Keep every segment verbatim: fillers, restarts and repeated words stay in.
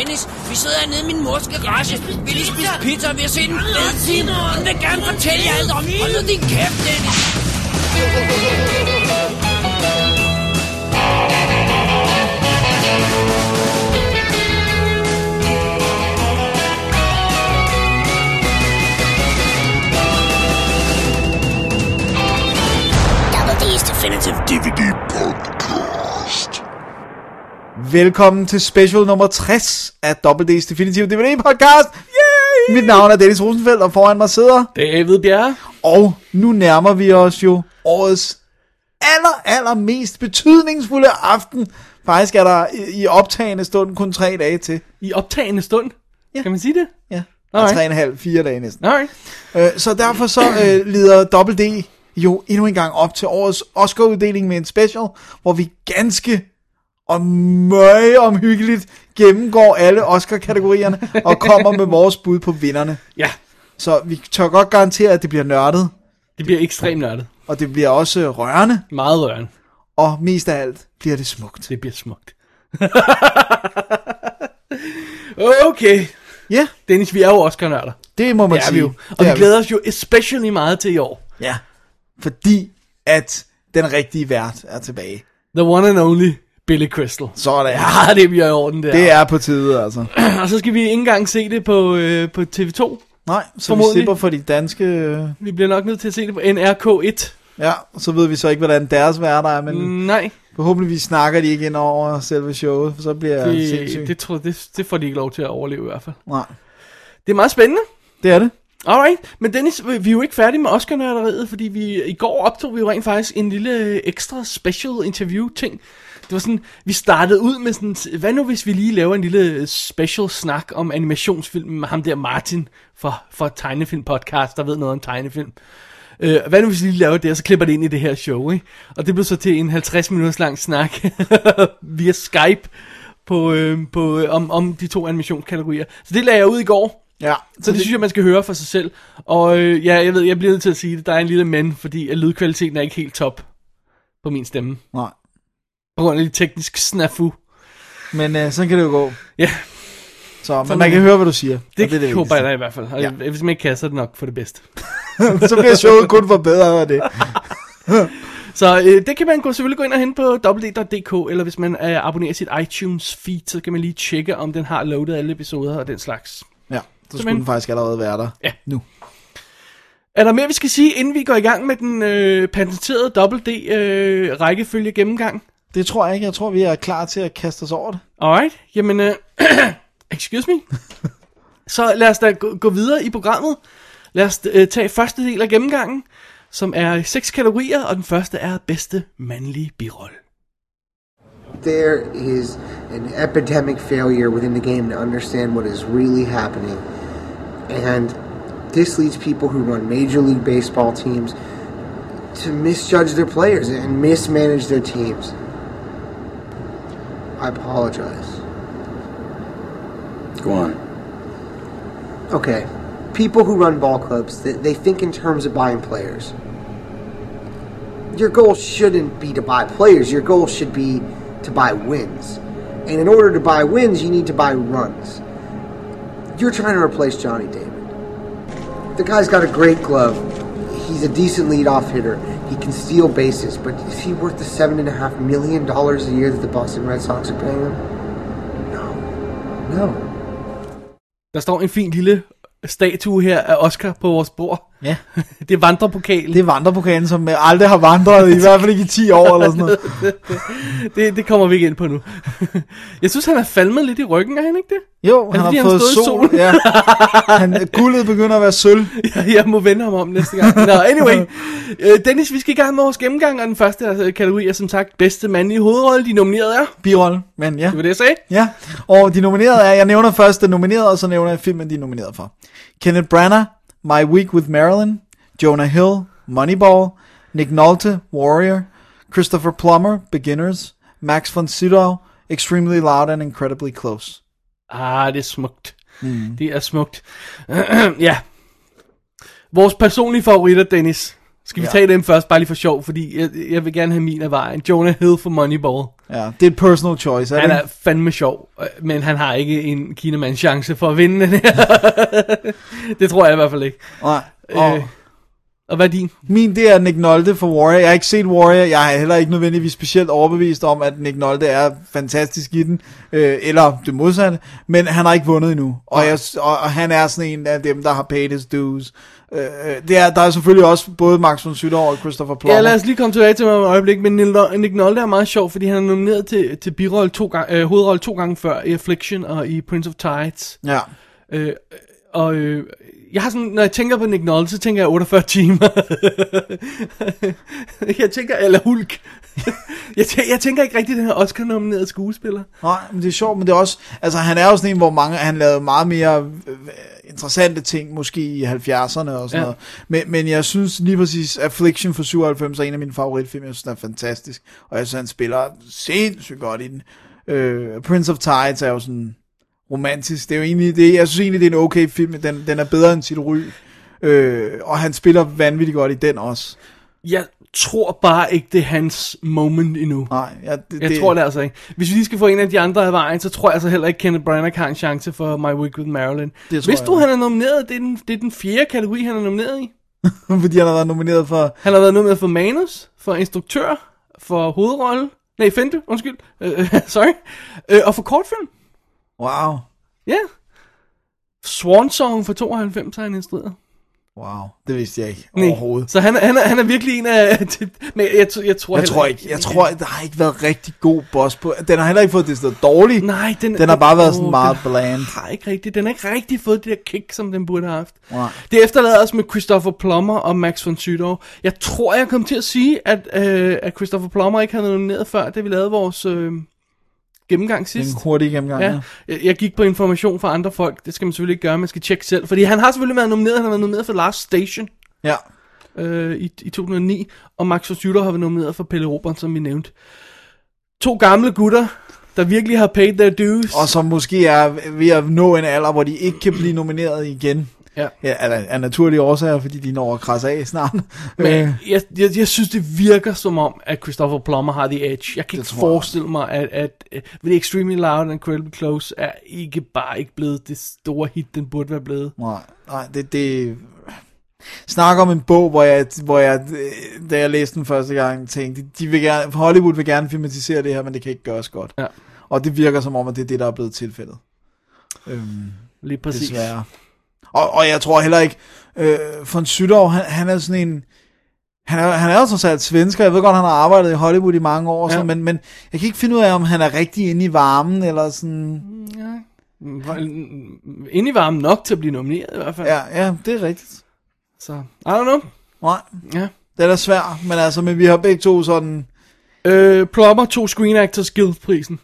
Dennis, vi sidder hernede i min mors garage. Vi lige spise pizza, og vi har set en fed film. Hun vil gerne fortælle jer alt om. Hold nu din kæft, Dennis. Double D's Definitive D V D Podcast. Velkommen til special nummer tres af Double D's Definitive D V D Podcast. Yay! Mit navn er Dennis Rosenfeldt, og foran mig sidder David Bjerre. Og nu nærmer vi os jo årets aller, aller mest betydningsfulde aften. Faktisk er der i optagende stund kun tre dage til. I optagende stund? Ja. Kan man sige det? Ja, og tre og en halv, fire dage næsten. Okay. Øh, så derfor så øh, lider Double D jo endnu en gang op til årets Oscar-uddeling med en special, hvor vi ganske og meget omhyggeligt gennemgår alle Oscar-kategorierne og kommer med vores bud på vinderne. Ja. Så vi tør godt garantere, at det bliver nørdet. Det bliver ekstremt nørdet. Og det bliver også rørende. Meget rørende. Og mest af alt bliver det smukt. Det bliver smukt. Okay. Ja. Yeah. Dennis, vi er jo Oscar-nørder. Det må man det sige. Vi og vi, vi glæder os jo especially meget til i år. Ja. Fordi at den rigtige vært er tilbage. The one and only Billy Crystal. Sådan. Ja, det bliver i orden der. Det er på tide, altså. Og så skal vi ikke engang se det på, øh, på T V to. Nej, så vi slipper for de danske... Vi bliver nok nødt til at se det på N R K et. Ja, så ved vi så ikke, hvordan deres værter er, men... Nej. Forhåbentlig snakker de ikke ind over selve showet, for så bliver det sindssygt. Det, tror, det, det får de ikke lov til at overleve i hvert fald. Nej. Det er meget spændende. Det er det. Alright, men Dennis, vi er jo ikke færdige med Oscar-nørderiet, fordi vi i går optog vi jo rent faktisk en lille ekstra special interview ting. Det var sådan, vi startede ud med sådan, hvad nu hvis vi lige laver en lille special snak om animationsfilm med ham der Martin for, for Tegnefilm Podcast, der ved noget om tegnefilm. Uh, hvad nu hvis vi lige laver det, og så klipper det ind i det her show, ikke? Og det blev så til en halvtreds minutters lang snak via Skype på, øh, på, øh, om, om de to animationskategorier. Så det lagde jeg ud i går. Ja, så, så det, det synes jeg, man skal høre for sig selv. Og øh, ja, jeg ved, jeg bliver nødt til at sige det. Der er en lille men, fordi at lydkvaliteten er ikke helt top på min stemme. Nej. På grund af det teknisk snafu. Men øh, sådan kan det jo gå. Ja. Så, men man kan høre, hvad du siger. Det, det, det håber jeg da i hvert fald. Og ja. Hvis man ikke kan, så er det nok for det bedste. Så bliver showet kun forbedret af det. Så øh, det kan man gå, selvfølgelig gå ind og hente på w w w punktum d k, eller hvis man øh, abonnerer sit iTunes feed, så kan man lige tjekke, om den har loadet alle episoder og den slags. Ja, så skulle den faktisk allerede være der. Ja. Nu. Er der mere, vi skal sige, inden vi går i gang med den øh, patenterede Double D øh, rækkefølge gennemgang? Det tror jeg ikke. Jeg tror, vi er klar til at kaste os over det. Alright. Jamen, øh, excuse me. Så lad os da gå, gå videre i programmet. Lad os øh, tage første del af gennemgangen, som er seks kategorier, og den første er bedste mandlige birolle. There is an epidemic failure within the game to understand what is really happening. And this leads people who run Major League Baseball teams to misjudge their players and mismanage their teams. I apologize. Go on. Okay. People who run ball clubs, they, they think in terms of buying players. Your goal shouldn't be to buy players. Your goal should be to buy wins. And in order to buy wins, you need to buy runs. You're trying to replace Johnny David. The guy's got a great glove. He's a decent leadoff hitter. He can steal bases, but is he worth the seven and a half million dollars a year that the Boston Red Sox are paying him? No. No. Der står en fin lille statue her af Oscar på vores bord. Ja. Det er vandrepokalen. Det er vandrepokalen, som aldrig har vandret, i hvert fald ikke i ti år eller sådan noget. det, det, det kommer vi ikke ind på nu. Jeg synes, han er falmet lidt i ryggen, er han ikke det? Jo, han, han har fået sol. Ja. Han, guldet begynder at være sølv. Ja, jeg må vende ham om næste gang. Nå, anyway. Dennis, vi skal i gang med vores gennemgang, og den første kategori er som sagt bedste mandlige hovedrolle. De nominerede er? Birolle, men ja. Det var det, jeg sagde? Ja, og de nominerede er, jeg nævner først den nominerede, og så nævner jeg filmen, de er nomineret for. Kenneth Branagh, My Week with Marilyn, Jonah Hill, Moneyball, Nick Nolte, Warrior, Christopher Plummer, Beginners, Max von Sydow, Extremely Loud and Incredibly Close. Ah, det er smukt. Mm. Det er smukt. Ja. Vores personlige favoritter, Dennis. Skal vi Ja. tage dem først, bare lige for sjov, fordi jeg, jeg vil gerne have min af vejen. Jonah Hill for Moneyball. Ja, det er et personal choice, er Han det? er fandme sjov, øh, men han har ikke en Kinaman chance for at vinde den her. Det tror jeg i hvert fald ikke. Nej. Og Øh, og hvad er din? min, det er Nick Nolte for Warrior. Jeg har ikke set Warrior. Jeg er heller ikke nødvendigvis specielt overbevist om, at Nick Nolte er fantastisk i den. Øh, eller det modsatte. Men han har ikke vundet endnu. Og, jeg, og, og han er sådan en af dem, der har paid his dues. Øh, det er, der er selvfølgelig også både Max von Sydow og Christopher Plummer. Ja, lad os lige komme tilbage til mig om et øjeblik, men Nick Nolte er meget sjov, fordi han er nomineret til, til birolle to gange, øh, hovedrolle to gange før i Affliction og i Prince of Tides. Ja. Øh, og øh, jeg har sådan, når jeg tænker på Nick Nolte, så tænker jeg otteogfyrre timer. Jeg tænker, eller Hulk. jeg, tænker, jeg tænker ikke rigtig den her Oscar-nominerede skuespiller. Nej, men det er sjovt, men det er også, altså han er jo sådan en, hvor mange, han lavede meget mere øh, interessante ting, måske i halvfjerdserne og sådan Ja. noget, men, men jeg synes lige præcis, Affliction for syvoghalvfems er en af mine favoritfilm, jeg synes, den er fantastisk, og jeg synes, han spiller sindssygt godt i den. Øh, Prince of Tides er jo sådan romantisk, det er jo egentlig, det, jeg synes egentlig, det er en okay film, den, den er bedre end sit ry, øh, og han spiller vanvittigt godt i den også. Jeg tror bare ikke, det er hans moment endnu. Nej, ja, det, Jeg det, tror det altså ikke. Hvis vi lige skal få en af de andre af vejen, så tror jeg altså heller ikke, Kenneth Branagh har en chance for My Week with Marilyn. Det tror Hvis jeg du, ikke. han er nomineret, det er, den, det er den fjerde kategori, han er nomineret i. fordi han har været nomineret for, Han har været nomineret for manus, for instruktør, for hovedrolle, nej, femte, undskyld, uh, sorry, uh, og for kortfilm. wow, Ja. Yeah. Swan Song for tooghalvfems har han instrueret. wow, det vidste jeg ikke Nej. overhovedet. Så han, er- han, er, han er virkelig en af... Men jeg, jeg, jeg tror Jeg heller tror ikke, jeg tror, der har ikke været rigtig god boss på. Den har heller ikke fået det sted dårligt. Nej, den, Den har bare været sådan åh, meget den bland. har ikke rigtig, den har ikke rigtig fået det der kick, som den burde have haft. Nej. Det efterlader os med Christopher Plummer og Max von Sydow. Jeg tror, jeg kom til at sige, at, øh, at Christopher Plummer ikke havde nomineret før, da vi lavede vores øh, gennemgang sidst. En hurtig gennemgang, ja. Ja, jeg, jeg gik på information fra andre folk. Det skal man selvfølgelig ikke gøre, man skal tjekke selv. Fordi han har selvfølgelig været nomineret, han har været nomineret for Last Station Ja. øh, i, i to tusind og ni. Og Max von Sydow har været nomineret for Pelle Robert, som vi nævnte. To gamle gutter, der virkelig har paid their dues. Og som måske er ved at nå en alder, hvor de ikke kan blive nomineret igen. Ja. Ja, af, af naturlige årsager, fordi de når at krasse af snart. Men Øh, jeg, jeg, jeg synes, det virker som om, at Christopher Plummer har the edge. Jeg kan ikke tror jeg. forestille mig, at, at, at The Extremely Loud and Incredibly Close er ikke bare ikke blevet det store hit, den burde være blevet. nej, nej, det... det Snak om en bog, hvor jeg, hvor jeg, da jeg læste den første gang, tænkte, de vil gerne, Hollywood vil gerne filmatisere det her, men det kan ikke gøres godt. Ja. Og det virker som om, at det er det, der er blevet tilfældet. Øhm, Lige præcis. desværre. Og, og jeg tror heller ikke, øh, von Sydow, han, han er sådan en, han er, han er jo trods alt svensker, jeg ved godt, han har arbejdet i Hollywood i mange år, Ja. så, men, men jeg kan ikke finde ud af, om han er rigtig inde i varmen, eller sådan, Ja. Inde i varmen nok til at blive nomineret i hvert fald. ja, ja, det er rigtigt. Så, I don't know. Nej, Ja. det er da svært, men altså, men vi har begge to sådan, Øh, Plummer tog Screen Actors Guild-prisen.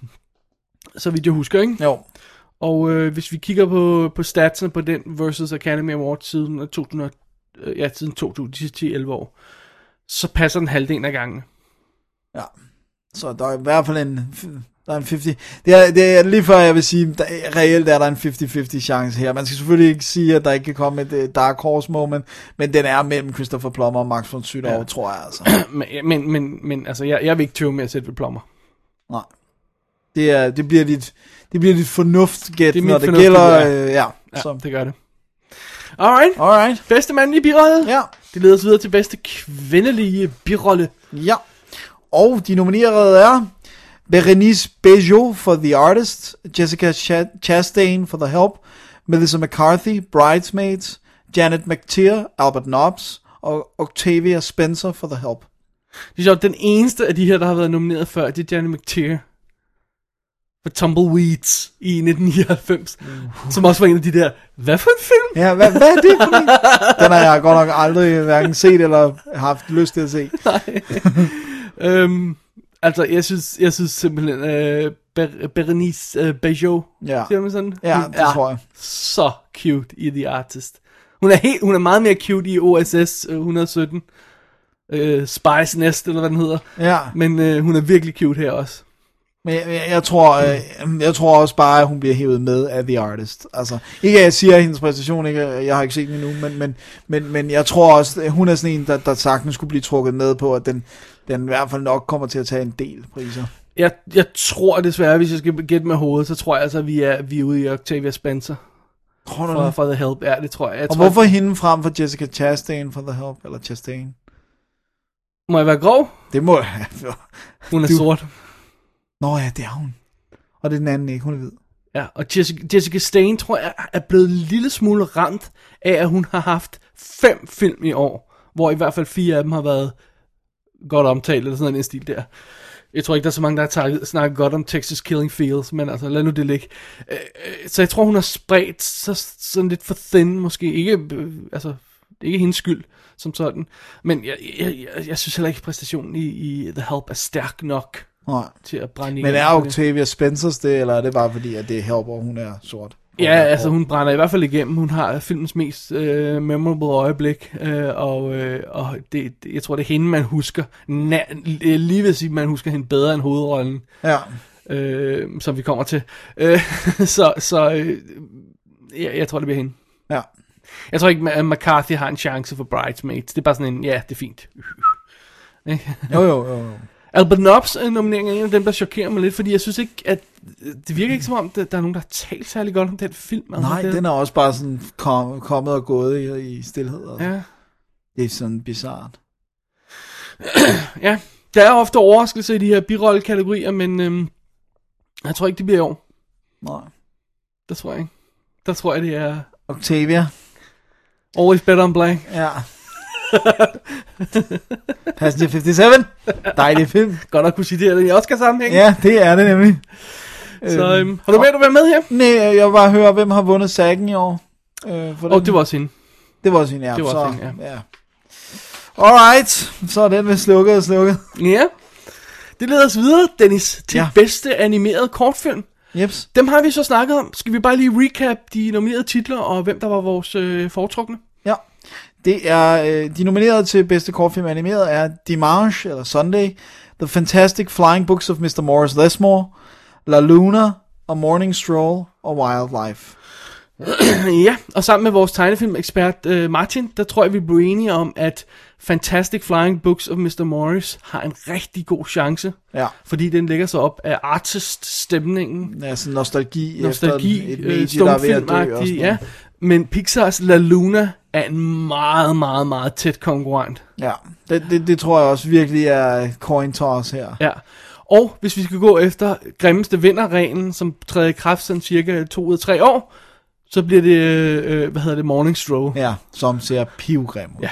Så vidt jeg husker, ikke? jo, Og øh, hvis vi kigger på, på statsene på den versus Academy Awards siden to tusind, øh, ja, siden to tusind, de sidste ti til elleve år, så passer den halvdelen af gangene. ja. Så der er i hvert fald en, der er en halvtreds, det er, det er lige før jeg vil sige, der, reelt er der en halvtreds halvtreds chance her. Man skal selvfølgelig ikke sige, at der ikke kan komme et uh, dark horse moment, men den er mellem Christopher Plummer og Max von Sydow, ja. tror jeg altså. Men, men, men, men altså, jeg, jeg vil ikke tøve med at sætte ved Plummer. Nej. Det, er, det bliver dit, det bliver dit fornuftgæt, Det er når mit det fornuft, gælder, ja. øh, ja. Ja, Så. det gør det. Alright. Alright. Bedste mandlige birolle. Ja. Det leder os videre til bedste kvindelige birolle. Ja. Og de nominerede er Berenice Bejo for The Artist, Jessica Ch- Chastain for The Help, Melissa McCarthy, Bridesmaids, Janet McTeer, Albert Nobbs og Octavia Spencer for The Help. Det er sjovt, den eneste af de her, der har været nomineret før, det er Janet McTeer for Tumbleweeds i nitten nioghalvfems, mm. som også var en af de der, hvad for en film? Ja, hvad, hvad er det for en? Den har jeg godt nok aldrig hverken set eller haft lyst til at se. Nej. øhm, altså, jeg synes, jeg synes simpelthen, øh, Ber- Berenice øh, Bejo, Ja. siger man sådan? Ja, Hun det er tror jeg. så cute i The Artist. Hun er, helt, hun er meget mere cute i O S S et hundrede og sytten. Øh, Spice Nest, eller hvad den hedder. Ja, Men øh, hun er virkelig cute her også. Men jeg, jeg, jeg, tror, øh, jeg tror også bare, at hun bliver hævet med af The Artist. Altså, ikke at jeg siger, at hendes præstation, ikke, jeg har ikke set den endnu, men, men, men, men jeg tror også, at hun er sådan en, der, der sagtens skulle blive trukket med på, at den, den i hvert fald nok kommer til at tage en del priser. Jeg, jeg tror desværre, hvis jeg skal gætte med hovedet, så tror jeg altså, at vi er, vi er ude i Octavia Spencer. Tror du for, det? for The Help, ja, det tror jeg. jeg og tror, hvorfor hende frem for Jessica Chastain for The Help, eller Chastain? Må jeg være grov? Det må jeg. Hun er du... sort. Nå ja, det er hun. Og det er den anden ikke, hun er hvid. Ja, og Jessica, Jessica Chastain, tror jeg, er blevet en lille smule ramt af, at hun har haft fem film i år, hvor i hvert fald fire af dem har været godt omtalt, eller sådan en stil der. Jeg tror ikke, der er så mange, der har taget, snakket godt om Texas Killing Fields, men altså, lad nu det ligge. Så jeg tror, hun har spredt så, sådan lidt for thin, måske. Ikke, altså, det er ikke hendes skyld, som sådan. Men jeg, jeg, jeg, jeg synes heller ikke, at præstationen i, i The Help er stærk nok Nej. til at brænde. Men er Octavia Spencers det, eller er det bare fordi, at det er Help, og hun er sort? Ja, altså hun brænder i hvert fald igennem. Hun har filmens mest øh, memorable øjeblik, øh, og, øh, og det, det, jeg tror, det er hende, man husker. Na- lige ved at sige, man husker hende bedre end hovedrollen, ja. øh, som vi kommer til. Øh, så så øh, jeg, jeg tror, det bliver hende. Ja. Jeg tror ikke, at McCarthy har en chance for Bridesmaids. Det er bare sådan en, ja, det er fint. jo, jo, jo, jo. Albert Nobbs nominering er en af dem, der chokerer mig lidt, fordi jeg synes ikke, at det virker ikke som om, der, der er nogen, der har talt særlig godt om den film. Altså, Nej, det, den er også bare sådan kom, kommet og gået i, i stillhed. Altså. Ja. Det er sådan bizarrt. Ja, der er ofte overraskelse i de her birolle-kategorier, men øhm, jeg tror ikke, det bliver i år. Nej. Det tror jeg ikke. Der tror jeg, det er... Octavia. Always Better on Black. Ja. Passenger femoghalvfems. Dejlig film. Godt at kunne sige det i Oscar-sammenhæng. Ja, det er det nemlig. Så øhm, har du med, at du vil med her? Nej, jeg vil bare høre, hvem har vundet sagen i år. Øh, Åh, oh, det var også hende. Det var også hende, ja. Det var så, også hende, ja. ja. Alright, så er den ved slukket og slukket. Ja. Det leder os videre, Dennis, til ja. bedste animeret kortfilm. Jeps. Dem har vi så snakket om. Skal vi bare lige recap de nominerede titler, og hvem der var vores øh, foretrukne? Ja. Det er, øh, de nominerede til bedste kortfilm animeret er Dimanche, eller Sunday, The Fantastic Flying Books of mister Morris Lesmore, La Luna, A Morning Stroll og Wildlife. Ja, og sammen med vores tegnefilmekspert øh, Martin, der tror jeg, vi blev enige om, at Fantastic Flying Books of mister Morris har en rigtig god chance. Ja. Fordi den lægger sig op af artist-stemningen. Ja, sådan nostalgi, nostalgi efter et medie, der er ved at dø. Og ja. Men Pixars La Luna er en meget, meget, meget tæt konkurrent. Ja, det, det, det tror jeg også virkelig er coin toss her. Ja, og hvis vi skal gå efter grimmeste vinderreglen, som træder i kraft sådan cirka to ud af tre år, så bliver det, øh, hvad hedder det, Morning Stroll. Ja, som ser pivgrim ud. Ja.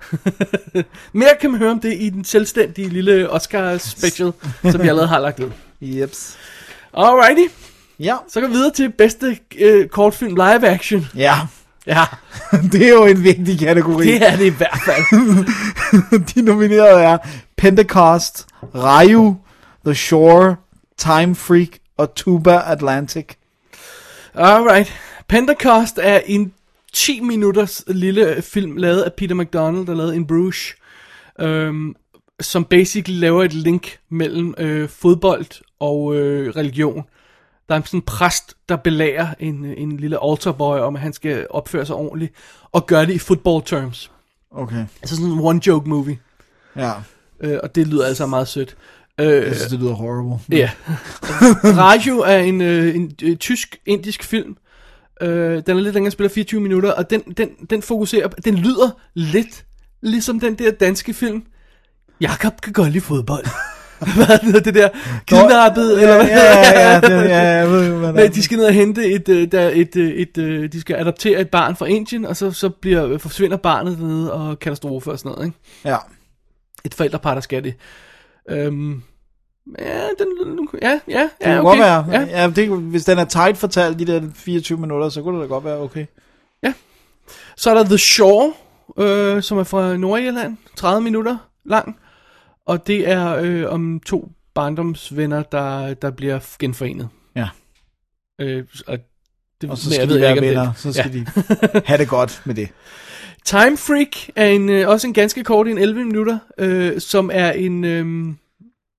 Mere kan man høre om det i den selvstændige lille Oscar special, som vi allerede har lagt ud. Jeps. Alrighty. Ja. Så går vi videre til bedste øh, kortfilm live action. Ja. Ja. Det er jo en vigtig kategori. Det er det i hvert fald. De nominerede er Pentecost, Ryu, The Shore, Time Freak og Tuba Atlantic. Alright. Pentecost er en ti minutters lille film lavet af Peter McDonald, der lavede In Bruges, øhm, som basically laver et link mellem øh, fodbold og øh, religion. Der er sådan en præst, der belærer en, en lille altarboy om, at han skal opføre sig ordentligt, og gøre det i football terms. Okay. Altså sådan en one-joke movie. Ja. Øh, og det lyder altså meget sødt. Øh, Jeg synes, det lyder horrible. Ja. Raju er en, øh, en, en tysk-indisk film. Øh, den er lidt længere, spiller fireogtyve minutter, og den, den, den fokuserer, den lyder lidt ligesom den der danske film, Jakob kan godt lide fodbold. Hvad er det der? Kidnappet? Eller hvad? Ja, ja, ja, det, ja, jeg ved hvad Nej, de skal ned og hente et, et, et, et, et, de skal adoptere et barn fra Indien, og så, så bliver, forsvinder barnet dernede, og katastrofe og sådan noget, ikke? Ja. Et forældrepar, der skal det. Øhm, ja, den, ja, ja, Det ja, kunne okay. godt være. Ja. Ja, det, hvis den er tight fortalt, de der fireogtyve minutter, så kunne det da godt være okay. Ja. Så er der The Shore, øh, som er fra Nordirland, tredive minutter lang. Og det er øh, om to barndomsvenner, der, der bliver genforenet. Ja. Øh, og, det, og så skal de være venner, så skal ja. de have det godt med det. Time Freak er en, øh, også en ganske kort, en elleve minutter, øh, som er en... Øh,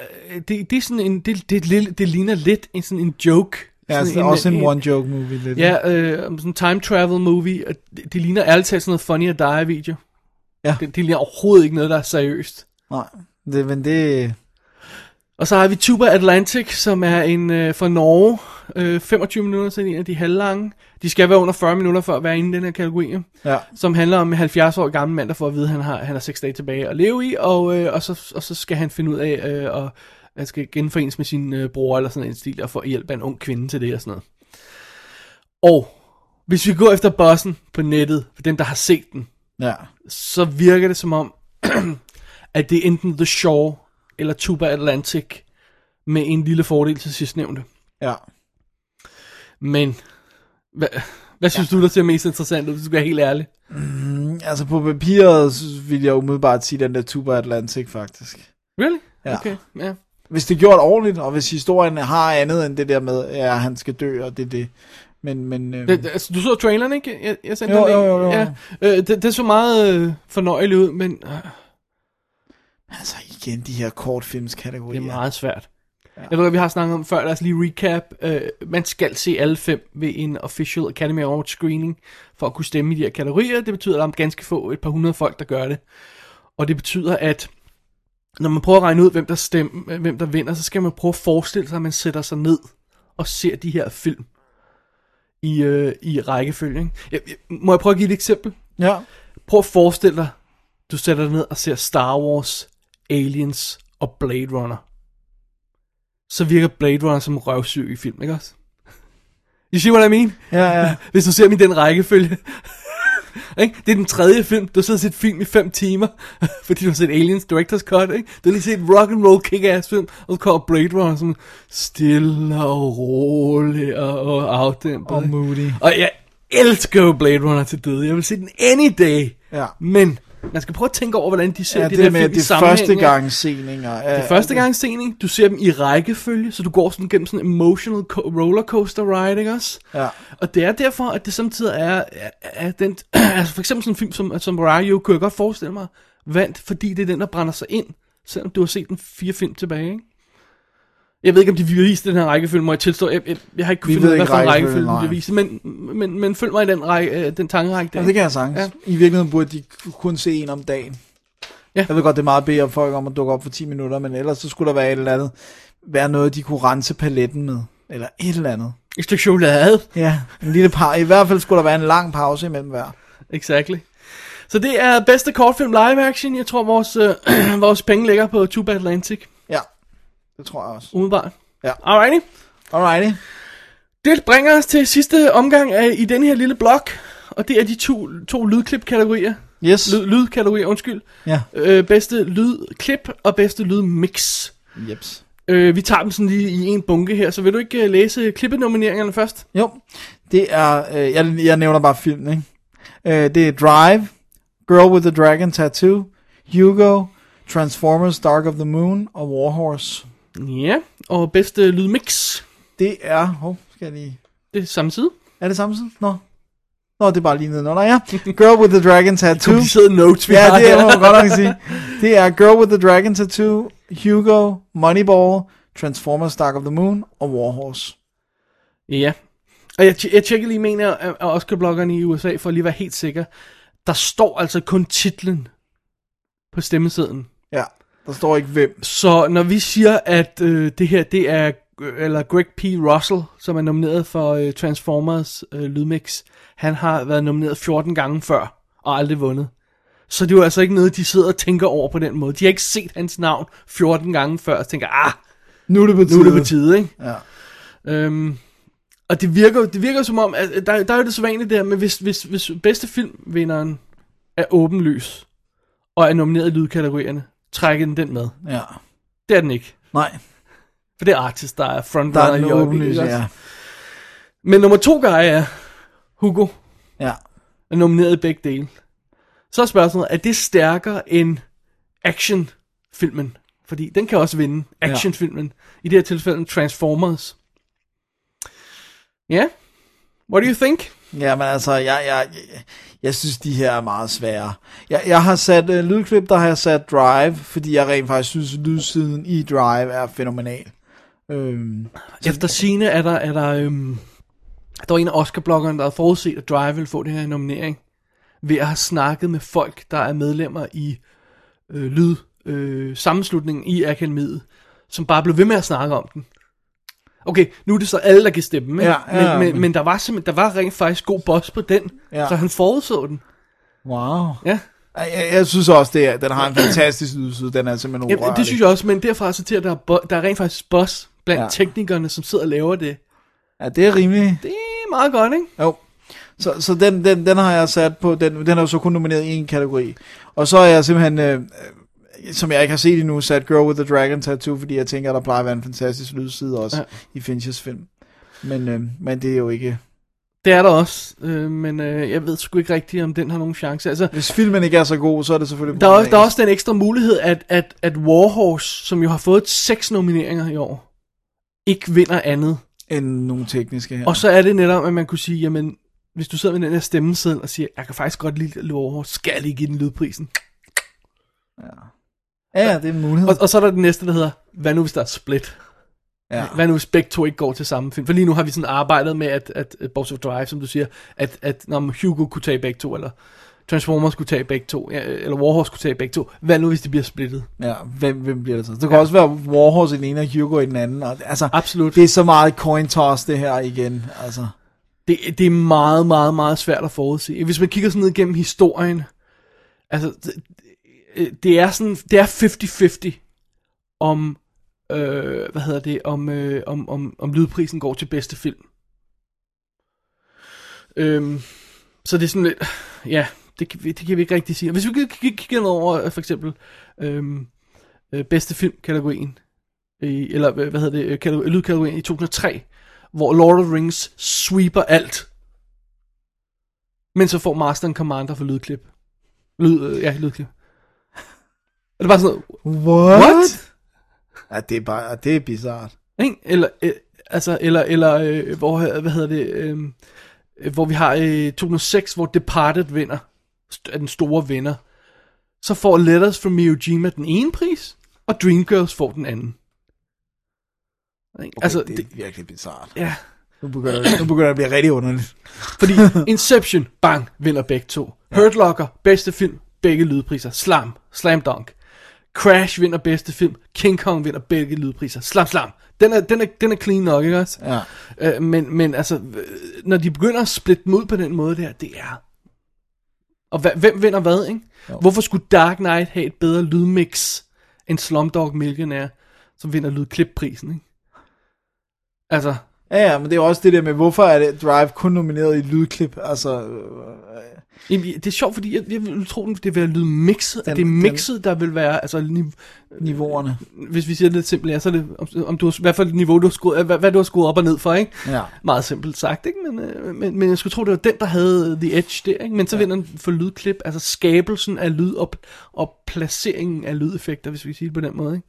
det, det er sådan en, det, det, det, det ligner lidt en sådan en joke. Ja, altså, det er også en, en one joke movie lidt. Ja, øh, sådan en time travel movie. Det, det ligner ærligt talt sådan noget Funny or Die video. Ja. Det, det ligner overhovedet ikke noget, der er seriøst. Nej, det, men det... Og så har vi Tuba Atlantic, som er en øh, fra Norge. Øh, femogtyve minutter, så en af de halvlange. De skal være under fyrre minutter for at være inde i den her kategori. Ja. Som handler om en halvfjerds år gammel mand, der får at vide, at han har, han har seks dage tilbage at leve i. Og, øh, og, så, og så skal han finde ud af, øh, at han skal genforenes med sin øh, bror eller sådan en stil, og få hjælp af en ung kvinde til det og sådan noget. Og hvis vi går efter bossen på nettet, for dem, der har set den, ja. så virker det som om, at det er enten The Shore eller Tuba Atlantic med en lille fordel til sidstnævnte. Ja. Men, hvad, hvad synes ja. du, der ser mest interessant ud, hvis du skal være helt ærlig? Mm, altså på papiret vil jeg umiddelbart sige den der Tuba Atlantic faktisk. Really? Ja. Okay, ja. Hvis det er gjort ordentligt, og hvis historien har andet end det der med, at ja, han skal dø, og det er det. Men, men, øh... det, altså, du så traileren, ikke? Jeg, jeg sendte jo, den jo, jo, jo. Ja. Øh, det, det så meget øh, fornøjeligt ud, men... Øh. Altså igen, de her kortfilmskategorier. Det er meget svært. Ja. Jeg ved, vi har snakket om før, lad os lige recap. Uh, man skal se alle fem ved en official Academy Award screening, for at kunne stemme i de her kategorier. Det betyder, at der er ganske få, et par hundrede folk, der gør det. Og det betyder, at når man prøver at regne ud, hvem der, stemmer, hvem der vinder, så skal man prøve at forestille sig, at man sætter sig ned og ser de her film i, uh, i rækkefølge. Ikke? Jeg, jeg, må jeg prøve at give et eksempel? Ja. Prøv at forestille dig, du sætter dig ned og ser Star Wars, Aliens og Blade Runner. Så virker Blade Runner som røvsyg i film, ikke også? You see what I mean? Ja, ja. Hvis du ser dem i den rækkefølge. Det er den tredje film. Du har siddet og set film i fem timer, fordi du har set Aliens Director's Cut, ikke? Du har lige set rock and roll kick-ass film, og så kommer Blade Runner som stille og rolig og, og afdæmpet. Og moody. Og jeg elsker Blade Runner til døde. Jeg vil se den any day. Ja. Men man skal prøve at tænke over, hvordan de ser ja, de det der med, film i det sammenhæng. første gang seninger. Det er første gang sening. Du ser dem i rækkefølge, så du går sådan gennem sådan en emotional rollercoaster ride, ikke også? Ja. Og det er derfor, at det samtidig er, er, er den, altså for eksempel sådan en film som, som Mario, kunne jeg godt forestille mig, vandt, fordi det er den, der brænder sig ind, selvom du har set den fire film tilbage, ikke? Jeg ved ikke, om de vil vise den her rækkefølge, må jeg tilstå. Jeg, jeg, jeg har ikke kunnet finde ud af, hvad for en rækkefølge de vil vise, men, men, men følg mig i den, række, den tankerække der. Ja, det kan jeg sagtens. Ja. I virkeligheden burde de kun se en om dagen. Ja. Jeg ved godt, det er meget bedre folk om at dukke op for ti minutter, men ellers så skulle der være et eller andet, være noget, de kunne rense paletten med, eller et eller andet. Et stykke chokolade. Ja, en lille par. I hvert fald skulle der være en lang pause imellem hver. Exactly. Så det er bedste kortfilm live action. Jeg tror, vores, øh, vores penge ligger på Tuba Atlantic. Ja, det tror jeg også. Umiddelbart. Ja. Alrighty. Alrighty. Det bringer os til sidste omgang af, i den her lille blok, og det er de to, to lydklip-kategorier. Yes. Lyd, lydkategorier, undskyld. Ja. Øh, bedste lydklip og bedste lydmix. Jeps. Øh, vi tager dem sådan lige i en bunke her, så vil du ikke uh, læse klippenomineringerne først? Jo, det er, øh, jeg, jeg nævner bare filmen, ikke? Øh, det er Drive, Girl with the Dragon Tattoo, Hugo, Transformers Dark of the Moon og Warhorse. Ja, og bedste lydmix. Det er, hov, skal jeg lige... Det er samme side. Er det samme side? Nå. Nå, det er bare lige nedenunder, ja. Girl with the Dragon Tattoo. Komplicerede notes, vi ja, har. det er jeg godt nok sige. Det er Girl with the Dragon Tattoo, Hugo, Moneyball, Transformers Dark of the Moon og Warhorse. Ja. Og jeg, jeg tjekker lige, mener af Oscar-bloggerne i U S A, for at lige være helt sikker. Der står altså kun titlen på stemmesiden. Ja, der står ikke hvem. Så når vi siger, at øh, det her, det er, eller Greg P. Russell, som er nomineret for øh, Transformers øh, lydmix, han har været nomineret fjorten gange før, og aldrig vundet. Så det er jo altså ikke noget, de sidder og tænker over på den måde. De har ikke set hans navn fjorten gange før, og tænker, ah, nu er det på tide. Nu er det på tide, ikke? Ja. Øhm, og det virker, det virker som om, at der, der er jo det så vanligt der, men hvis, hvis, hvis bedste filmvinderen er åbenlys, og er nomineret i lydkategorierne, trækker den den med. Ja. Det er den ikke. Nej. For det er Artist, der er frontrunner. Der er den åbenlys, ja. Men nummer to guy er Hugo. Ja. Er nomineret i begge dele. Så er spørgsmålet, er det stærkere end actionfilmen? Fordi den kan også vinde actionfilmen. Ja. I det her tilfælde Transformers. Ja. What do you think? Ja, men altså, jeg, jeg, jeg, jeg synes, de her er meget svære. Jeg, jeg har sat uh, lydklip, der har jeg sat Drive, fordi jeg rent faktisk synes, lydsiden i Drive er fænomenal. Øhm, Efter sigende er der, er der, øhm, der var en af Oscar-bloggerne, der havde forudset, at Drive ville få den her nominering, ved at have snakket med folk, der er medlemmer i øh, lyd, øh, sammenslutningen i akademiet, som bare blev ved med at snakke om den. Okay, nu er det så alle, der kan stemme, ja, ja, men, men, men der var simpelthen, der var rent faktisk god boss på den, ja. Så han forudså den. Wow. Ja. Jeg, jeg synes også, det er, den har en fantastisk lydside, den er simpelthen urørlig. Ja, det synes jeg også, men derfra så til, at der er, bo- der er rent faktisk boss blandt ja. teknikerne, som sidder og laver det. Ja, det er rimeligt. Det er meget godt, ikke? Jo. Så, så den, den, den har jeg sat på, den, den er jo så kun nomineret i en kategori. Og så er jeg simpelthen, øh, som jeg ikke har set endnu, sat Girl with the Dragon Tattoo, fordi jeg tænker, at der plejer at være en fantastisk lydside også ja. i Finchers film. Men, øh, men det er jo ikke... Det er der også, øh, men øh, jeg ved sgu ikke rigtigt, om den har nogen chance. Altså, hvis filmen ikke er så god, så er det selvfølgelig... Der er, der er også den ekstra mulighed, at, at, at Warhorse, som jo har fået seks nomineringer i år, ikke vinder andet. End nogle tekniske her. Og så er det netop, at man kunne sige, jamen, hvis du sidder med den her stemmeseddel og siger, jeg kan faktisk godt lide Warhorse, skal jeg lige give den lydprisen? Ja, ja det er en mulighed. Og, og så er der det næste, der hedder, hvad nu hvis der er split? Ja. Hvad nu hvis begge to ikke går til samme film? For lige nu har vi sådan arbejdet med, at, at, at Balls of Drive, som du siger, at, at når Hugo kunne tage begge to, eller Transformers kunne tage begge to, eller Warhorse kunne tage begge to. Hvad nu hvis de bliver splittet? Ja, hvem, hvem bliver det så? Det kan ja. også være Warhorse i den ene og Hugo i den anden. Og, altså, absolut. Det er så meget coin toss det her igen. Altså. Det, det er meget, meget, meget svært at forudse. Hvis man kigger sådan ned gennem historien, altså, det, det er sådan, det er halvtreds halvtreds om, øh, hvad hedder det, om, øh, om, om, om lydprisen går til bedste film. Øhm, så det er sådan lidt, ja, det, det kan vi ikke rigtig sige. Hvis vi kigger ned over, for eksempel, øhm, bedste film-kategorien, eller hvad hedder det, kategori, lydkategorien i to tusind og tre, hvor Lord of the Rings sweeper alt. Men så får Master and Commander for lydklip. Lyd, ja, lydklip. Er det bare sådan noget? What? What? Ja, det er bare, det er bizarrt. Eller, øh, altså, eller, eller, øh, hvor, hvad hedder det, øh, hvor vi har øh, to tusind og seks, hvor Departed vinder, er den store vinder. Så får Letters from Iwo Jima den ene pris, og Dreamgirls får den anden. Okay, altså, det er det, virkelig bizarrt. Ja. Nu begynder, nu begynder det at blive rigtig underligt. Fordi Inception, bang, vinder begge to. Ja. Hurt Locker, bedste film, begge lydpriser. Slam, slam dunk. Crash vinder bedste film. King Kong vinder begge lydpriser. Slam, slam. Den er, den er, den er clean nok, ikke også? Ja. Øh, men, men altså, når de begynder at splitte dem ud på den måde der, det er... Og hva, hvem vinder hvad, ikke? Jo. Hvorfor skulle Dark Knight have et bedre lydmix end Slumdog Millionaire, som vinder lydklipprisen, ikke? Altså... Ja, ja, men det er også det der med, hvorfor er det Drive kun nomineret i lydklip, altså... Øh, øh. Det er sjovt, fordi jeg, jeg vil tro, det vil være lydmixet, at det er mixet, der vil være, altså... Nive- niveauerne. Hvis vi siger det lidt simpelt, ja, så er det, om, om du har, hvad for et niveau, du har skruet, hvad, hvad du har skruet op og ned for, ikke? Ja. Meget simpelt sagt, ikke? Men, øh, men, men jeg skulle tro, det var den, der havde the edge der, ikke? Men så ja. vinder den for lydklip, altså skabelsen af lyd og, og placeringen af lydeffekter, hvis vi siger det på den måde, ikke?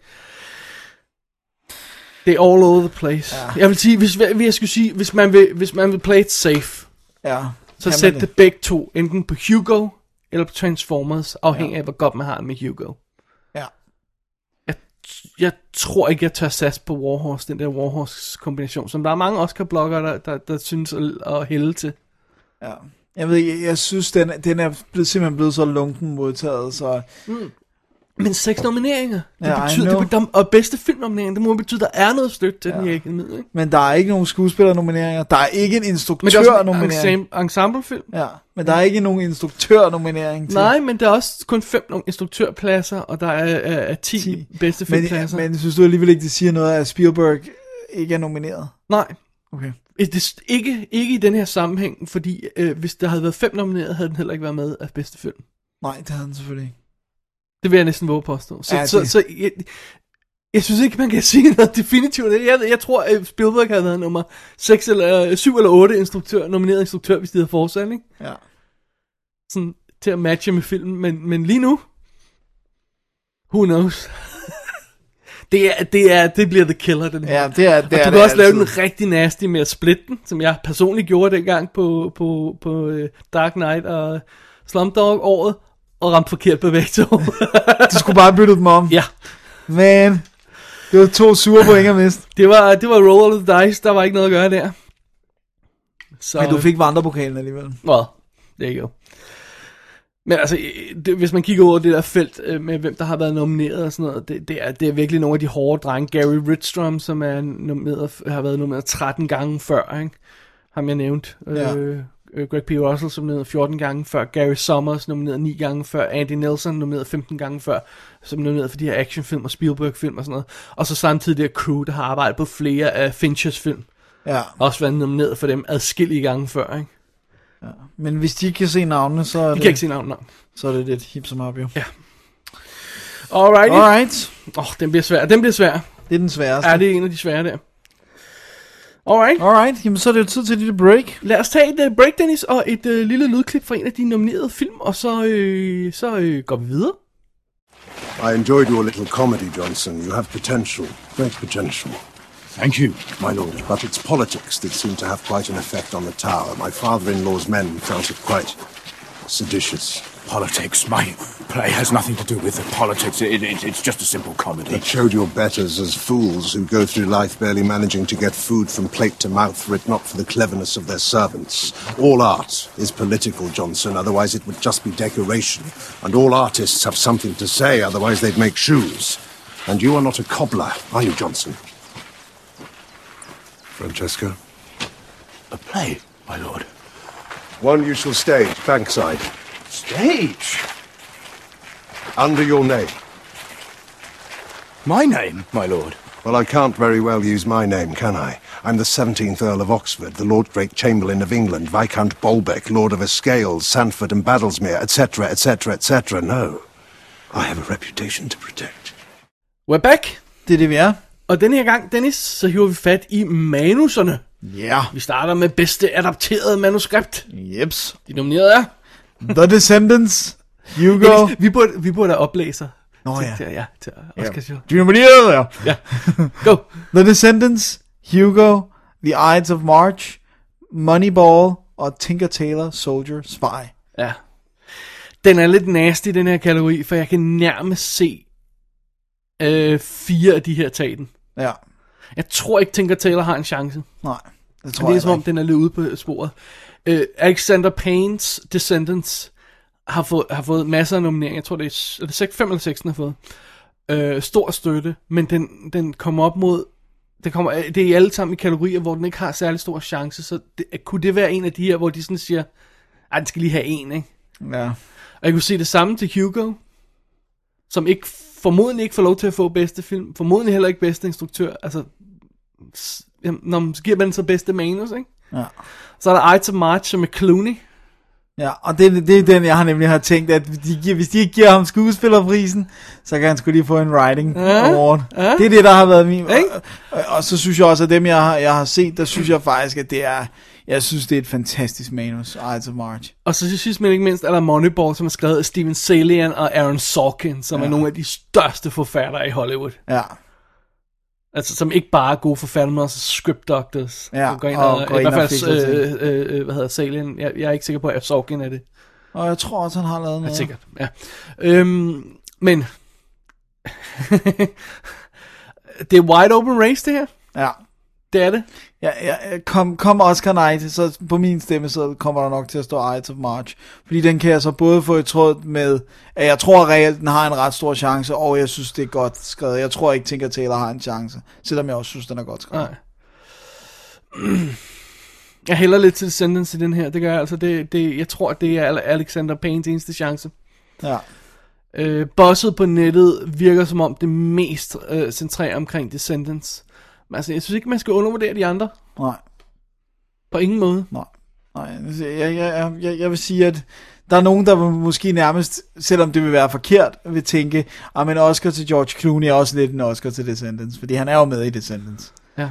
Det er all over the place. Ja. Jeg vil sige, hvis, hvis jeg skulle sige, hvis man vil, hvis man vil play it safe, ja, så sæt det begge to, enten på Hugo eller på Transformers, afhængig ja. af, hvor godt man har det med Hugo. Ja. Jeg, jeg tror ikke, jeg tør satse på Warhorse, den der Warhorse-kombination, som der er mange Oscar-bloggere, der, der, der synes at, at hælde til. Ja. Jeg ved jeg, jeg synes, den, den er blevet, simpelthen blevet så lunken modtaget, så... Mm. Men seks nomineringer, det ja, betyder, det, der, og bedste filmnominering, det må betyde, at der er noget støtte til ja. den i akademiet, ikke? Men der er ikke nogen skuespillernomineringer, der er ikke en instruktørnominering. Men det er også en ensemblefilm. Ja, men der er ikke nogen instruktørnominering til. Nej, men der er også kun fem instruktørpladser, og der er, er, er ti, ti bedste filmpladser. Men, men synes du alligevel ikke, det siger noget, at Spielberg ikke er nomineret? Nej. Okay. Det, ikke, ikke i den her sammenhæng, fordi øh, hvis der havde været fem nomineret, havde den heller ikke været med af bedste film. Nej, det havde den selvfølgelig ikke. Det vil jeg næsten våge påstå. Så, ja, så, så jeg, jeg synes ikke, man kan sige noget definitivt. Jeg, jeg tror, at Spielberg havde været nummer seks eller syv eller otte instruktør, nomineret instruktør, hvis de havde fortsat, ikke? Ja. Sådan til at matche med filmen. Men, men lige nu, who knows? Det, er, det, er, det bliver The Killer, den her. Ja, det er det. Og er du det kan også altid. lave den rigtig nasty med at splitte den, som jeg personligt gjorde dengang på, på, på uh, Dark Knight og Slumdog-året, og ramte forkert på begge to. Du skulle bare bytte dem om. Ja. Men det var to sure point at miste. Det var, det var roll of the dice, der var ikke noget at gøre der. Så, Men du fik vandrepokalen alligevel. Well, there you go. Men altså, det, hvis man kigger over det der felt øh, med hvem der har været nomineret og sådan noget, det, det, er, det er virkelig nogle af de hårde drenge. Gary Ridstrom, som er nomineret, har været nomineret tretten gange før, ikke? Ham jeg nævnt. Ja. Øh, Greg P. Russell, som nomineret fjorten gange før. Gary Summers, nomineret ni gange før. Andy Nelson, nomineret femten gange før. Som nomineret for de her actionfilm og Spielberg-film og sådan noget. Og så samtidig det her crew, der har arbejdet på flere af Finchers film. Ja. Også været nomineret for dem adskillige gange før, ikke? Ja. Men hvis de ikke kan se navnene, så er De det, kan ikke se navnet. så er det lidt hip som op, jo. Ja. Alrighty. Alright. Åh, oh, den bliver svær. Den bliver svær. Det er den sværeste. Ja, det er en af de svære der. Alright. Alright, jamen så er det jo tid til et lille break. Lad os tage et uh, break, Dennis, og et uh, lille lydklip fra en af de nominerede film, og så, øh, så øh, går vi videre. I enjoyed your little comedy, Johnson. You have potential, great potential. Thank you. My lord, but it's politics that seem to have quite an effect on the tower. My father-in-law's men felt it quite seditious. Politics. My play has nothing to do with the politics. It, it, it's just a simple comedy. It showed your betters as fools who go through life barely managing to get food from plate to mouth were it not for the cleverness of their servants. All art is political, Johnson, otherwise it would just be decoration. And all artists have something to say, otherwise they'd make shoes. And you are not a cobbler, are you, Johnson? Francesco? A play, my lord. One you shall stage, Bankside. Stage? Under your name. My name, my lord. Well, I can't very well use my name, can I? I'm the seventeenth Earl of Oxford, the Lord Great Chamberlain of England, Viscount Bolbec, Lord of Escales, Sandford and Battlesmere, et cetera, et cetera, et cetera. No. I have a reputation to protect. We're back. Det er det, vi er. Og denne her gang, Dennis, så hiver vi fat i manuserne. Ja. Yeah. Vi starter med bedste adapteret manuskript. Jeps. De nominerede er... The Descendants, Hugo. Dennis, vi burde, vi burde have oplæser. Nå til, ja. Til, ja, til Oscar show. De nominerede er. Ja, go. The Descendants, Hugo, The Ides of March, Moneyball og Tinker Tailor Soldier Spy. Ja. Den er lidt nasty, den her kategori, for jeg kan nærmest se øh, fire af de her tage den. Ja. Jeg tror ikke, Tinker Tailor har en chance. Nej, det tror Det er jeg som om, ikke. den er lidt ude på sporet. Uh, Alexander Paynes Descendants har fået, har fået masser af nomineringer. Jeg tror, det er, er det seks, fem eller seks, den har fået. Uh, stor støtte, men den, den kommer op mod... Det, kommer, det er alle sammen i kategorier, hvor den ikke har særlig stor chance. Så det, kunne det være en af de her, hvor de sådan siger, ej, den skal lige have en, ikke? Ja. Og jeg kunne se det samme til Hugo, som ikke formodentlig ikke får lov til at få bedste film. Formodentlig heller ikke bedste instruktør. Altså, jamen, når man giver man så bedste manus, ikke? Ja. Så er der Ides of March med Clooney. Ja, og det, det er den, jeg har nemlig har tænkt, at de giver, hvis de ikke giver ham skuespillerprisen, så kan han sgu lige få en writing Ja, award. ja. Det er det, der har været min... Og, Ikke? og, og så synes jeg også, at dem, jeg har, jeg har set, der synes jeg faktisk, at det er... Jeg synes, det er et fantastisk manus, Ides of March. Og så sidst men ikke mindst er der Moneyball, som er skrevet af Steven Salian og Aaron Sorkin, som ja. er nogle af de største forfattere i Hollywood. Ja. Altså, som ikke bare er gode forfattere, men også script doctors. Ja, som går ind og og, går i ind hvert og fald, fikser øh, øh, øh, hvad hedder Salian, jeg, jeg er ikke sikker på, at Sorkin er det. Og jeg tror også, han har lavet noget. Ja, sikkert, ja. Øhm, men, det er wide open race, det her. Ja. Det er det. Ja, ja, kom, kom Oscar Night, så på min stemme, så kommer der nok til at stå Ides of March. Fordi den kan jeg så både få i tråd med, at jeg tror reelt, den har en ret stor chance, og jeg synes, det er godt skrevet. Jeg tror ikke, Tinker Tailor har en chance, selvom jeg også synes, den er godt skrevet. Nej. Jeg hælder lidt til Descendants i den her, det gør jeg altså. Det, det, jeg tror, at det er Alexander Paynes eneste chance. Ja. Øh, bosset på nettet virker som om det mest øh, centrerer omkring Descendants. Men altså, jeg synes ikke, man skal undervurdere de andre. Nej. På ingen måde. Nej. Nej, jeg, jeg, jeg, jeg vil sige, at der er nogen, der måske nærmest, selvom det vil være forkert, vil tænke, at en Oscar til George Clooney er også lidt en Oscar til Descendants, fordi han er jo med i Descendants. Ja.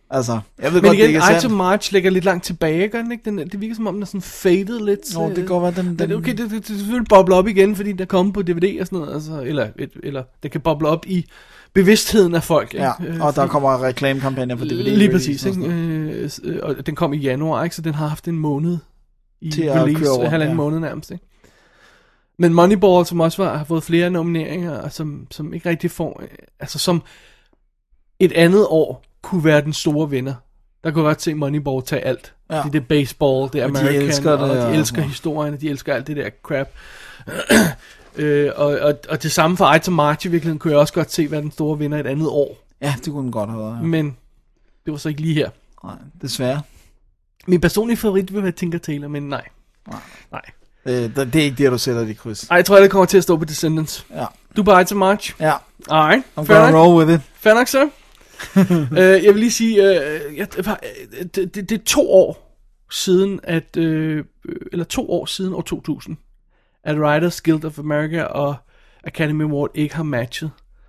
Altså, jeg ved Men godt, igen, det ikke er Item sandt. March ligger lidt langt tilbage, gør den ikke? Den, det virker som om, den er sådan faded lidt. Nå, det kan godt være, den... den... Okay, det, det, det selvfølgelig bobler op igen, fordi der kommer på D V D og sådan noget, altså, eller, et, eller det kan boble op i bevidstheden af folk. Ikke? Ja, og Øh, der kommer reklamekampagner på D V D. Lige præcis, ikke? Øh, og den kom i januar, ikke? Så den har haft en måned i til at release, køre rundt, halvanden ja. måned nærmest, ikke? Men Moneyball, som også var, har fået flere nomineringer, og som, som ikke rigtig får, øh, altså som et andet år kunne være den store vinder. Der kunne jeg godt se Moneyball tage alt. Ja. Fordi det er baseball, det er Og de American, elsker det, og de og- elsker historien, og de elsker alt det der crap. øh, og, og, og det samme for Item March i virkeligheden, kunne jeg også godt se, hvad den store vinder et andet år. Ja, det kunne den godt have været. Ja. Men det var så ikke lige her. Nej, desværre. Min personlige favorit vil være Tinker Tailor, men nej. Nej. Nej. Øh, det det er ikke der, du sætter dit kryds. Ej, jeg tror, det kommer til at stå på Descendants. Ja. Du er på Item March. Ja, Alright, I'm fair gonna nok. roll with it. Fair nok, så. uh, jeg vil lige sige, uh, jeg, jeg, det, det, det er to år siden, at, uh, eller to år siden år to tusind, at Writers Guild of America og Academy Award ikke har matchet.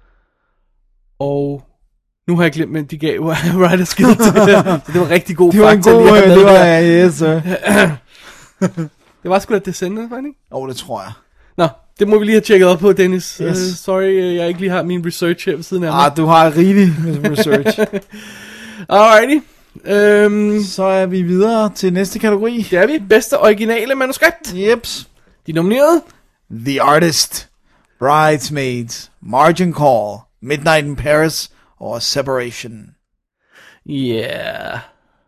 Og nu har jeg glemt, men de gav Writers Guild til det, så det var rigtig god Det var en fakta, god, lige at have øh, det med var, der. ja, yes, sir. Det var sgu da Descendants, var det ikke? Åh, oh, det tror jeg. Nå, det må vi lige have tjekket op på, Dennis. Yes. Uh, sorry, uh, jeg ikke lige har min research her ved siden af mig. Ah, du har rigeligt med research. Alrighty. Um, Så er vi videre til næste kategori. det er vi. Bedste originale manuskript. Jeps. De er nomineret. The Artist, Bridesmaids, Margin Call, Midnight in Paris og Separation. Yeah.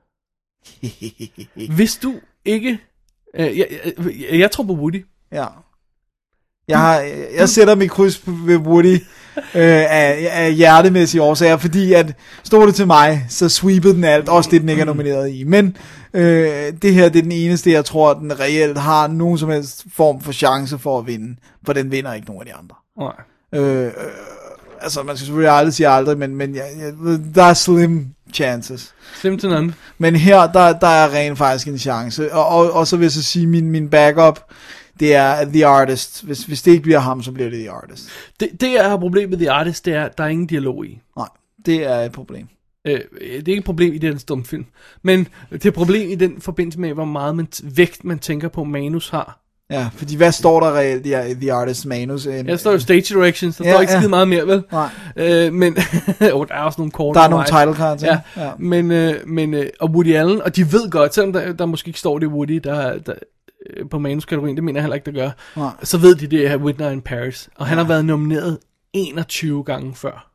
Hvis du ikke... Uh, jeg, jeg, jeg tror på Woody. Ja. Jeg, har, jeg sætter mit kryds ved Woody øh, af, af hjertemæssige årsager, fordi at, stod det til mig, så sweepede den alt, også det den ikke er nomineret i. Men øh, det her, det er den eneste, jeg tror, den reelt har nogen som helst form for chance for at vinde, for den vinder ikke nogen af de andre. Nej. Øh, øh, altså, man skal selvfølgelig aldrig sige aldrig, men, men jeg, jeg, der er slim chances. Slim til none. Men her, der, der er rent faktisk en chance. Og, og, og så vil jeg så sige, min, min backup, det er The Artist. Hvis, hvis det ikke bliver ham, så bliver det The Artist. Det, det jeg har problemet med The Artist, det er, at der er ingen dialog i. Nej, det er et problem. Øh, det er ikke et problem i den stumfilm. Men det er et problem i den forbindelse med, hvor meget man, vægt man tænker på, manus har. Ja, fordi hvad står der reelt i The Artist manus? En, Der står jo stage directions, der Ja, står ikke ja. skide meget mere, vel? Nej. Øh, men, oh, der er også nogle korte. Der er nogle undervejs. title cards, ja. ja. Ja. Men, øh, men øh, og Woody Allen, og de ved godt, selvom der, der måske ikke står det Woody, der, der øh, på manuskategorien, det mener jeg heller ikke, der gør, Nej. så ved de, det er Midnight in Paris. Og han har været nomineret enogtyve gange før.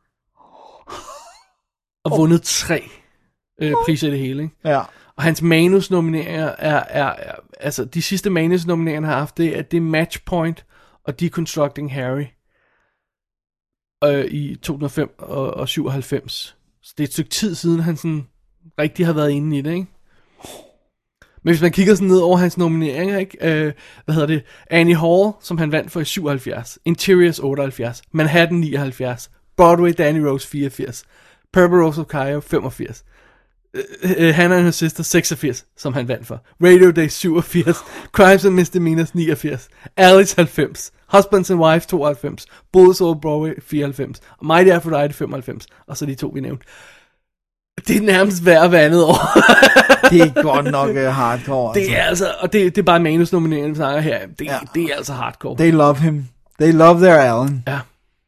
Og vundet tre øh, priser i det hele, ikke? Ja. Og hans manusnomineringer er, er, er, altså de sidste manusnomineringer, han har haft, det er, det er Match Point og Deconstructing Harry øh, i to tusind og fem og, og syvoghalvfems. Så det er et stykke tid siden, han sådan rigtig har været inde i det, ikke? Men hvis man kigger sådan ned over hans nomineringer, ikke? Øh, hvad hedder det? Annie Hall, som han vandt for i syvoghalvfjerds. Interiors otteoghalvfjerds. Manhattan nioghalvfjerds. Broadway Danny Rose fireogfirs. Purple Rose of Cairo femogfirs. Uh, Hannah and Her Sister seksogfirs, som han vandt for. Radio Day syvogfirs. Crimes and Misdemeanors niogfirs. Alice halvfems. Husbands and Wives tooghalvfems. Bulls Over Broadway fireoghalvfems. Og Mighty Aphrodite femoghalvfems. Og så de to, vi nævnte. Det er nærmest hver hver andet år. Det er godt nok uh, hardcore. Det er altså, og det, det er bare manusnomineringen, vi snakker her. Det, Ja. det er altså hardcore. They love him. They love their Allen. Ja.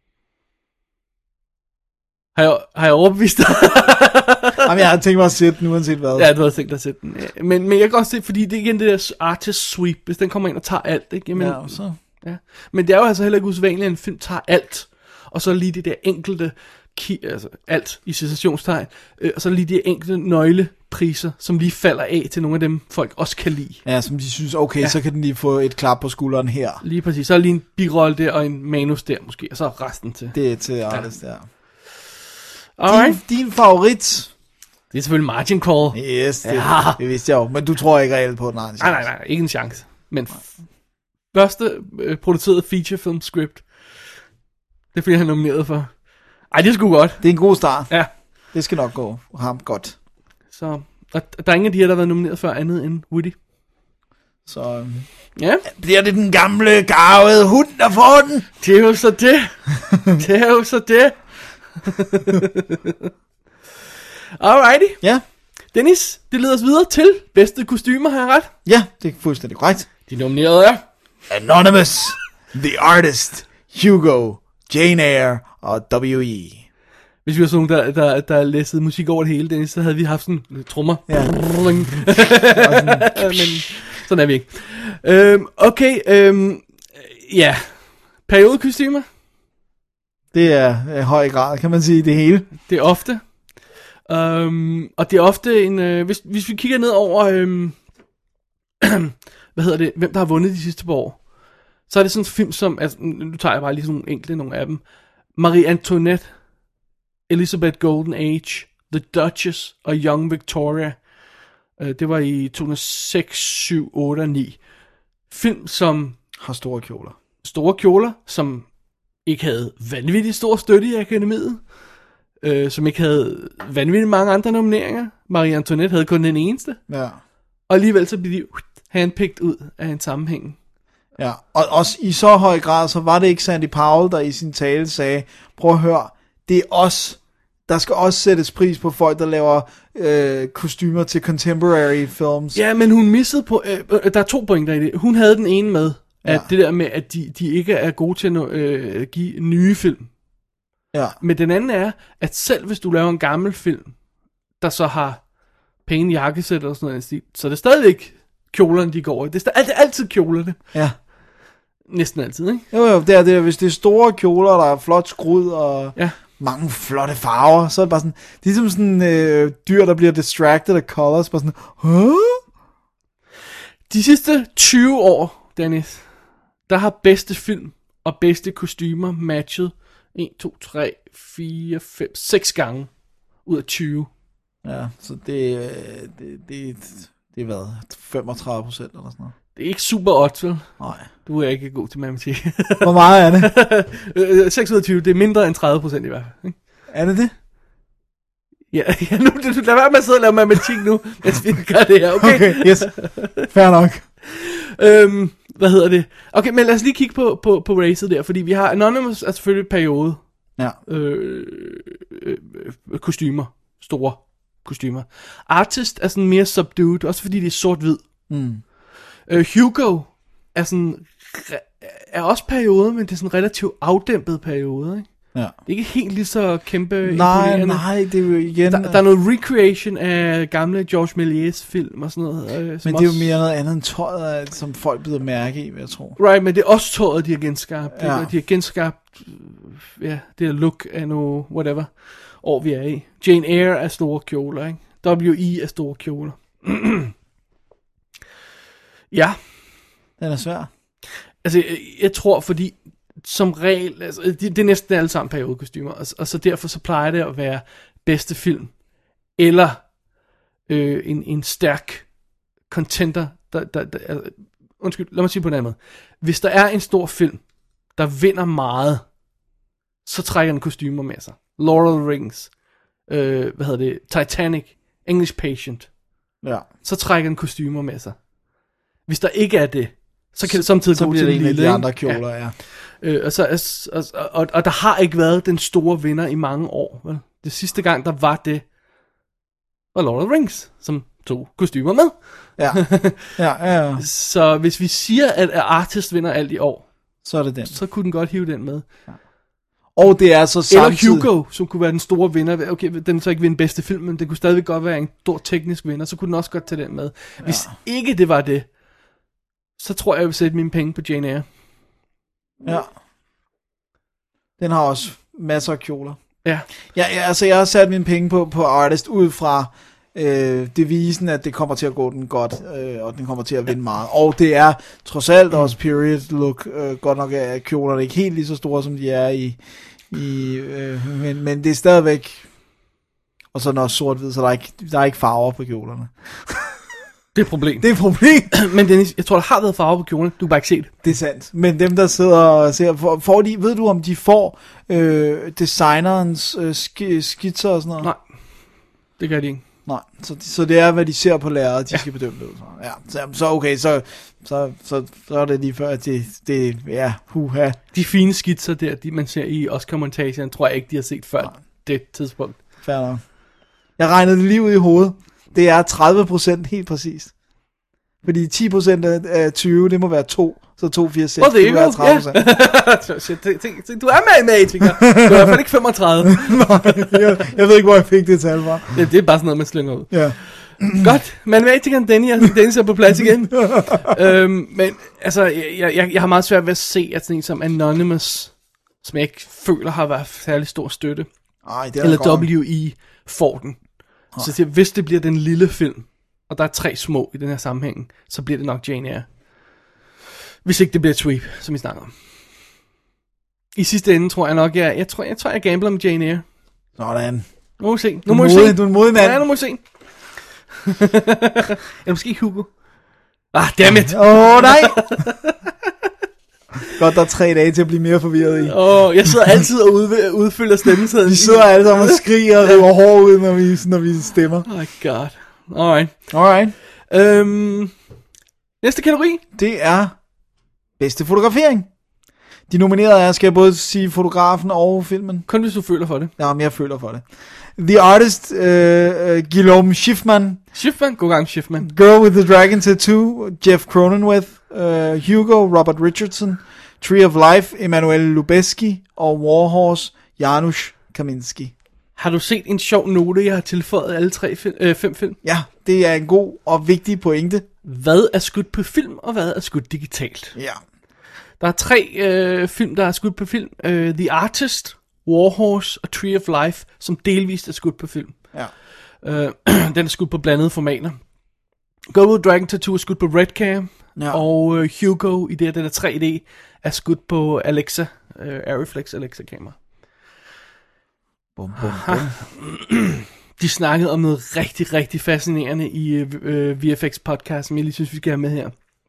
Har jeg, har jeg overbevist dig? Jamen, jeg har tænkt mig at sætte den, uanset hvad. Ja, du havde tænkt dig at sætte den. Ja. Men, men jeg kan også se, fordi det er igen det der artist sweep, hvis den kommer ind og tager alt, ikke? Jamen, Ja, så. ja. Men det er jo altså heller ikke usædvanligt, at en film tager alt, og så lige det der enkelte, ki- altså alt i citationstegn, øh, og så lige de enkelte nøglepriser, som lige falder af til nogle af dem, folk også kan lide. Ja, som de synes, okay, Ja. så kan den lige få et klap på skulderen her. Lige præcis. Så er lige en birolle der, og en manus der måske, og så resten til. Det er til Artist, ja. Alright. Din, din favorit? Det er selvfølgelig Margin Call. Yes, det, Ja. det vidste jeg jo. Men du tror ikke reelt på den anden Nej, nej, nej, ikke en chance. Men f- første øh, produceret featurefilm script, det er fordi, han er nomineret for. Ej, det er sgu godt. Det er en god start. Ja. Det skal nok gå ham godt. Så, og der er ingen af de her, der har været nomineret før andet end Woody. Så øhm, Ja, bliver det den gamle, garvede hund, der får den? det er jo så det. Det er jo så det. Alrighty. Ja, Dennis, det leder os videre til bedste kostymer, har jeg ret? ja, det er fuldstændig korrekt. De nominerede er... Anonymous, The Artist, Hugo, Jane Eyre og W E. Hvis vi var sådan nogen, der, der, der læste musik over det hele, Dennis, så havde vi haft sådan uh, trommer. Ja. Men sådan er vi ikke. Øhm, okay, øhm, ja. Periodekostymer. Det er i høj grad, kan man sige, det hele. Det er ofte. Um, og det er ofte en... Øh, hvis, hvis vi kigger ned over... Øh, hvad hedder det? Hvem der har vundet de sidste par år. Så er det sådan en film som... Altså, nu tager jeg bare lige sådan nogle enkelte nogle af dem. Marie Antoinette, Elizabeth Golden Age, The Duchess og Young Victoria. Uh, det var i to tusind og seks, syv, otte og ni. Film som... Har store kjoler. Store kjoler, som ikke havde vanvittigt stor støtte i akademiet. Øh, som ikke havde vanvittigt mange andre nomineringer. Marie Antoinette havde kun den eneste. Ja. Og alligevel så blev de handpicked ud af en sammenhæng. Ja, og også i så høj grad, så var det ikke Sandy Powell, der i sin tale sagde, prøv at høre, det er os, der skal også sættes pris på folk, der laver øh, kostymer til contemporary films. Ja, men hun missede på, øh, der er to pointer i det. Hun havde den ene med, at Ja. det der med, at de, de ikke er gode til at øh, give nye film. Ja. Men den anden er, at selv hvis du laver en gammel film, der så har pæne jakkesæt og sådan noget, så er det stadigvæk kjolerne, de går i. Det er altid, altid kjolerne. Ja. Næsten altid, ikke? Jo, jo, det er det. Hvis det er store kjoler, der er flot skrud og Ja. mange flotte farver, så er det bare sådan, det er som sådan øh, dyr, der bliver distracted af colors, bare sådan, huh? De sidste tyve år, Dennis, der har bedste film og bedste kostymer matchet en, to, tre, fire, fem, seks gange ud af tyve. Ja, så det, øh, det, det, det er hvad, femogtredive procent eller sådan noget. Det er ikke super odds, vel? Nej. Du er ikke god til matematik. Hvor meget er det? seks ud af tyve, det er mindre end tredive procent i hvert fald. Ikke? Er det det? Ja, ja nu, du, lad være med at sidde og lave matematik nu, mens vi gør det her, okay? Okay, yes. Fair nok. øhm, hvad hedder det? Okay, men lad os lige kigge på, på, på racet der, fordi vi har Anonymous er selvfølgelig periode. Ja. Øh, øh, øh, kostymer. Store kostymer. Artist er sådan mere subdued, også fordi det er sort-hvid. Mm. Øh, Hugo er sådan er også periode, men det er sådan en relativt afdæmpet periode, ikke? Ja. Det er ikke helt lige så kæmpe Nej, imponerende. nej, det er jo igen... Der, der er noget recreation af gamle George Méliès film og sådan noget. Øh, men som det er jo også, mere noget andet end tøjet, som folk bider mærke i, vil jeg tro. right, men det er også tøjet, de har genskabt. Ja. Ja. De har genskabt øh, ja, det der look af noget, whatever, år vi er i. Jane Eyre er store kjoler, ikke? W E er store kjoler. Ja. Den er svær. Altså, jeg, jeg tror, fordi som regel, altså, det, det er næsten alle sammen periodekostymer, og, og så derfor så plejer det at være bedste film, eller øh, en, en stærk contender, der, der, der, altså, undskyld, lad mig sige på en anden måde. Hvis der er en stor film, der vinder meget, så trækker den kostymer med sig. Lord of the Rings, øh, hvad hedder det, Titanic, English Patient, Ja. så trækker den kostymer med sig. Hvis der ikke er det, så kan det samtidig Så gå bliver til det den en af lille, de andre ikke? kjoler, ja. Ja. Øh, og, så, og, og, og der har ikke været den store vinder i mange år. Vel? Det sidste gang, der var det, var Lord of the Rings, som tog kostymer med. Ja, ja, ja, ja. Så hvis vi siger, at Artist vinder alt i år, Så er det den. så kunne den godt hive den med. Og det er så samtidig... Eller Hugo, som kunne være den store vinder. Okay, den så ikke vinde bedste film, men det kunne stadigvæk godt være en stor teknisk vinder, så kunne den også godt tage den med. Hvis ja. ikke det var det, så tror jeg, jeg vil sætte mine penge på Jane Eyre. Ja. Den har også masser af kjoler. Ja. Ja, ja, altså jeg har sat mine penge på, på Artist ud fra øh, devisen, at det kommer til at gå den godt, øh, og den kommer til at vinde meget. Og det er trods alt også period look, øh, godt nok er kjolerne ikke helt lige så store, som de er i, i øh, men, men det er stadigvæk, og så er den også sort-hvid, så der er ikke, der er ikke farver på kjolerne. Det er et problem. Det er et problem. Men Dennis, jeg tror, der har været farver på kjolen. Du har bare ikke set det. Det er sandt. Men dem, der sidder og ser, får, får de, ved du, om de får øh, designerens øh, sk- skitser og sådan noget? Nej, det gør de ikke. Nej, så, så det er, hvad de ser på lærredet, de ja. skal bedømme det ud fra. Ja, så, så okay, så, så, så, så er det lige før, at det, det ja, huha. De fine skitser der, de man ser i Oscar-montagen, tror jeg ikke, de har set før Nej. det tidspunkt. Fair nok. Jeg regnede det lige ud i hovedet. Det er tredive procent helt præcist. Fordi ti procent af tyve, det må være to. Så to, fire, seks, oh, det må være tredive procent. Yeah. Du er matematiker. Du er i hvert fald ikke femogtredive. Nej, jeg, jeg ved ikke, hvor jeg fik det tal fra. Ja, det er bare sådan noget, man slynger ud. Ja. Godt, matematikeren Dennis, Dennis er på plads igen. øhm, men altså, jeg, jeg, jeg har meget svært ved at se, at sådan en som Anonymous, som jeg ikke føler har været særlig stor støtte, Ej, det er eller W E får den. Ej. Så siger, hvis det bliver den lille film, og der er tre små i den her sammenhæng, så bliver det nok Jane Eyre. Hvis ikke det bliver et sweep, som vi snakker om. I sidste ende tror jeg nok, jeg, jeg tror, jeg, tror, jeg gambler med Jane Eyre. Sådan. Nu må vi se. Nu du, må vi modig, se. du er en modig mand. Ja, nu må vi se. Eller måske Hugo. Ah, dammit. Åh, oh, nej. Godt, der er tre dage til at blive mere forvirret i. Åh, oh, jeg sidder altid og ud, udfylder stemmesedlen. Vi sidder alle sammen og skriger og river hår ud, når vi, når vi stemmer. Oh my god. Alright. Alright. Øhm, næste kategori. Det er bedste fotografering. De nominerede er, skal jeg både sige fotografen og filmen? Kun hvis du føler for det. Ja, men jeg føler for det. The Artist, uh, uh, Guillaume Schiffman. Schiffman, god gang Schiffman. Girl with the Dragon Tattoo, Jeff Cronenweth. Uh, Hugo, Robert Richardson. Tree of Life, Emanuel Lubezki. Og Warhorse, Janusz Kaminski. Har du set en sjov note, jeg har tilføjet alle tre fil- øh, fem film? Ja, det er en god og vigtig pointe. Hvad er skudt på film, og hvad er skudt digitalt? Ja. Der er tre øh, film, der er skudt på film. Uh, The Artist, Warhorse og Tree of Life, som delvist er skudt på film. Ja. Uh, den er skudt på blandede formater. Girl with Dragon Tattoo er skudt på Redcam, ja. Og uh, Hugo, i det her, den er tre D, er skudt på Alexa, uh, Arriflex Alexa-kamera. Bum, bum, bum. De snakkede om noget rigtig, rigtig fascinerende i uh, V F X-podcast, som jeg lige synes, vi skal have med her.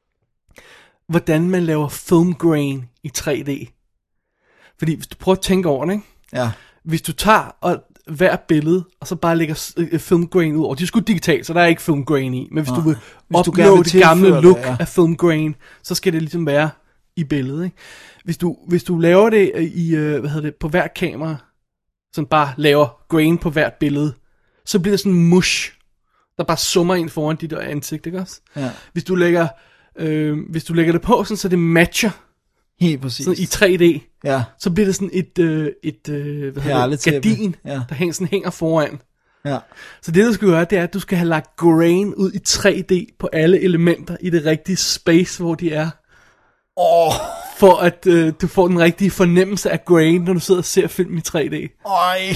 Hvordan man laver film grain i tre D. Fordi hvis du prøver at tænke over det, ikke? Ja. Hvis du tager og hver billede, og så bare lægger uh, film grain ud over. De er sgu digitalt, så der er ikke film grain i. Men hvis ja. du vil hvis opnå det gamle look det, ja. af film grain, så skal det ligesom være i billedet. Ikke? Hvis, du, hvis du laver det i, uh, hvad hedder det, på hver kamera, sådan bare laver grain på hvert billede, så bliver det sådan en mush, der bare summer ind foran dit ansigt, ikke også? Ja. Hvis du lægger Øh, hvis du lægger det på, sådan, så det matcher helt præcis sådan, i tre D, ja. Så bliver det sådan et, øh, et øh, hvad hedder det, gardin, ja. der hænger, sådan, hænger foran. Ja. Så det du skal gøre, det er, at du skal have lagt grain ud i tre D på alle elementer i det rigtige space, hvor de er. Oh. For at øh, du får den rigtige fornemmelse af grain, når du sidder og ser film i tre D. Oj.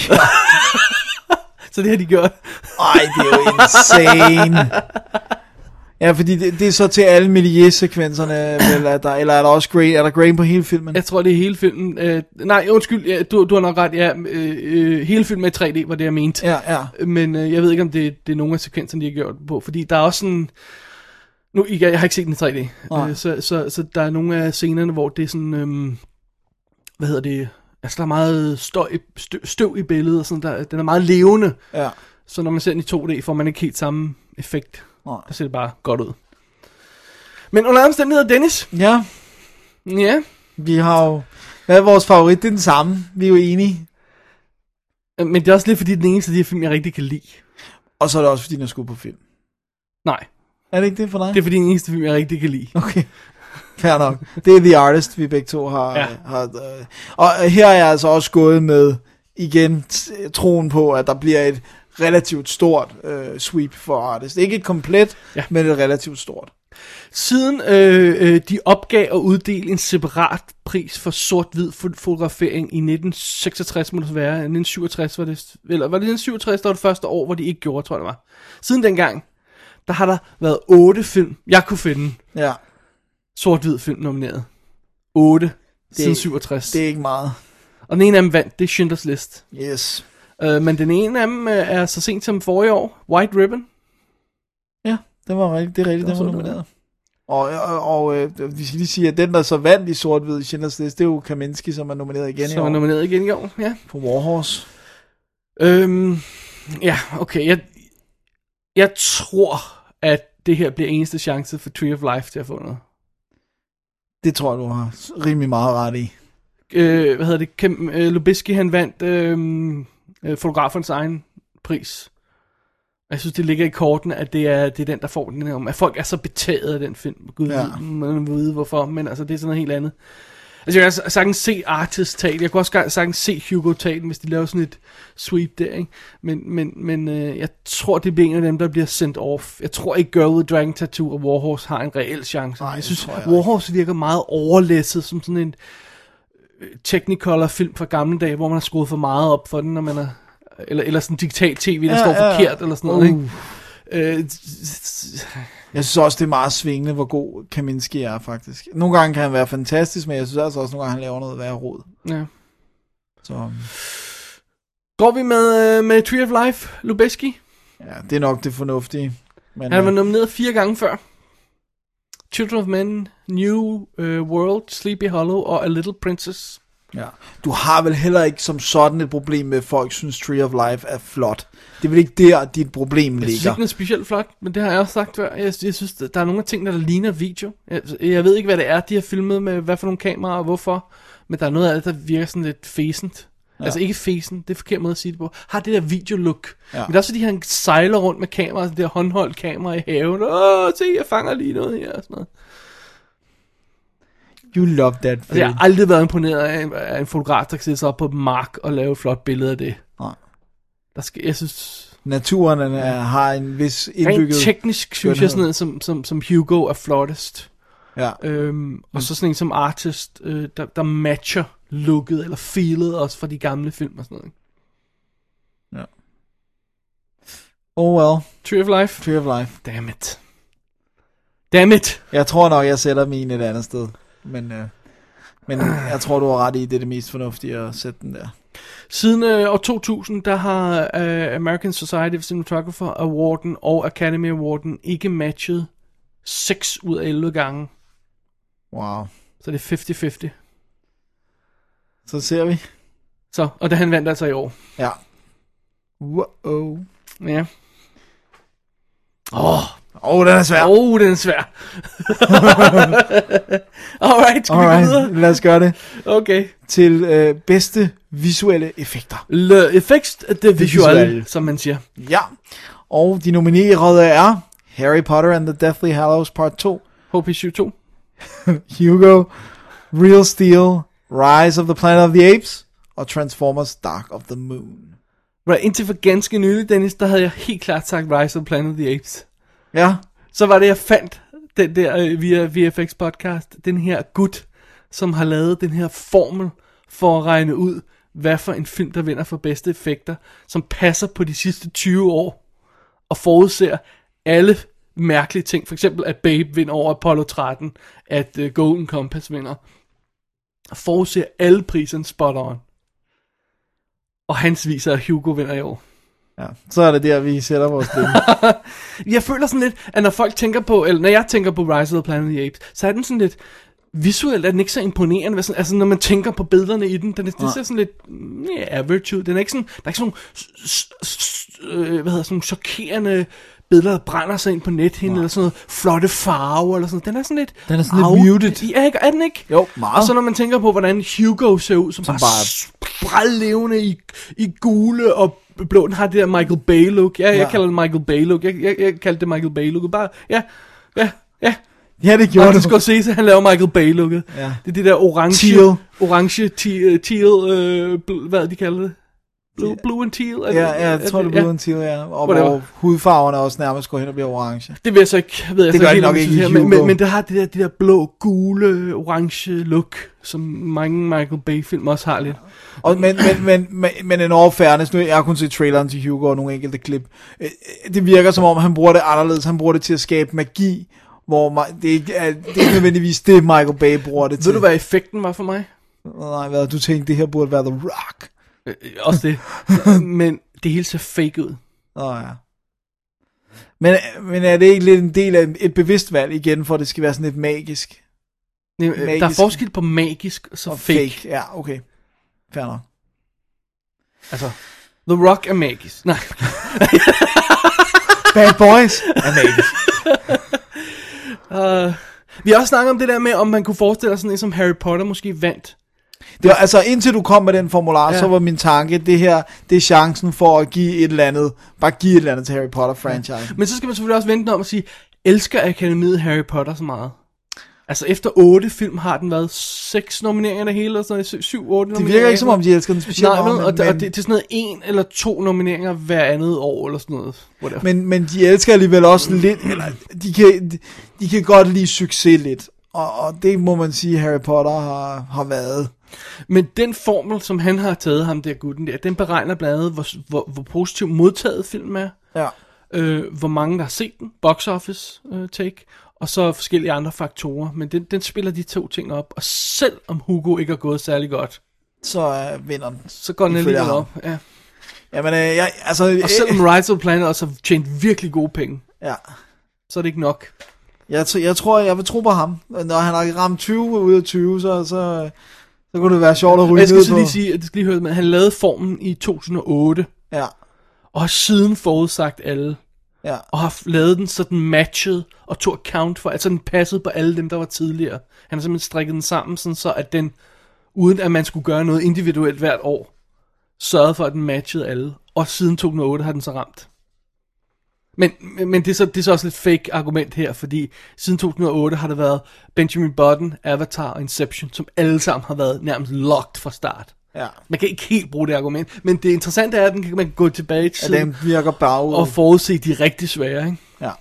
Så det har de gjort. Ej, det er jo insane. Ja, fordi det, det er så til alle miljøsekvenserne, eller er der, eller er der også grain, er der grain på hele filmen? Jeg tror, det er hele filmen. Øh, nej, undskyld, ja, du, du har nok ret. Ja, øh, øh, hele filmen er i tre D, var det, jeg mente. Ja, ja. Men øh, jeg ved ikke, om det, det er nogle af sekvenserne, de har gjort på. Fordi der er også sådan... Nu, jeg har ikke set den i tre D. Øh, så, så, så der er nogle af scenerne, hvor det er sådan... Øh, hvad hedder det? Altså, der er meget støj, støv, støv i billedet, og sådan, der, den er meget levende. Ja. Så når man ser den i to D, får man ikke helt samme effekt. Nej. Der ser det bare godt ud. Men under omstændigheder, Dennis. Ja. Ja. Vi har jo... Hvad er vores favorit? Det er den samme. Vi er jo enige. Men det er også lidt fordi, den eneste af de her film, jeg rigtig kan lide. Og så er det også fordi, den er skudt på film. Nej. Er det ikke det for dig? Det er fordi, den eneste film, jeg rigtig kan lide. Okay. Fair nok. Det er The Artist, vi begge to har... Ja. har øh, og her er jeg altså også gået med, igen, t- troen på, at der bliver et relativt stort øh, sweep for Artist. Ikke et komplet, ja. Men et relativt stort. Siden øh, øh, de opgav at uddele en separat pris for sort-hvid fotografering i nitten seksogtres, må det være. nitten syvogtres var det... Eller var det nitten syvogtres, der var det første år, hvor de ikke gjorde, tror jeg det var. Siden dengang, der har der været otte film, jeg kunne finde. Ja. Sort-hvid film nomineret. otte siden er, syvogtres. Det er ikke meget. Og den ene af dem vandt, det er Schindlers List. Yes. Uh, men den ene af dem uh, er så sent som forrige år, White Ribbon. Ja, det var rigtigt, det er rigtigt, den var nomineret. Og, og, og øh, vi skal lige sige, at den der så vandt i sort-hvid Schindlers List, det er jo Kaminski, som er nomineret igen som i år. Som er nomineret igen i år, ja. På Warhorse. Øhm, ja, okay. Jeg, jeg tror, at det her bliver eneste chance for Tree of Life til at få noget. Det tror jeg, du har rimelig meget ret i. Øh, hvad hedder det? Kim, øh, Lubezki, han vandt øh, øh, fotografernes egen pris. Jeg synes, det ligger i kortene, at det er, det er den, der får den her, at folk er så betaget af den film. Gud, ja. Man vil vide hvorfor, men altså, det er sådan noget helt andet. Altså, jeg kan sagtens se Artist tale, jeg kunne også sagtens se Hugo tale, hvis de laver sådan et sweep der, ikke? Men, men, men øh, jeg tror, det bliver en af dem, der bliver sendt off. Jeg tror ikke, Girl with Dragon Tattoo og Warhorse har en reel chance. Nej, jeg synes, jeg Warhorse virker meget overlæsset, som sådan en Technicolor-film fra gamle dage, hvor man har skruet for meget op for den, når man er, eller, eller sådan digital tv, der ja, står ja, forkert, eller sådan noget, uh. ikke? Øh, jeg synes også, det er meget svingende, hvor god Kaminski er, faktisk. Nogle gange kan han være fantastisk, men jeg synes altså også, nogle gange han laver noget værre rod. Ja. Så. Går vi med, med Tree of Life, Lubeski? Ja, det er nok det fornuftige. Men, han var nomineret fire gange før. Children of Men, New uh, World, Sleepy Hollow og A Little Princess. Ja. Du har vel heller ikke som sådan et problem med, at folk synes Tree of Life er flot. Det er vel ikke der, dit problem ligger. Jeg synes ikke, den er specielt flot, men det har jeg også sagt før. Jeg, jeg synes, der er nogle af tingene, der ligner video. Jeg, jeg ved ikke, hvad det er, de har filmet med, hvad for nogle kameraer og hvorfor. Men der er noget af det, der virker sådan lidt fæsent. Ja. Altså ikke fæsen, det er forkert måde at sige det på. Har det der video-look. Ja. Men det er også fordi, han sejler rundt med kamera, det der håndholdt kamera i haven. Åh, se, jeg fanger lige noget her og sådan noget. You love that film. Altså, jeg har aldrig været imponeret af en, af en fotograf, der kan sætte sig op på et mark og lave et flot billede af det. Nej. Der skal, jeg synes... Naturen er, har en vis indbygget... Rent teknisk synes jeg sådan noget, som, som, som Hugo er flottest. Ja. Øhm, og så sådan en som Artist, øh, der, der matcher looket eller feelet også fra de gamle film og sådan noget. Ja. Oh well. Tree of Life. Tree of Life. Damn it. Damn it. Jeg tror nok, jeg sætter min et andet sted. Men, øh, men jeg tror, du har ret i, det er det mest fornuftige at sætte den der. Siden øh, år to tusind, der har øh, American Society of Cinematographer Awarden og Academy Awarden ikke matchet seks ud af elleve gange. Wow. Så det er halvtreds halvtreds. Så ser vi. Så, og det han vandt altså i år. Ja. Wow. Ja. Åh. Åh, oh, den er svær. Åh, oh, den er svær. Alright, skal Alright, vi gå videre? lad os gøre det. Okay. Til øh, bedste visuelle effekter. Le effects de visual, som man siger. Ja. Og de nominerede er Harry Potter and the Deathly Hallows Part to. H P syv to. Hugo, Real Steel, Rise of the Planet of the Apes og Transformers Dark of the Moon. Right, indtil for ganske nylig, Dennis, der havde jeg helt klart sagt Rise of the Planet of the Apes. Ja. Så var det, jeg fandt den der øh, via V F X podcast, den her gut, som har lavet den her formel for at regne ud, hvad for en film, der vinder for bedste effekter, som passer på de sidste tyve år, og forudser alle mærkelige ting. For eksempel, at Babe vinder over Apollo tretten, at uh, Golden Compass vinder. Og forudser alle priserne spot on. Og hans viser, at Hugo vinder i år. Ja, så er det der, vi sætter vores stemme. Jeg føler sådan lidt, at når folk tænker på, eller når jeg tænker på Rise of the Planet of the Apes, så er den sådan lidt, visuelt er den ikke så imponerende. Altså når man tænker på billederne i den, den det ser sådan lidt yeah, average ud. Den er ikke sådan, der er ikke sådan nogle, hvad hedder, sådan nogle chokerende billeder, der brænder sig ind på nethinden, eller sådan noget flotte farver, eller sådan noget. Den er sådan lidt... Den er sådan lidt muted. Ja, ikke? Er den ikke? Jo, meget. Og så når man tænker på, hvordan Hugo ser ud, som, som bare, bare sprællevende i, i gule og blå. Den har det der Michael Bay look. Ja, jeg ja. kalder det Michael Bay look. Jeg, jeg, jeg kalder det Michael Bay look. Bare, ja, ja, ja. Ja, det gjorde du. Martin Scorsese, han laver Michael Bay looket. Ja. Det er det der orange... Teal. Orange, teal, teal øh, bl- hvad de kalder det? Blue, blue and teal? Ja, ja, jeg tror det er blue ja. and teal, ja. Og hvor hudfarverne også nærmest går hen og bliver orange. Det ved jeg så ikke. Ved jeg det så gør ikke, de nok ikke i Hugo. Men, men, men det har det der, det der blå, gule, orange look, som mange Michael Bay-film også har lidt. Og, men, men, men, men, men en all fairness, nu jeg har kun set traileren til Hugo og nogle enkelte klip. Det virker som om, han bruger det anderledes. Han bruger det til at skabe magi, hvor det ikke er, det er ikke nødvendigvis det, Michael Bay bruger det til. Ved du, hvad effekten var for mig? Nej, hvad, du tænkte, det her burde være The Rock. Øh, også det. Men det hele ser fake ud. Åh oh, ja. Men, men er det ikke lidt en del af et bevidst valg igen, for at det skal være sådan lidt magisk? magisk. Der er forskel på magisk og så og fake. fake. Ja, okay. Fair nok. Altså, The Rock er magisk. Nej. Bad Boys er magisk. uh, vi har også snakket om det der med, om man kunne forestille sig sådan en som Harry Potter måske vandt Det var, altså indtil du kom med den formular, Ja. så var min tanke, det her, det er chancen for at give et eller andet, bare give et eller andet til Harry Potter-franchise. Men så skal man selvfølgelig også vente om at sige, elsker Akademiet Harry Potter så meget? Altså efter otte film har den været seks nomineringer det hele, eller sådan noget, syv, otte Det virker ikke som om, de elsker den specielt Nej, meget, men, men, og, men, og men, det, det er sådan noget en eller to nomineringer hver andet år, eller sådan noget. Whatever. men, men de elsker alligevel også lidt, eller de kan, de kan godt lide succes lidt, og, og det må man sige, Harry Potter har, har været. Men den formel, som han har taget, ham der gutten der, den beregner blandt andet, hvor, hvor, hvor positivt modtaget film er, Ja. øh, hvor mange der har set den, box office øh, take, og så forskellige andre faktorer. Men den, den spiller de to ting op, og selv om Hugo ikke har gået særlig godt, Så øh, vinder den. så går den Ifølge alligevel ham. op. Ja. Jamen, øh, jeg, altså... Og selvom Rise of the Planet også har tjent virkelig gode penge, Ja. så er det ikke nok. Jeg, t- jeg tror, jeg vil tro på ham. Når han har ramt tyve ud af tyve, så, så, så kunne det være sjovt at ryge Jeg skal ned så på. lige sige, at det skal lige høre, at han lavede formen i to tusind og otte, Ja, og har siden forudsagt alle, ja. og har lavet den, så den matchede, og tog account for, altså den passede på alle dem, der var tidligere. Han har simpelthen strikket den sammen, sådan så at den, uden at man skulle gøre noget individuelt hvert år, sørgede for, at den matchede alle. Og siden to tusind og otte har den så ramt. Men, men det, er så, det er så også lidt fake argument her, fordi siden to tusind og otte har det været Benjamin Button, Avatar og Inception, som alle sammen har været nærmest locked fra start. Ja. Man kan ikke helt bruge det argument, men det interessante er, at den kan man gå tilbage til Ja, den virker bagud. og forudse de rigtig svære, ikke? Ja.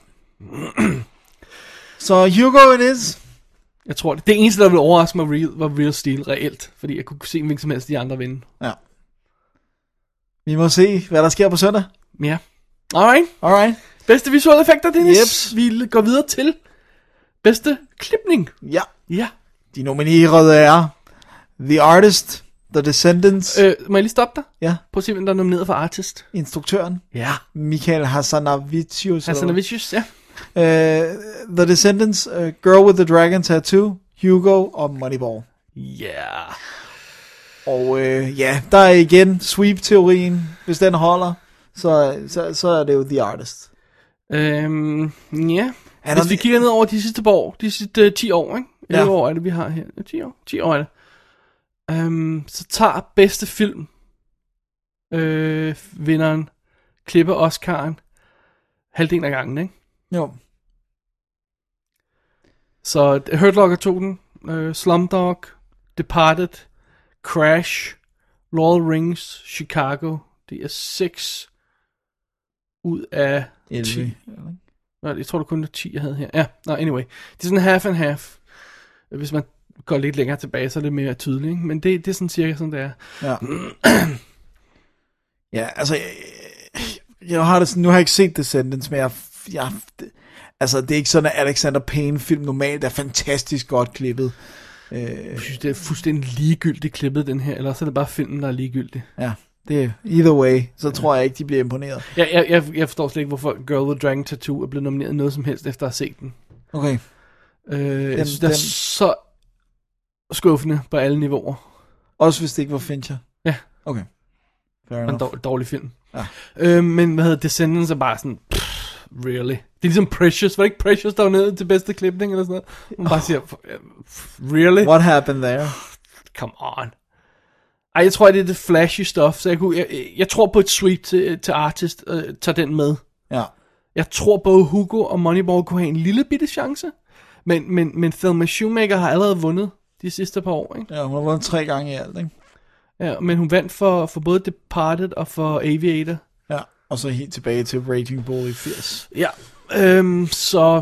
Så Hugo it is. Jeg tror, det, det eneste, der ville overraske mig, real, var Real Steel reelt, fordi jeg kunne se hvilken som helst de andre vinde. Ja. Vi må se, hvad der sker på søndag. Ja. Alright. Alright. Bedste visuelle effekter, Dennis. Jeps. Vi går videre til bedste klipning. Ja. Ja. De nominerede er The Artist, The Descendants, Øh, må jeg lige stoppe dig? ja, Prøv at se, hvem der er nomineret for Artist. instruktøren, Ja. Michael Hazanavicius, Hasanavicius, ja. uh, The Descendants, uh, Girl with the Dragon Tattoo, Hugo og Moneyball. Ja. Yeah. Og øh, ja, der er igen sweep-teorien. Hvis den holder, så, så, så er det jo The Artist. Øhm, ja. Er Hvis der- vi kigger ned over de sidste par år, de sidste uh, ti år, ikke? Ja. elleve år er det, vi har her. Ja, ti år. ti år er det. Øhm, så tager bedste film øh, vinderen, klipper Oscar'en, halvdelen af gangen, ikke? Jo. Så Hurt Locker tog den, øh, Slumdog, Departed, Crash, Lord of the Rings, Chicago. Det er seks ud af ti. elleve. Nej, jeg tror, det kun er ti, jeg havde her. Ja, no, anyway. Det er sådan half and half. Hvis man går lidt længere tilbage, så er det mere tydeligt, ikke? Men det, det er sådan cirka sådan, det er. Ja. Ja, altså, jeg, jeg har det sådan, nu har jeg ikke set Descendants, men jeg, jeg, altså, det er ikke sådan, at Alexander Payne-film normalt er fantastisk godt klippet. Øh, Jeg synes, det er fuldstændig ligegyldigt klippet, den her. Eller så er det bare filmen, der er ligegyldig. ja, det er either way, så tror jeg ikke, de bliver imponeret. Jeg, jeg, jeg, jeg forstår slet ikke, hvorfor Girl with Dragon Tattoo er blevet nomineret noget som helst, efter at have set den. Okay. Øh, jeg Den- synes, det er den- så skuffende på alle niveauer. Også hvis det ikke var Fincher. Ja. Okay. Fair Og en enough. dårlig, dårlig film. Ja. Øh, men hvad hedder Descendants er bare sådan, pff, really? Det er ligesom Precious. Var det ikke Precious, der var nede til bedste klipning eller sådan noget? Man bare siger, really? What happened there? Come on. Ej, jeg tror, det er det flashy stuff, så jeg, kunne, jeg, jeg tror på et sweep til, til Artist, øh, tager den med. Ja. Jeg tror både Hugo og Moneyball kunne have en lille bitte chance, men, men, men Thelma Schumacher har allerede vundet de sidste par år, ikke? Ja, hun har vundet tre gange i alt, ikke? Ja, men hun vandt for, for både Departed og for Aviator. Ja. Og så helt tilbage til Raging Bull i firs. Ja, øhm, så...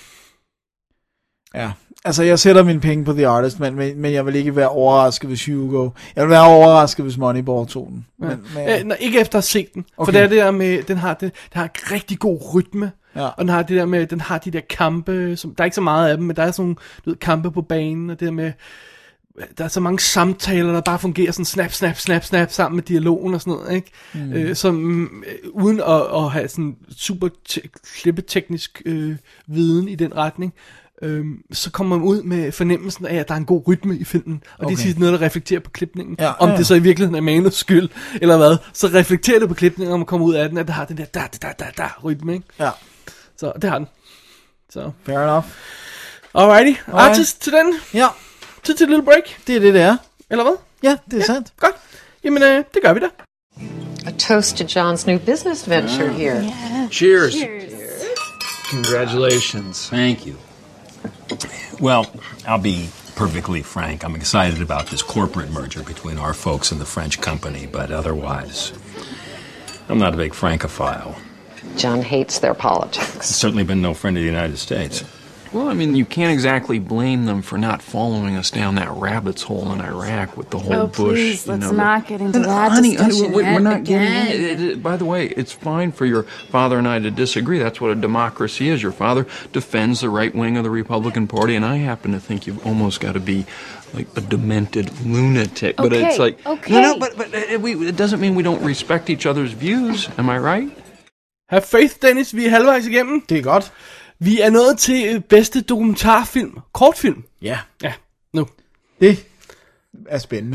Ja. Altså, jeg sætter mine penge på The Artist, men, men, men jeg vil ikke være overrasket, hvis Hugo... Jeg vil være overrasket, hvis Moneyball tog den. Ja. Men, men, Øh, nej, ikke efter at have set den. Okay. For Okay. det er det der med, den har, det, den har en rigtig god rytme. Ja. Og den har det der med, den har de der kampe, som, der er ikke så meget af dem, men der er sådan nogle du ved, kampe på banen, og det der med, der er så mange samtaler, der bare fungerer sådan snap, snap, snap, snap, sammen med dialogen og sådan noget, ikke? Mm. Øh, som, øh, uden at, at have sådan super te- klippeteknisk øh, viden i den retning, øh, så kommer man ud med fornemmelsen af, at der er en god rytme i filmen, og okay. det er tit noget, der reflekterer på klipningen. Ja, Om ja, ja. det så i virkeligheden er manus skyld, eller hvad, så reflekterer det på klipningen, og man kommer ud af den, at der har den der da, da, da, da, rytme, ikke? Ja. Så det har den. Så, Fair enough. alrighty. Artist til den. Ja, Tid til et lille break. det er det, det er. Eller hvad? Ja, det er ja, sandt. Godt. Jamen, øh, det gør vi da. A toast to John's new business venture mm. here. Yeah. Cheers. Cheers. Congratulations. Thank you. Well, I'll be perfectly frank. I'm excited about this corporate merger between our folks and the French company, but otherwise, I'm not a big Francophile. John hates their politics. He's certainly been no friend of the United States. Well, I mean, you can't exactly blame them for not following us down that rabbit's hole in Iraq with the whole oh, Bush. Please, you let's know, not get into that honey, discussion. Honey, we're not again. getting it, it, By the way, it's fine for your father and I to disagree. That's what a democracy is. Your father defends the right wing of the Republican Party, and I happen to think you've almost got to be like a demented lunatic. But okay, it's like, okay. no, no, but but it, we, it doesn't mean we don't respect each other's views. Am I right? Have faith, Dennis. Vi er halvvejs igennem. Det er godt. Vi er nået til bedste dokumentarfilm. Kortfilm. Ja. Ja, nu. Det er spændende.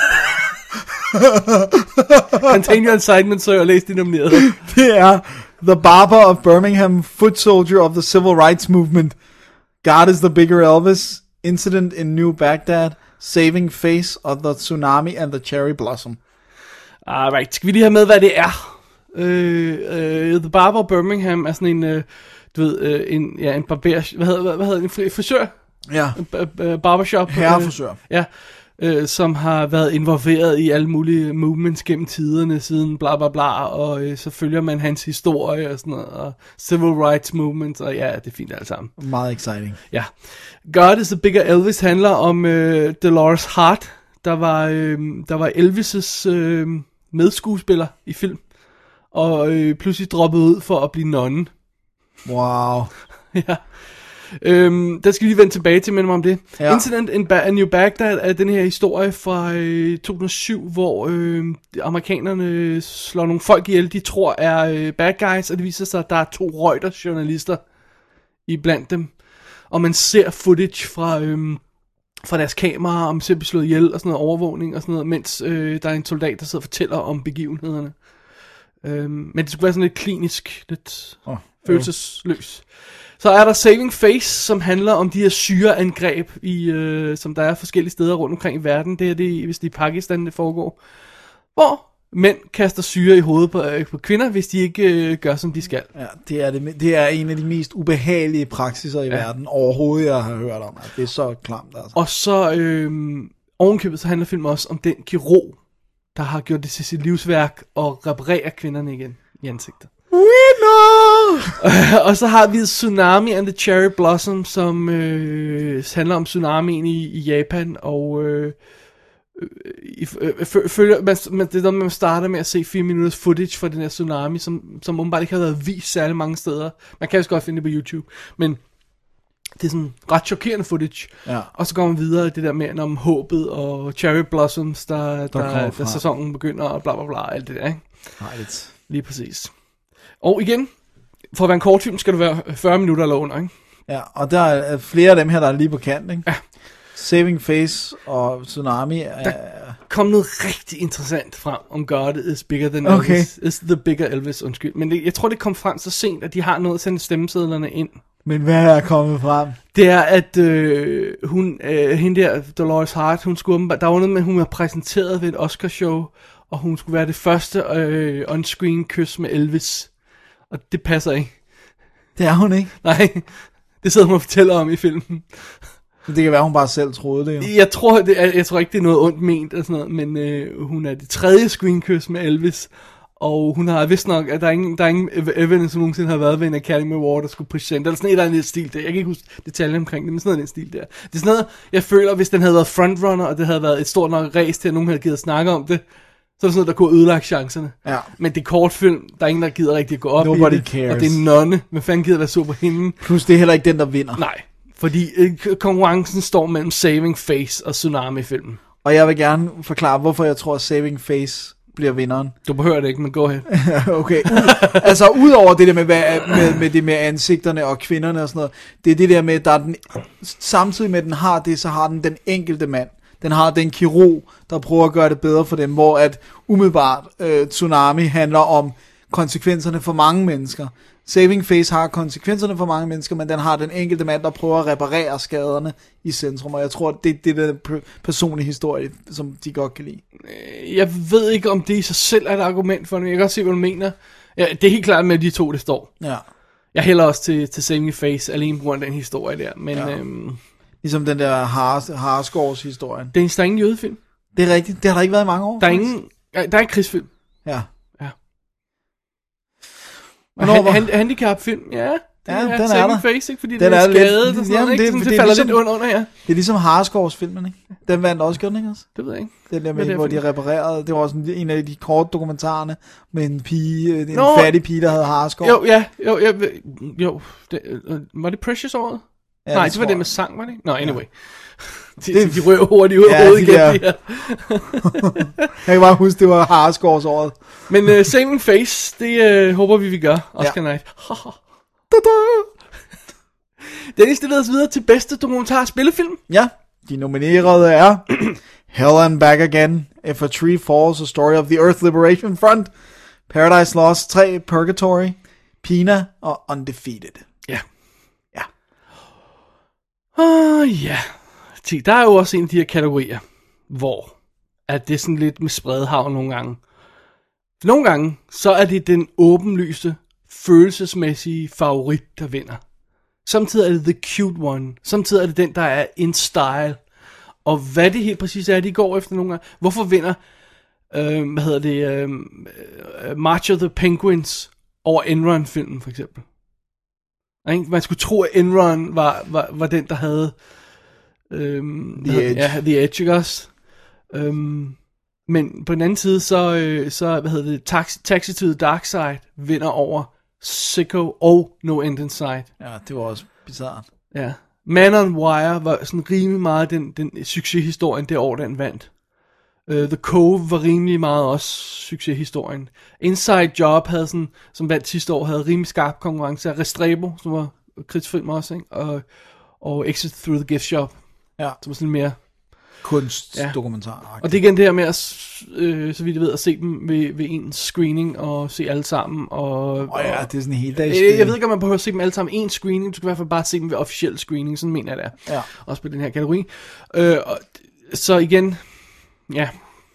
Contain your incitement, så jeg læste de nominerede. Det er The Barber of Birmingham, Foot Soldier of the Civil Rights Movement, God is the Bigger Elvis, Incident in New Baghdad, Saving Face of the Tsunami and the Cherry Blossom. Alright, skal vi lige have med, hvad det er? Uh, uh, The Barber of Birmingham er sådan en, uh, du ved, uh, en, ja, en barber, hvad hedder, hvad, hvad hedder en frisør? Ja. Uh, barbershop. Herrefrisør. Uh, ja, uh, som har været involveret i alle mulige movements gennem tiderne, siden bla bla bla, og uh, så følger man hans historie og sådan noget, og civil rights movements, og ja, det er fint alt sammen. Meget exciting. Ja. God is the Bigger Elvis handler om uh, Dolores Hart, der var, uh, der var Elvis' uh, medskuespiller i film. Og øh, pludselig droppet ud for at blive nonne. Wow. Ja. Øhm, der skal vi lige vende tilbage til, men om det. Ja. Incident in ba- New Baghdad er den her historie fra øh, to tusind og syv, hvor øh, amerikanerne slår nogle folk ihjel, de tror er øh, bad guys, og det viser sig, at der er to Reuters-journalister i blandt dem. Og man ser footage fra... Øh, fra deres kamera, om simpelthen slået ihjel og sådan noget overvågning og sådan noget, mens øh, der er en soldat, der sidder og fortæller om begivenhederne. Øhm, men det skulle være sådan lidt klinisk, lidt oh, følelsesløs. Så er der Saving Face, som handler om de her syreangreb, i, øh, som der er forskellige steder rundt omkring i verden. Det er det, hvis det er i Pakistan, det foregår. Hvor mænd kaster syre i hovedet på, øh, på kvinder, hvis de ikke øh, gør, som de skal. Ja, det er, det, det er en af de mest ubehagelige praksiser i ja. verden overhovedet, jeg har hørt om. Det er så klamt, altså. Og så øh, ovenkøbet, så handler filmen også om den kirurg, der har gjort det til sit livsværk og reparere kvinderne igen i ansigtet. Winner! Og så har vi Tsunami and the Cherry Blossom, som øh, handler om tsunamien i, i Japan, og øh, øh, følger, man, man, det er der, man starter med at se fire minutters footage fra den her tsunami, som, som åbenbart ikke har været vist særlig mange steder. Man kan også godt finde det på YouTube, men det er sådan ret chokerende footage. Ja. Og så går man videre det der med om håbet og Cherry Blossoms, der, der, der, der sæsonen begynder, og bla bla bla, alt det der, ikke? Right. Lige præcis. Og igen, for at være en kortfilm, skal det være fyrre minutter eller under, ikke? Ja, og der er flere af dem her, der er lige på kanten, ikke? Ja. Saving Face og Tsunami er... Der kom noget rigtig interessant frem om God is bigger than okay. Elvis. Is the bigger Elvis, undskyld. Men det, jeg tror, det kom frem så sent, at de har noget at sende stemmesedlerne ind. Men hvad er kommet frem? Det er, at øh, hun, øh, hende der, Dolores Hart, hun skulle, der var noget med, at hun var præsenteret ved et Oscarshow, og hun skulle være det første øh, on-screen kys med Elvis. Og det passer ikke. Det er hun ikke? Nej, det sidder hun og fortæller om i filmen. Det kan være, hun bare selv troede det, jo. Jeg tror, det er, jeg tror ikke, det er noget ondt ment, og sådan noget, men øh, hun er det tredje screenkys med Elvis, og hun har vist nok, at der er ingen, der er ingen evidence, som nogensinde har været ved en Academy Award, der skulle presente, eller sådan et eller andet stil der. Jeg kan ikke huske detaljer omkring det, men sådan noget den stil der. Det er sådan noget, jeg føler, hvis den havde været frontrunner, og det havde været et stort nok race til, at nogen havde givet at snakke om det, så er det sådan noget, der kunne ødelægge chancerne. Ja. Men det er kortfilm, der er ingen, der gider rigtig at gå op Nobody i det, cares. og det er nonne, men fanden gider være sur på hende. Plus det er heller ikke den, der vinder. Nej. Fordi øh, konkurrencen står mellem Saving Face og Tsunami-filmen. Og jeg vil gerne forklare, hvorfor jeg tror, at Saving Face bliver vinderen. Du behøver det ikke, men go ahead. Okay. Ud, altså udover det der med, med, med det med ansigterne og kvinderne og sådan noget, det er det der med, at der er den, samtidig med at den har det, så har den den enkelte mand. Den har den kirurg, der prøver at gøre det bedre for dem, hvor at umiddelbart øh, Tsunami handler om konsekvenserne for mange mennesker. Saving Face har konsekvenserne for mange mennesker, men den har den enkelte mand, der prøver at reparere skaderne i centrum, og jeg tror, det, det er den personlige historie, som de godt kan lide. Jeg ved ikke, om det i sig selv er et argument for det, jeg kan godt se, hvad du mener. Ja, det er helt klart med de to, det står. Ja. Jeg hælder også til, til Saving Face, alene på grund af den historie der, men... Ja. Øhm, ligesom den der Harsgaards historien. Det er der ingen jødefilm. Det er rigtigt, det har der ikke været i mange år. Der er ingen, der er en krigsfilm. Ja. Ja. Og han, han, handicapfilm, ja. Det ja, er den Saving er der. Face, ikke? Fordi den den er, er skadet lidt, og sådan noget, ikke? Det, Sådan, det, det, det falder ligesom, lidt under under her. Det er ligesom Harsgaards filmen, ikke? Den vandt også, gjorde den ikke også? Det ved jeg ikke. Den der Hvad med, er hvor det de reparerede. Det var også en, en af de korte dokumentarerne med en pige, en Nå. fattig pige, der havde Harsgaard. Jo, ja, jo, jo, jo. Det, øh, var det Precious året? Ja, Nej, det det var tror det jeg. med sang, var det ikke? Nå, anyway. Ja. De, de rører hurtigt ud af Ja, hovedet de igen, der- de her. Jeg kan bare huske, det var Harsgaards året. Men uh, Saving Face, det uh, håber vi, vi gør. Oscar Ja. Night. Dennis, det leder os videre til bedste dokumentar spillefilm. Ja, de nominerede er Hell and Back Again, If a Tree Falls, A Story of the Earth Liberation Front, Paradise Lost tre, Purgatory, Pina og Undefeated. Ja. Ja. Åh, oh, ja. Se, der er jo også en af de her kategorier, hvor at det er sådan lidt med spredhavn nogle gange. Nogle gange, så er det den åbenlyse, følelsesmæssige favorit, der vinder. Samtidig er det the cute one. Samtidig er det den, der er in style. Og hvad det helt præcis er, de går efter nogle gange. Hvorfor vinder, øh, hvad hedder det, øh, March of the Penguins over Enron-filmen, for eksempel. Ikke? Man skulle tro, at Enron var, var, var den, der havde øhm, The havde, Edge. Ja, The Edge, ikke også? Øhm, men på den anden side, så, øh, så hvad hedder det, Taxi, Taxi to the Dark Side vinder over Sicko og No End in Sight. Ja, det var også bizarrt. Ja. Man on Wire var sådan rimelig meget den, den succeshistorien det år, den vandt. Uh, The Cove var rimelig meget også succeshistorien. Inside Job havde sådan, som vandt sidste år, havde rimelig skarp konkurrence af Restrepo, som var krigsfilm også, ikke? Og, og Exit Through the Gift Shop, Ja, som var sådan mere... kunstdokumentar. Ja. Og det er igen det her med, at, øh, så vidt jeg ved, at se dem ved, ved en screening, og se alle sammen, og... Åh oh, ja, det er sådan en hel dag. Øh, Jeg ved ikke, om man behøver at se dem alle sammen i en screening. Du skal i hvert fald bare se dem ved officiel screening. Sådan mener jeg det er. Ja. Også på den her kategori. Øh, og, så igen... Ja.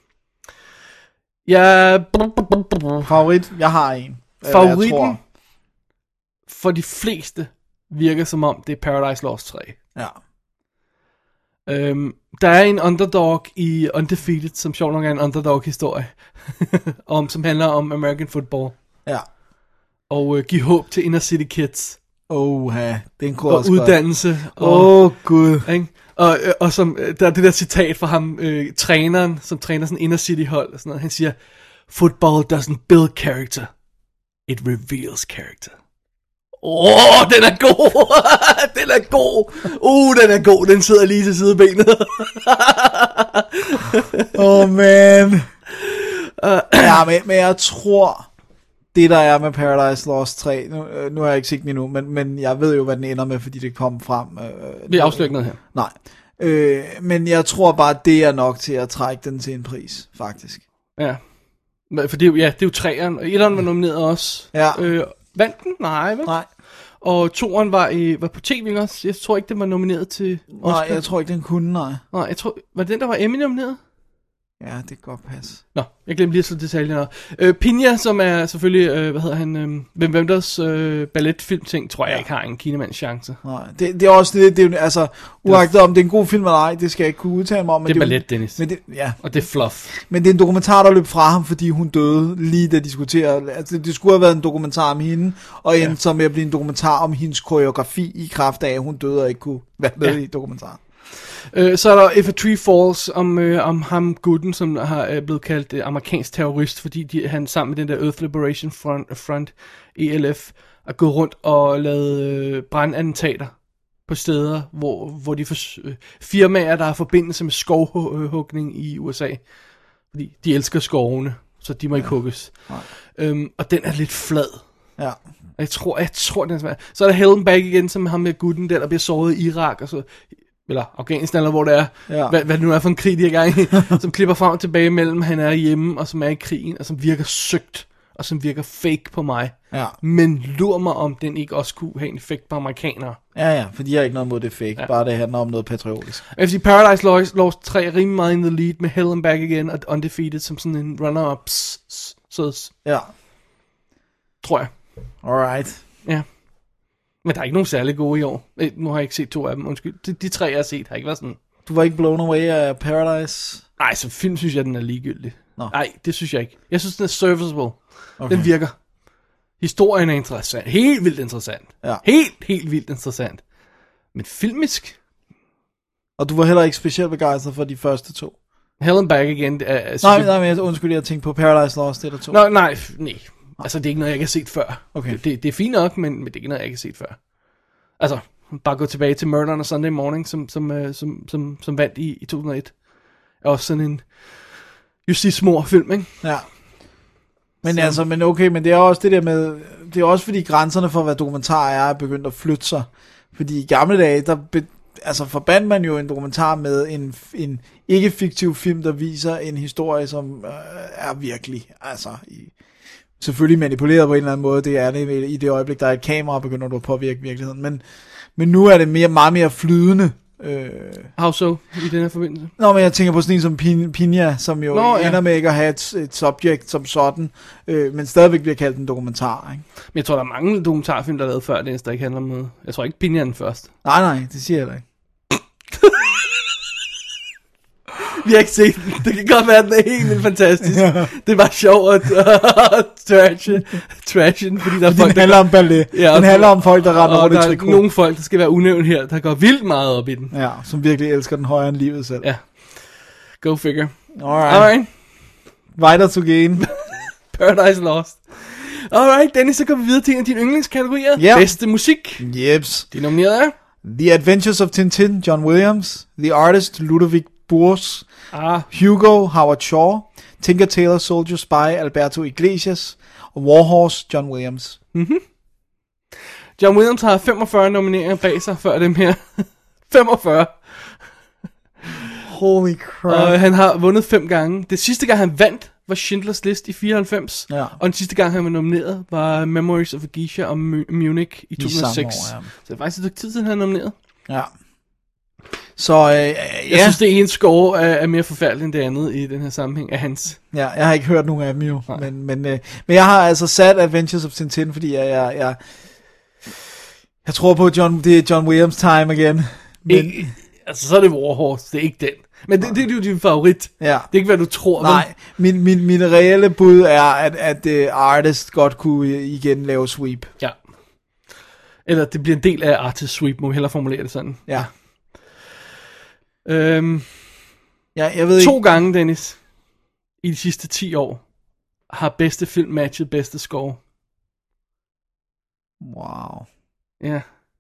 Ja... Favorit, jeg har en. Eller Favoritten jeg tror. for de fleste virker som om, det er Paradise Lost tre. Ja. Øhm, der er en underdog i Undefeated, som sjovt nok er en underdog-historie. om, som handler om American football. Ja. Og øh, give håb til inner city kids. Oha, det er en Og uddannelse. Og, Åh, oh, gud. ikke? Og, øh, og som, øh, der er det der citat fra ham, øh, træneren, som træner sådan inner city hold, og sådan noget. Han siger, football doesn't build character, it reveals character. Åh, oh, den er god. Den er god. Uh, den er god. Den sidder lige til sidebenet. Åh, oh, man. Uh, ja, men, men jeg tror, det der er med Paradise Lost tre, nu, øh, nu har jeg ikke set den endnu, men, men jeg ved jo, hvad den ender med, fordi det kom frem. Øh, Vi afslører ikke noget her. Nej. Øh, men jeg tror bare, det er nok til at trække den til en pris, faktisk. Ja. For det er jo, ja, det er jo træeren. Og etteren var nomineret også. Ja. Øh, vandt den? Nej, vel? Nej. Og toeren var, i, var på tv også. Jeg tror ikke, den var nomineret til Oscar. Nej, jeg tror ikke, den kunne, nej. Nej, jeg tror... Var det den, der var Emmy nomineret? Ja, det kan godt passe. Nå, jeg glemte lige at slå detaljer. Øh, Pina, som er selvfølgelig, øh, hvad hedder han, øh, Wim Wenders øh, balletfilmting, tror jeg Ja. ikke har en kinamands chance. Nej, det, det er også det, det er jo, altså, uagtet om det er en god film eller ej, det skal jeg ikke kunne udtale mig om. Men Det er jo- ballet, Dennis. Men det, ja, Og det er fluff. men det er en dokumentar, der løb fra ham, fordi hun døde lige da de skulle til at, altså, det skulle have været en dokumentar om hende, og endte Ja. så med at blive en dokumentar om hendes koreografi i kraft af, at hun døde og ikke kunne være med Ja. i dokumentaren. Øh, så er der If a Tree Falls om, øh, om ham gutten, som har øh, blevet kaldt øh, amerikansk terrorist, fordi de, han sammen med den der Earth Liberation Front, Front E L F, er gået rundt og lavet øh, brandattentater på steder, hvor, hvor de for, øh, firmaer, der har forbindelse med skovhugning i U S A. Fordi de elsker skovene, så de må ikke hugges. Øhm, og den er lidt flad. Ja. Jeg tror, jeg tror, den er svær. Så er der Hell and Back igen, som ham med gutten der, der bliver såret i Irak, og så, eller Afghanistan, eller hvor det er. Ja. Hvad, hvad det nu er for en krig, de er i gang i. Som klipper frem og tilbage mellem, han er hjemme, og som er i krigen, og som virker søgt og som virker fake på mig. Ja. Men lur mig, om den ikke også kunne have en effekt på amerikanere. Ja, ja, for de har ikke noget mod det fake, ja. Bare det handler om noget patriotisk. Jeg vil sige, Paradise Lost, Lost tre er rimelig meget in the lead med Hell and Back Again og Undefeated som sådan en runner-up. Søds. Ja. Tror jeg. Alright. Ja. Men der er ikke nogen særlig gode i år. Nu har jeg ikke set to af dem, undskyld. De, de tre, jeg har set, har ikke været sådan... Du var ikke blown away af Paradise? Nej, som film synes jeg, den er ligegyldig. Nå. Nej, det synes jeg ikke. Jeg synes, den er serviceable. Okay. Den virker. Historien er interessant. Helt vildt interessant. Ja. Helt, helt vildt interessant. Men filmisk... Og du var heller ikke specielt begejstret for de første to? Hell and Back Again er... er nej, jeg... nej, men jeg undskyld, jeg tænkte på Paradise Lost, det der to. Nå, nej, nej. Altså, det er ikke noget, jeg ikke har set før. Okay. Det, det er fint nok, men, men det er ikke noget, jeg ikke har set før. Altså, bare gå tilbage til Murder on a Sunday Morning, som, som, uh, som, som, som vandt i, i to tusind og et. Er også sådan en justitsmord film, ikke? Ja. Men så. altså, men okay, men det er også det der med, det er også fordi grænserne for, hvad dokumentar er, er begyndt at flytte sig. Fordi i gamle dage, der be, altså forbandt man jo en dokumentar med en, en ikke-fiktiv film, der viser en historie, som øh, er virkelig, altså... I, selvfølgelig manipuleret på en eller anden måde, det er det i det øjeblik, der er et kamera, begynder du at påvirke virkeligheden, men, men nu er det mere, meget mere flydende. Øh... How so, i den her forbindelse? Nå, men jeg tænker på sådan en som Pina, som jo Nå, ja. ender med ikke at have et, et subject som sådan, øh, men stadigvæk bliver kaldt en dokumentar, ikke? Men jeg tror, der er mange dokumentarfilm, der er lavet før, det der ikke handler om noget. Jeg tror ikke, Pina er den først. Nej, nej, det siger jeg da ikke. Vi har ikke set den. Det kan godt være, at den er helt vildt fantastisk. Ja. Det var sjovt at uh, trashen, trashen, fordi der er folk, den handler om ballet. Ja, den handler om folk, der render rundt i trikot. Og der er nogle folk, der skal være unævnt her, der går vildt meget op i den. Ja, som virkelig elsker den højere end livet selv. Ja. Go figure. Alright. Alright. Weiter zu gehen. Paradise Lost. Alright, Dennis, så går vi videre til en af dine yndlingskategorier. Yeah. Bedste musik. Jeps. De nominerede er The Adventures of Tintin, John Williams. The Artist, Ludovic Bours. Ah. Hugo, Howard Shaw. Tinker Tailor Soldier Spy, Alberto Iglesias. Og Warhorse, John Williams. Mhm. John Williams har femogfyrre nomineringer bag sig før dem her. femogfyrre. Holy crap. Og han har vundet fem gange. Det sidste gang han vandt var Schindlers List i fireoghalvfems. Ja. Og den sidste gang han var nomineret var Memories of a Geisha og Munich i to tusind og seks. År, ja. Så det er faktisk et stykke tid siden han er nomineret. Ja. Så øh, ja. Jeg synes det ene score er, er mere forfærdeligt end det andet i den her sammenhæng af hans. Ja, jeg har ikke hørt nogen af dem jo. Men, men, øh, men jeg har altså sat Adventures of Tintin, fordi jeg, jeg, jeg, jeg tror på John, det er John Williams time igen. Men, ikke, altså så er det Warhorse, det er ikke den. Men det, det er jo din favorit. Ja. Det er ikke hvad du tror. Nej, min, min, min reelle bud er at, at uh, Artist godt kunne igen lave sweep. Ja. Eller det bliver en del af Artist Sweep, må vi hellere formulere det sådan. Ja. Øhm, ja, jeg ved to ikke. gange, Dennis, i de sidste ti år, har bedste film matchet bedste score. Wow. Ja.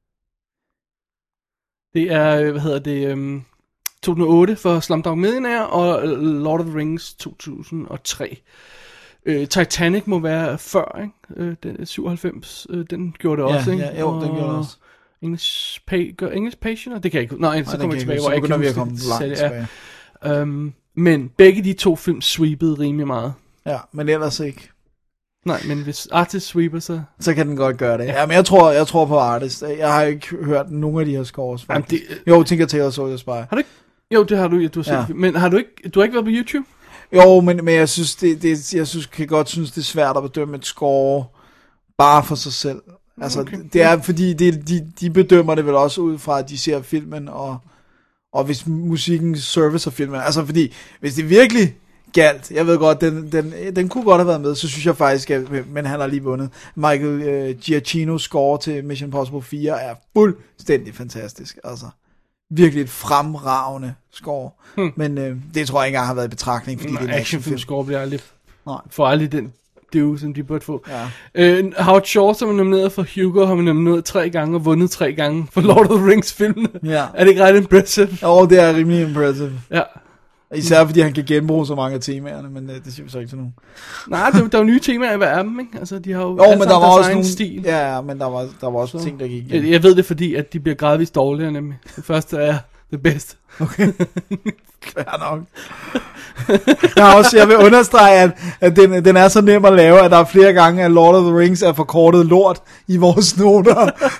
Det er, hvad hedder det, øhm, to tusind og otte for Slumdog Millionaire, og Lord of the Rings to tusind og tre. Øh, Titanic må være før, ikke? Øh, den syvoghalvfems, øh, den gjorde det ja, også, ikke? Ja, jo, og den gjorde det også. English, pay, gør English Patient? Det kan jeg ikke. Nej, så Nej, kommer jeg tilbage, ikke, hvor jeg ikke kan komme langt tilbage. Um, men begge de to film sweepede rimelig meget. Ja, men ellers ikke. Nej, men hvis Artist sweeper, så... Så kan den godt gøre det. Ja, ja men jeg tror, jeg tror på Artist. Jeg har ikke hørt nogen af de her scores, faktisk. Jamen, det... Jo, Tinker Tailor Soldier Spy. Har du ikke? Jo, det har du, ja, du har set. Ja. Men har du ikke, du har ikke været på YouTube? Jo, men, men jeg synes, det, det, jeg synes, kan godt synes, det er svært at bedømme et score bare for sig selv. Altså, okay. Det er fordi, det, de, de bedømmer det vel også ud fra, at de ser filmen, og, og hvis musikken servicer filmen. Altså, fordi, hvis det virkelig galt, jeg ved godt, den, den, den kunne godt have været med, så synes jeg faktisk, at, men han har lige vundet. Michael uh, Giacchinos score til Mission Impossible fire er fuldstændig fantastisk. Altså, virkelig et fremragende score. Hmm. Men øh, det tror jeg ikke engang har været i betragtning, fordi Nej, det er en actionfilm score bliver aldrig... Nej. For aldrig den due, som de burde få. Ja. Øh, Howard Shaw, som er nomineret for Hugo, har man nomineret tre gange og vundet tre gange for Lord of the Rings filmene. Ja. Er det ikke ret impressive? Jo, det er rimelig impressive. Ja. Især fordi han kan genbruge så mange af temaerne, men øh, det siger vi så ikke til nogen. Nej, der, der er jo nye temaer i hver af dem, ikke? Altså, de har jo, jo men der var også nogle stil. Ja, ja, men der var, der var også så. ting, der gik igen. Jeg, jeg ved det, fordi at de bliver gradvist dårligere, nemlig. Det første er The best. Okay. Fair nok. Jeg, har også, jeg vil understrege, at, at den, den er så nem at lave, at der er flere gange, at Lord of the Rings er forkortet lort i vores noter.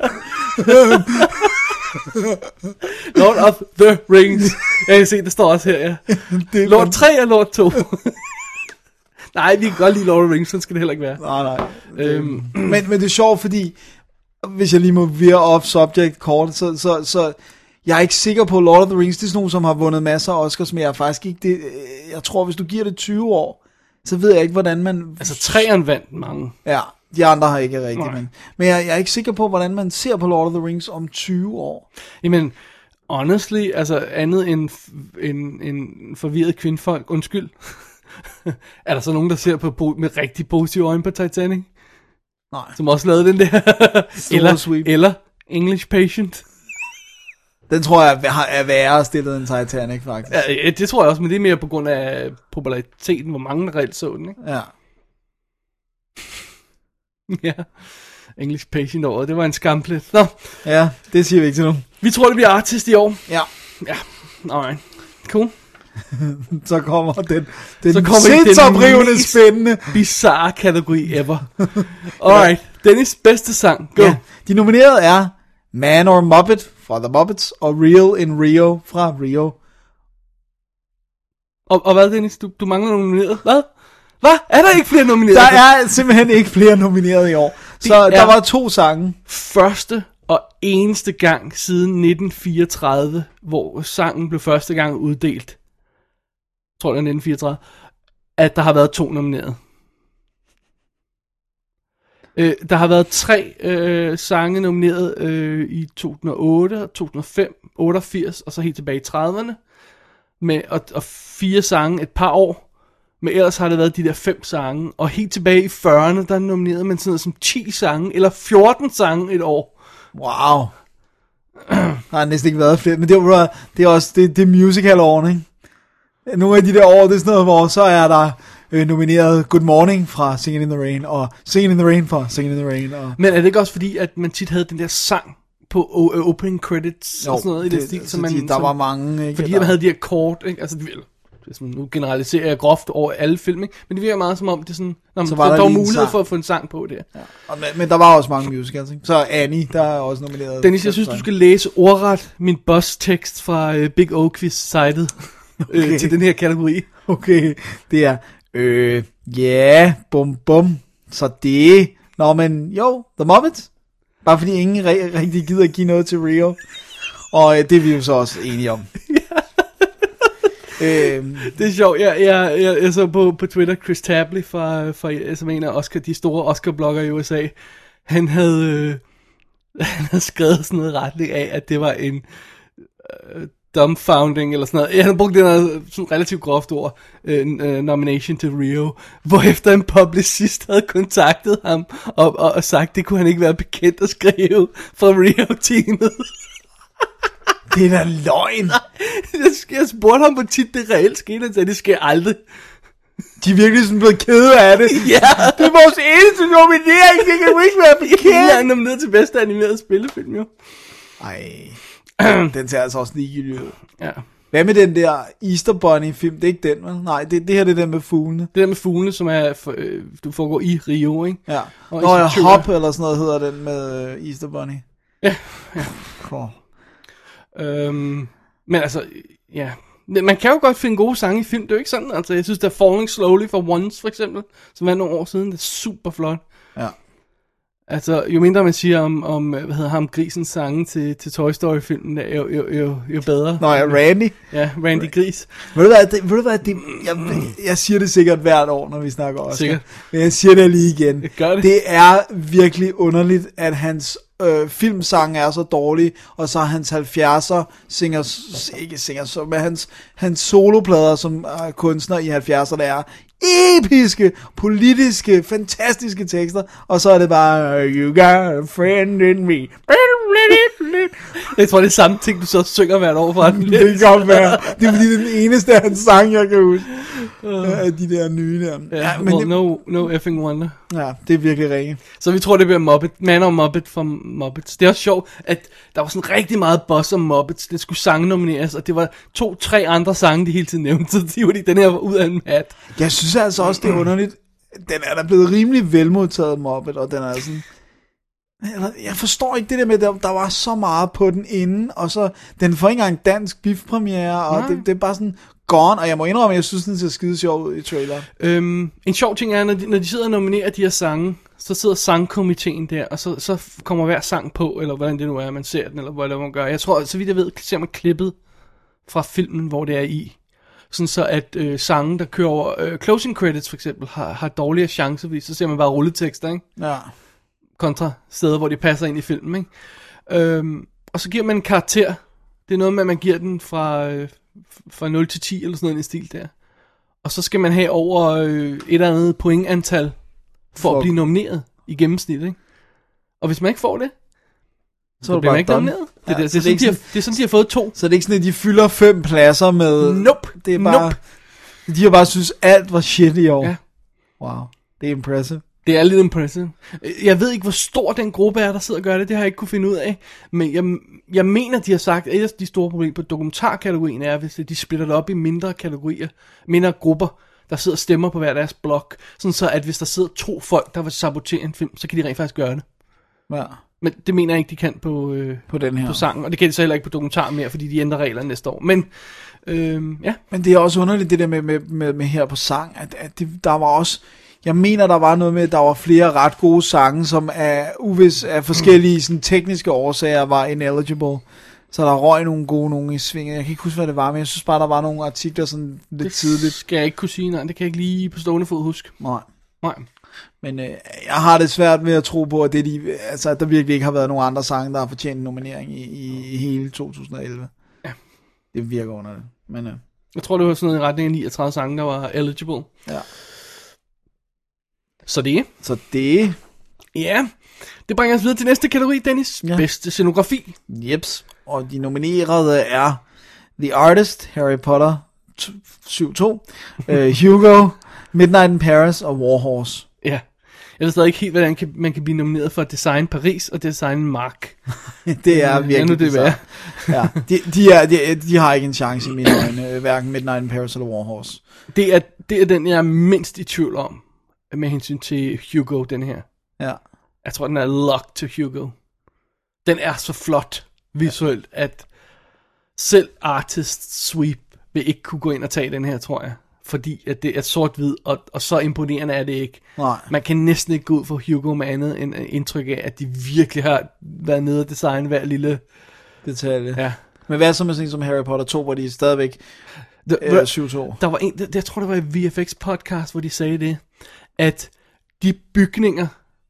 Lord of the Rings. Jeg kan se, det står også her, ja. Lord tre og Lord to. Nej, vi kan godt lide Lord of the Rings, sådan skal det heller ikke være. Nej, nej. Øhm. Men, men det er sjovt, fordi, hvis jeg lige må veer off subject kort, så, så, så jeg er ikke sikker på, Lord of the Rings, det er sådan nogen, som har vundet masser af Oscars, men jeg er faktisk ikke det, jeg tror, hvis du giver det tyve år, så ved jeg ikke, hvordan man... Altså, træerne vandt mange. Ja, de andre har ikke rigtigt, men, men jeg, jeg er ikke sikker på, hvordan man ser på Lord of the Rings om tyve år. Jamen, honestly, altså andet end en, en forvirret kvindfolk, undskyld, er der så nogen, der ser på med rigtig positive øjne på Titanic? Nej. Som også lavede den der, eller, eller English Patient. Den tror jeg er værre stillet end Titanic, faktisk. Ja, det tror jeg også, men det er mere på grund af populariteten, hvor mange der reelt så den, ikke? Ja. Ja, English Patient året, det var en skamplet. Nå. Ja, det siger vi ikke til nogen. Vi tror, det bliver Artist i år. Ja. Ja, alright. Cool. Så kommer den, den så kommer sindsoprivende spændende bizarre kategori ever. Alright, Dennis, bedste sang. Go. Ja, de nominerede er Man or Muppet fra The Muppets og Real in Rio fra Rio. Og, og hvad, Dennis? Du, du mangler nomineret. Hvad? Hvad? Er der ikke flere nomineret? Der er simpelthen ikke flere nomineret i år. Så der var to sange. Første og eneste gang siden nitten fireogtredive, hvor sangen blev første gang uddelt. Jeg tror, det er nitten fireogtredive. At der har været to nomineret. Øh, der har været tre øh, sange nomineret øh, i to tusind og otte, to tusind og fem, otteogfirs og så helt tilbage i trediverne. Med, og, og fire sange et par år. Men ellers har det været de der fem sange. Og helt tilbage i fyrrerne, der er nomineret man sådan noget som ti sange, eller fjorten sange et år. Wow. Der har næsten ikke været flere. Men det er, det er også det, det musical-årene, ikke? Nogle af de der år, det er sådan noget, hvor så er der øh, nomineret Good Morning fra Singing in the Rain, og Singing in the Rain fra Singing in the Rain. Og... Men er det ikke også fordi, at man tit havde den der sang på uh, opening credits jo, og sådan noget det, i den stil? Så man, de, der som, var mange, ikke? Fordi der... man havde de her kort, ikke? Altså, nu generaliserer jeg groft over alle film, ikke? Men det virker meget som om, det er sådan, når man, så var der, der var mulighed for at få en sang på det. Ja. Og, men, men der var også mange musicals, ikke? Så Annie, der er også nomineret. Dennis, jeg synes, du skal læse ordret min boss-tekst fra uh, Big O-quiz-sitet okay. øh, til den her kategori. Okay, det er, øh, ja, yeah, bum bum, så det, nå men, jo, The Muppets, bare fordi ingen re- rigtig gider at give noget til Rio, og øh, det er vi jo så også enige om. øhm. Det er sjovt, jeg, jeg, jeg, jeg så på, på Twitter, Chris Tabley, fra, fra, som en af Oscar, de store Oscar-blogger i U S A, han havde, øh, han havde skrevet sådan noget retning af, at det var en... Øh, dumbfounding eller sådan noget. Jeg havde brugt det her sådan relativt groft ord, øh, øh, nomination til Rio, hvorefter en publicist havde kontaktet ham og, og, og sagt, det kunne han ikke være bekendt at skrive fra Rio-teamet. Det er da løgn. jeg, jeg spurgte ham, hvor tit det reelt skete, og sagde, det sker aldrig. De er virkelig sådan blevet kede af det. Ja. Det er vores eneste nominering, det kan jo ikke være bekendt. Jeg er nomineret til bedste animeret spillefilm, jo. Ej... Den ser altså også ligegyldig ud. Ja. Hvad med den der Easter Bunny film? Det er ikke den, vel? Nej, det, det her det er den med fuglene. Det der med fuglene, som er for, øh, du foregår i Rio, ikke? Ja. Og Nå ja, Hop eller sådan noget hedder den med øh, Easter Bunny. Ja. ja. Cool. Øhm, men altså, ja. Man kan jo godt finde gode sange i film, det er jo ikke sådan. Altså, jeg synes, der er Falling Slowly for Once, for eksempel, som var nogle år siden. Det er super flot. Ja. Altså, jo mindre man siger om, om hvad hedder ham, Grisens sange til, til Toy Story-filmen, jo, jo, jo, jo bedre. Nå ja, Randy. Ja, Randy Gris. Ved du hvad, det, ved du hvad det, jeg, jeg siger det sikkert hvert år, når vi snakker Oscar. Sikkert. Men jeg siger det lige igen. Gør det. Det er virkelig underligt, at hans øh, filmsang er så dårlig, og så hans halvfjerdser singer, ikke singer, så, men hans, hans soloplader som øh, kunstner i halvfjerdserne er episke, politiske, fantastiske tekster, og så er det bare, you got a friend in me. Jeg tror, det er samme ting, du så synger hvert år for den. Det kan godt være. Det er fordi, det er den eneste af hans sang, jeg kan huske. Af de der nye der. Ja, ja, men well, det, no, no effing wonder. Ja, det er virkelig rigtigt. Så vi tror, det bliver Muppet. Man og Muppet for Muppets. Det er også sjovt, at der var sådan rigtig meget buzz om Muppets. Det skulle sange nomineres, og det var to-tre andre sange, de hele tiden nævnte. Så de var de, den her var ud af en hat. Jeg synes altså også, det er underligt. Den er da blevet rimelig velmodtaget, Muppet, og den er sådan... Jeg forstår ikke det der med, at der, der var så meget på den inden, og så den får ikke engang dansk biff-premiere, og det, det er bare sådan gone, og jeg må indrømme, at jeg synes, den ser skide sjov ud i traileren. Øhm, en sjov ting er, når de, når de sidder og nominerer de her sange, så sidder sangkomiteen der, og så, så kommer hver sang på, eller hvordan det nu er, man ser den, eller hvad man gør. Jeg tror, så vidt jeg ved, ser man klippet fra filmen, hvor det er i. Sådan så, at øh, sange, der kører over, øh, closing credits for eksempel, har, har dårligere chancer, fordi så ser man bare rulletekster, ikke? Ja. Kontra steder, hvor de passer ind i filmen, ikke? Øhm, og så giver man en karakter. Det er noget med, at man giver den fra, øh, fra nul til ti, eller sådan noget i stil der. Og så skal man have over øh, et eller andet pointantal, for, for at blive nomineret i gennemsnit, ikke? Og hvis man ikke får det, så, så bliver man ikke nomineret. Det, ja, det, det, det, det, det, de har, det er sådan, de har fået to. Så det er ikke sådan, at de fylder fem pladser med... Nope. Det er bare... Nope. De har bare synes, alt var shit i år. Ja. Wow. Det er impressive. Det er lidt impressive. Jeg ved ikke, hvor stor den gruppe er, der sidder og gør det. Det har jeg ikke kunne finde ud af. Men jeg, jeg mener, de har sagt, at et af de store problemer på dokumentarkategorien er, hvis de splitter det op i mindre kategorier, mindre grupper, der sidder og stemmer på hver deres blok. Sådan så, at hvis der sidder to folk, der vil sabotere en film, så kan de rent faktisk gøre det. Ja. Men det mener jeg ikke, de kan på, øh, på, den her. på sangen. Og det kan de så heller ikke på dokumentar mere, fordi de ændrer reglerne næste år. Men, øh, ja. Men det er også underligt, det der med, med, med, med her på sang, at, at det, der var også... Jeg mener, der var noget med, at der var flere ret gode sange, som af, uvis, af forskellige sådan, tekniske årsager var ineligible. Så der røg nogle gode nogle i svinget. Jeg kan ikke huske, hvad det var, men jeg synes bare, der var nogle artikler sådan lidt det tidligt. Det skal jeg ikke kunne sige, nej. Det kan jeg ikke lige på stående fod huske. Nej. Nej. Men øh, jeg har det svært med at tro på, at, det, de, altså, at der virkelig ikke har været nogen andre sange, der har fortjent en nominering i, i, i hele to tusind og elleve. Ja. Det virker under det. Men, øh. Jeg tror, det var sådan noget i retning af niogtredive sange, der var eligible. Ja. Så det. Så det. Ja. Det bringer os videre til næste kategori, Dennis. Ja. Bedste scenografi. Jeps. Og de nominerede er The Artist, Harry Potter syv to, uh, Hugo, Midnight in Paris og War Horse. Ja. Jeg ved stadig ikke helt, hvordan kan, man kan blive nomineret for at designe Paris og designe Mark. Det er virkelig ja, nu det er. Ja, de, de, er, de, de har ikke en chance i mine øjne, hverken Midnight in Paris eller War Horse. Det er, det er den, jeg er mindst i tvivl om, med hensyn til Hugo, den her. Ja. Jeg tror, den er locked til Hugo. Den er så flot visuelt, ja. At selv Artist Sweep vil ikke kunne gå ind og tage den her, tror jeg. Fordi at det er sort-hvid, og, og så imponerende er det ikke. Nej. Man kan næsten ikke gå ud for Hugo med andet end indtryk af, at de virkelig har været nede og designe hver lille detalje. Ja. Men hvad så med sådan som Harry Potter to, hvor de stadigvæk øh, syv to? Der var en, der, jeg tror det var i V F X podcast, hvor de sagde det, at de bygninger,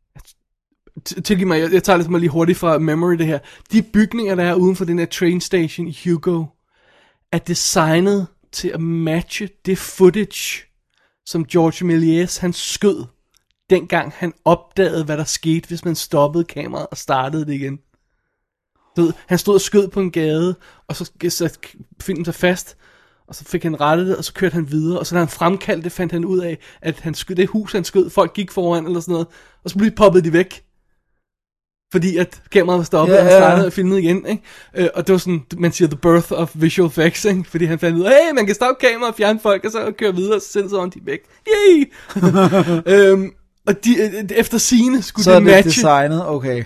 tilgiv mig, jeg, jeg tager lidt mig lige hurtigt fra memory det her, de bygninger, der er uden for den her train station i Hugo, er designet til at matche det footage, som George Méliès han skød, dengang han opdagede, hvad der skete, hvis man stoppede kameraet og startede det igen. Du ved, han stod og skød på en gade, og så satte filmen sig fast, og så fik han rettet det, og så kørte han videre, og så da han fremkaldte det, fandt han ud af, at han skød, det hus, han skød, folk gik foran, eller sådan noget, og så blev poppet de væk. Fordi at kameraet var stoppet, yeah, og han startede og filmede igen, ikke? Øh, og det var sådan, man siger, the birth of visual effects, ikke? Fordi han fandt ud af, hey, man kan stoppe kameraet og fjerne folk, og så køre videre, og så sende sig on de væk. Yay! øhm, og de, efter sigende skulle så det matche. Så er det designet, okay.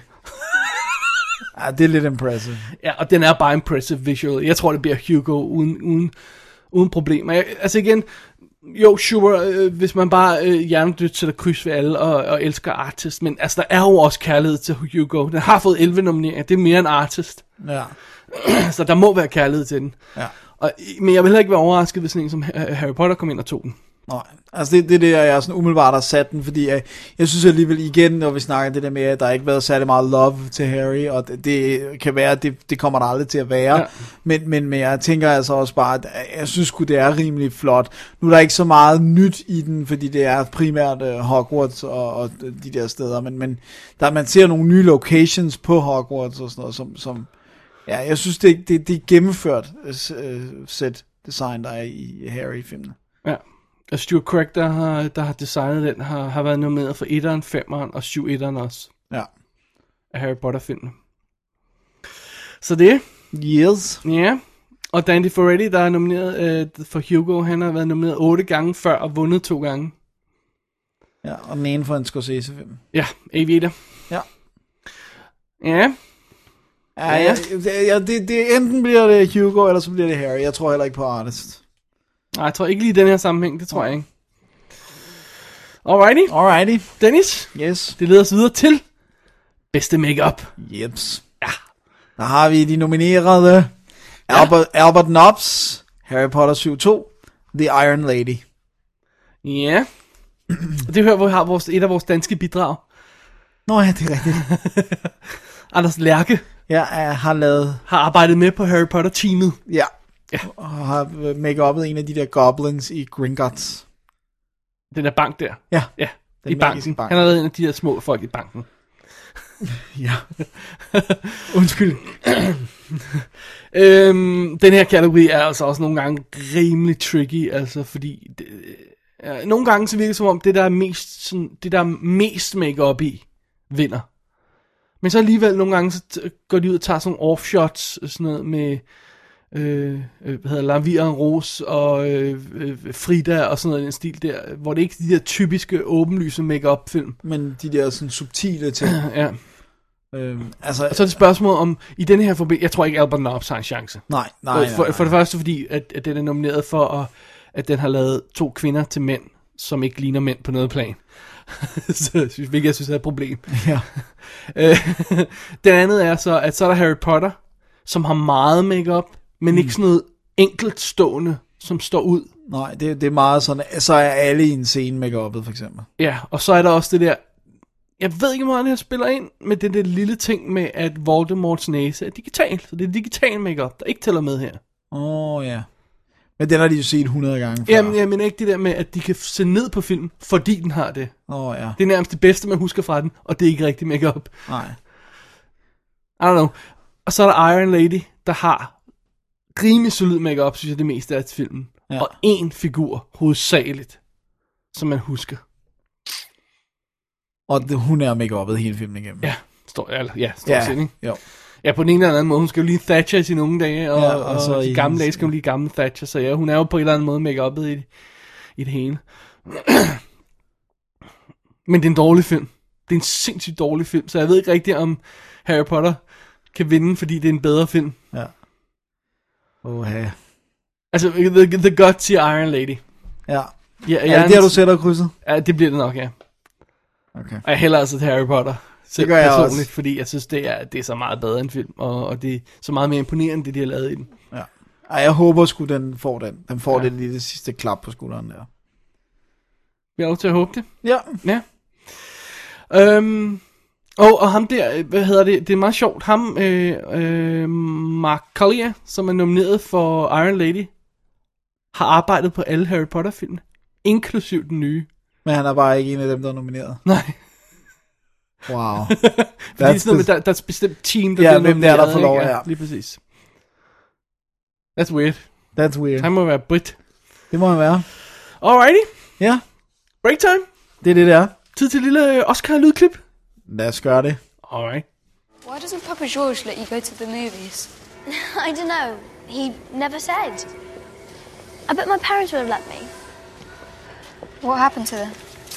Ja, det er lidt impressive. Ja, og den er bare impressive visual. Jeg tror, det bliver Hugo uden, uden, uden problemer. Jeg, altså igen, jo, sure, øh, hvis man bare øh, hjernedødt sætter kryds ved alle og, og elsker Artist, men altså, der er jo også kærlighed til Hugo. Den har fået elleve nomineringer, det er mere end Artist. Ja. Så der må være kærlighed til den. Ja. Og, men jeg vil heller ikke være overrasket, hvis sådan en som Harry Potter kom ind og tog den. Nej, altså det, det er det, jeg er sådan umiddelbart har sat den, fordi jeg, jeg synes alligevel igen, når vi snakker det der med, at der ikke har været særlig meget love til Harry, og det, det kan være, at det, det kommer der aldrig til at være, ja. men, men, men jeg tænker altså også bare, at jeg synes sgu, det er rimelig flot. Nu er der ikke så meget nyt i den, fordi det er primært uh, Hogwarts og, og de der steder, men, men der man ser nogle nye locations på Hogwarts og sådan noget, som, som Ja, jeg synes, det, det, det er gennemført uh, set design, der er i Harry-filmene. Ja, og Stuart Craig, der har, der har designet den, har, har været nomineret for etteren, femeren og syv etteren også. Ja. Af Harry Potter-filmene. Så det. Yes. Ja. Og Danny Ferretti, der er nomineret uh, for Hugo, han har været nomineret otte gange før og vundet to gange. Ja, og den ene for en Scorsese-film. Ja, Aviator. Ja. Ja. Ja, ja. ja det, det, enten bliver det Hugo, eller så bliver det Harry. Jeg tror heller ikke på Artist. Nej, jeg tror ikke lige i den her sammenhæng, det tror jeg ikke. Alrighty. Alrighty. Dennis. Yes. Det leder os videre til bedste makeup. Jeps. Ja. Der har vi de nominerede. Ja. Albert, Albert Nobbs, Harry Potter syv to, The Iron Lady. Ja. Det hører, hvor vi har vores, et af vores danske bidrag. Nå ja, det er rigtigt. Anders Lærke. Ja, jeg har lavet... Har arbejdet med på Harry Potter-teamet. Ja. Ja. Og har make-uppet en af de der goblins i Gringotts. Den der bank der. Ja. Ja, den i banken. Bank. Han har lavet en af de der små folk i banken. Ja. Undskyld. øhm, den her kategori er altså også nogle gange rimelig tricky, altså fordi... Det, ja, nogle gange så virker det som om, det der er mest, sådan, det der er mest make-up i, vinder. Men så alligevel nogle gange, så t- går de ud og tager sådan nogle offshots, sådan noget med, øh, hvad hedder La Vie en Rose og øh, øh, Frida og sådan noget i den stil der, hvor det ikke er de der typiske åbenlyse make-up film. Men de der sådan subtile ting. Ja. Øhm, altså, og så er det spørgsmål om, i den her forbindelse, jeg tror ikke Albert Nobbs har en chance. Nej, nej, nej, for, nej. for det første fordi, at, at den er nomineret for, at, at den har lavet to kvinder til mænd, som ikke ligner mænd på noget plan. Så hvilket jeg synes er et problem. Ja. Den andet er så, at så er der Harry Potter, som har meget makeup, men mm. ikke sådan noget enkeltstående, som står ud. Nej, det, det er meget sådan, så er alle i en scene make-uppet for eksempel. Ja, og så er der også det der, jeg ved ikke, hvor meget det her spiller ind, med det der lille ting med, at Voldemorts næse er digital, så det er digital makeup, der ikke tæller med her. Åh, oh, ja. Men den har de jo set hundrede gange før. Jamen, jeg mener ikke det der med, at de kan se ned på film, fordi den har det. Åh, oh, ja. Det er nærmest det bedste, man husker fra den, og det er ikke rigtig make-up. Nej. I don't know. Og så er der Iron Lady, der har rimelig solid make-up, synes jeg, det meste af filmen. Ja. Og en figur, hovedsageligt, som man husker. Og det, hun er make-uppet hele filmen igennem. Ja, står, eller, ja, står ja, sind, ikke? Jo. Ja, på den ene eller anden måde. Hun skal jo lige Thatcher i sine unge dage, og, ja, og, og, så og i gamle dage skal hun lige gamle Thatcher, så ja, hun er jo på en eller anden måde make-uppet i, i det hele. Men det er en dårlig film. Det er en sindssygt dårlig film, så jeg ved ikke rigtigt, om Harry Potter kan vinde, fordi det er en bedre film. Ja. Åh, ja. Altså, The, the Guts i Iron Lady. Ja. Ja, er det der, du sætter krydset? Ja, det bliver det nok, ja. Okay. Og jeg hælder altså til Harry Potter. Det gør jeg personligt, også. Fordi jeg synes, det er, det er så meget bedre en film, og, og det er så meget mere imponerende, det de har lavet i den. Ja. Ej, jeg håber sgu, den får den. Den får ja. det lille sidste klap på skulderen der. Vi har lov til at håbe det. Ja. Ja. Øhm, og, og ham der, hvad hedder det, det er meget sjovt, ham, øh, øh, Mark Collier, som er nomineret for Iron Lady, har arbejdet på alle Harry Potter-film, inklusiv den nye. Men han er bare ikke en af dem, der er nomineret. Nej. Wow. Fordi sådan noget med, der, der er et bestemt team, der ja, bliver hvem nomineret. der er der får lov, ja. ja. Lige præcis. That's weird. That's weird. Han må være Brit. Det må han være. Alrighty. Ja. Break time. Det er det, der. Tid til et lille Oscar-lydklip. Lad os gøre det. Alright. Why doesn't Papa George let you go to the movies? I don't know. He never said. I bet my parents would have let me. What happened to them?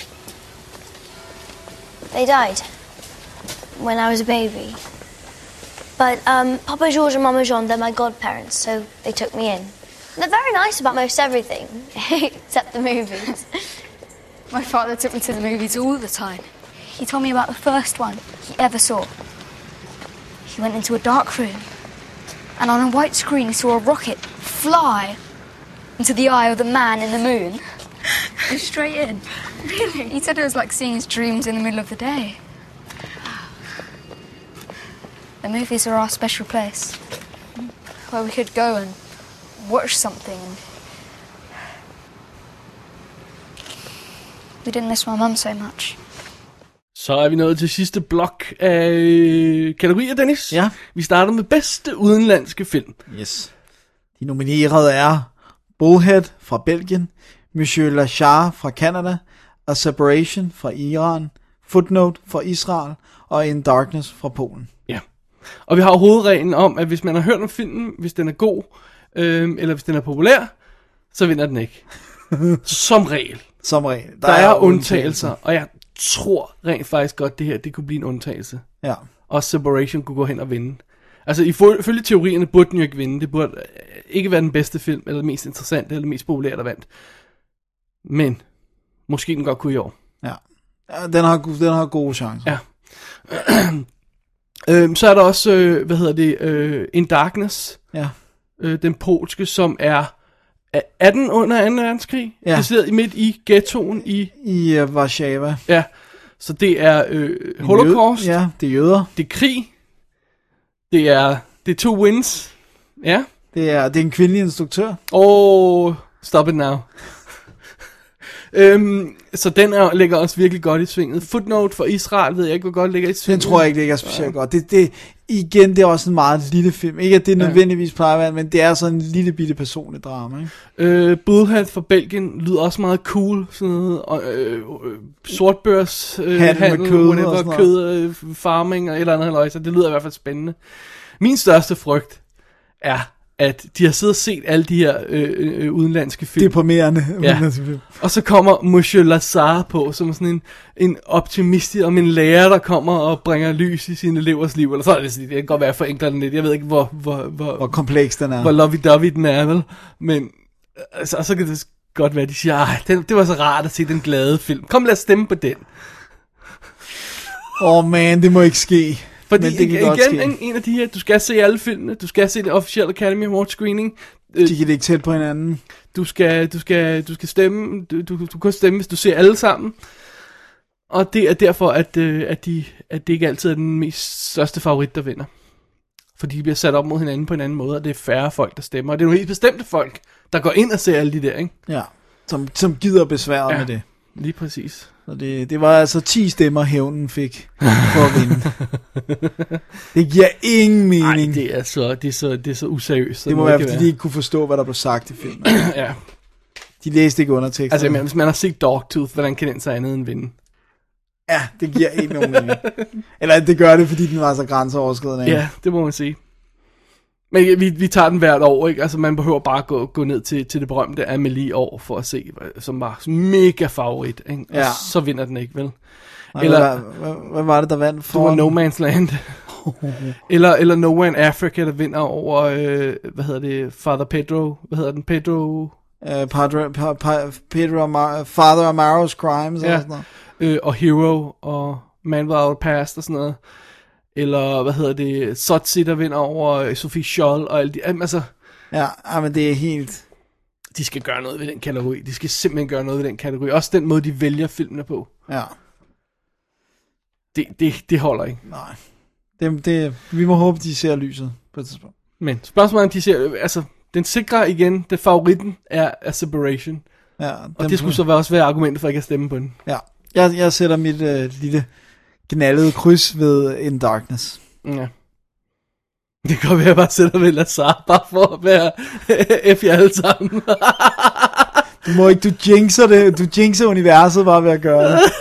They died when I was a baby. But um, Papa George and Mama Jean, they're my godparents, so they took me in. They're very nice about most everything, except the movies. My father took me to the movies all the time. He told me about the first one he ever saw. He went into a dark room, and on a white screen he saw a rocket fly into the eye of the man in the moon. Straight in. Really? He said it was like seeing his dreams in the middle of the day. The movies are our special place, where we could go and watch something. We didn't miss my mum so much. Så er vi nået til sidste blok af kategorier, Dennis. Ja. Vi starter med bedste udenlandske film. Yes. De nominerede er Bullhead fra Belgien, Monsieur Lachar fra Canada, A Separation fra Iran, Footnote fra Israel og In Darkness fra Polen. Ja. Og vi har hovedreglen om, at hvis man har hørt om filmen, hvis den er god, øh, eller hvis den er populær, så vinder den ikke. Som regel. Som regel. Der, der er, er undtagelser, og jeg tror rent faktisk godt, det her det kunne blive en undtagelse. Ja. Og Separation kunne gå hen og vinde. Altså ifølge teorierne burde den jo ikke vinde. Det burde ikke være den bedste film, eller den mest interessante, eller den mest populære, der vandt. Men måske den godt kunne i år. Ja, ja den, har, den har gode chancer. Ja. øhm, så er der også, øh, hvad hedder det, øh, In Darkness. Ja. Øh, den polske, som er, er den under anden verdenskrig? Ja. Det sidder midt i ghettoen i... I uh, Warszawa. Ja, så det er øh, Holocaust. Ja, det er jøder. Det er krig. Det er, det er two wins. Ja. Det er, det er en kvindelig instruktør. Oh, stop it now. øhm, så den er, ligger også virkelig godt i svinget. Footnote for Israel ved jeg ikke, hvor godt ligger i svinget. Den tror jeg ikke ligger specielt ja. godt. Det, det, igen, det er også en meget lille film. Ikke at det nødvendigvis plejer at være, men det er sådan en lille bitte personlig drama. Ikke? Øh, Bullhead fra Belgien lyder også meget cool. Sådan noget, og, øh, øh, sortbørs øh, handel, med kød, whatever, kød øh, farming og et eller andet halløj, så det lyder i hvert fald spændende. Min største frygt er, at de har siddet og set alle de her øh, øh, udenlandske film. Deprimerende ja. udenlandske film. Og så kommer Monsieur Lazare på, som sådan en, en optimist om en lærer, der kommer og bringer lys i sine elevers liv. Eller så er det sådan, det kan godt være forenklet lidt. Jeg ved ikke, hvor, hvor, hvor, hvor kompleks den er. Hvor lovey-dovey den er, vel? Men altså, så kan det godt være, at de siger, det, det var så rart at se den glade film. Kom, lad os stemme på den. Åh oh man, det må ikke ske. Fordi men det kan igen, en, en af de her, du skal se alle filmene, du skal se det officielle Academy Award screening. De kan ikke tæt på hinanden. Du skal, du skal, du skal stemme, du, du, du kan stemme, hvis du ser alle sammen. Og det er derfor, at, at, de, at det ikke altid er den mest største favorit, der vinder. Fordi de bliver sat op mod hinanden på en anden måde, og det er færre folk, der stemmer. Og det er nogle helt bestemte folk, der går ind og ser alle de der, ikke? Ja, som, som gider besværet ja, med det. Lige præcis. Så det, det var altså ti stemmer, hævnen fik for at vinde. Det giver ingen mening. Nej, det er så, det er så, det er så useriøst. Det må være, fordi være. de ikke kunne forstå, hvad der blev sagt i filmen. Ja. De læste ikke undertekster. Altså, men, hvis man har set Dogtooth, hvordan kan den så andet end vinde? Ja, det giver ikke nogen mening. Eller det gør det, fordi den var så grænseoverskridende. Ja, det må man sige. Men vi, vi tager den hvert år, ikke? Altså, man behøver bare gå, gå ned til, til det berømte Amélie år for at se, som var mega favorit, ikke? Og ja. så vinder den ikke, vel? Nej, eller, hvad, hvad var det, der vandt for? Det var No Man's Land. eller, eller No One Africa, der vinder over, øh, hvad hedder det, Father Pedro, hvad hedder den, Pedro... Uh, Padre, pa, pa, Pedro Amar, Father Amaro's Crimes, ja. og sådan noget. Øh, og Hero, og Man Without a Past, og sådan noget. Eller, hvad hedder det, Sotsi, der vinder over Sophie Scholl, og alle de, altså... Ja, men det er helt... De skal gøre noget ved den kategori. De skal simpelthen gøre noget ved den kategori. Også den måde, de vælger filmene på. Ja. Det, det, det holder ikke. Nej. Det, det, vi må håbe, de ser lyset på et tidspunkt. Men spørgsmålet er, de ser... Altså, den sikre igen, den favoritten er A Separation. Ja, og det skulle så også være argumentet for ikke at stemme på den. Ja. Jeg, jeg sætter mit øh, lille... gnallede kryds ved In Darkness. Ja. Det kan være, at jeg bare sætter ved Lazare, bare for at være F jer alle sammen. Du må ikke, du jinxer det, du jinxer universet bare ved at gøre det.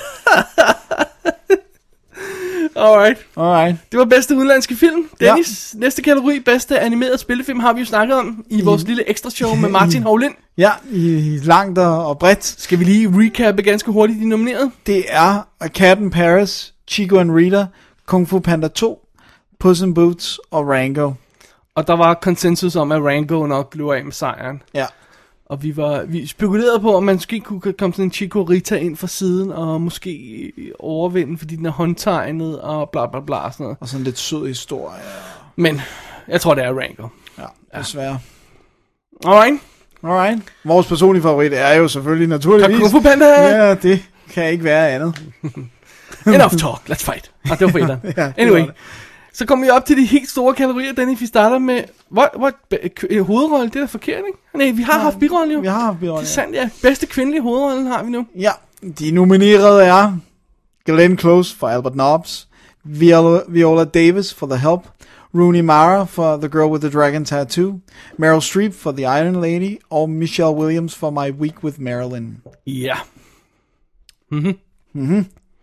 Alright. Alright. Det var bedste udenlandske film. Dennis, ja. Næste kategori, bedste animeret spillefilm, har vi jo snakket om i vores I, lille ekstra show med Martin Hovlind. Ja, i langt og bredt. Skal vi lige recappe ganske hurtigt de nominerede? Det er A Cat in Paris, Chico and Rita, Kung Fu Panda to, Puss in Boots og Rango. Og der var konsensus om, at Rango nok løber af med sejren. Ja. Og vi var vi spekulerede på, om man måske kunne komme sådan en Chico Rita ind fra siden, og måske overvinde, fordi den er håndtegnet, og bla bla bla og sådan noget. Og sådan lidt sød historie. Men jeg tror, det er Rango. Ja, desværre. Alright. Alright. Vores personlige favorit er jo selvfølgelig naturligvis... Kung Fu Panda! Ja, det kan ikke være andet. Enough talk, let's fight. Ah, det var for etteren. Ja, anyway, så kommer vi op til de helt store kategorier, Dennis. Vi starter med, hvor, hvor, hovedrollen, det er forkert, ikke? Nej, vi har ja, haft birollen jo. Vi har haft birollen, det er sandt, ja. Bedste kvindelige hovedrollen har vi nu. Ja, de nominerede er Glenn Close for Albert Nobbs, Viola, Viola Davis for The Help, Rooney Mara for The Girl with the Dragon Tattoo, Meryl Streep for The Iron Lady, og Michelle Williams for My Week with Marilyn. Ja. Mhm. Mhm.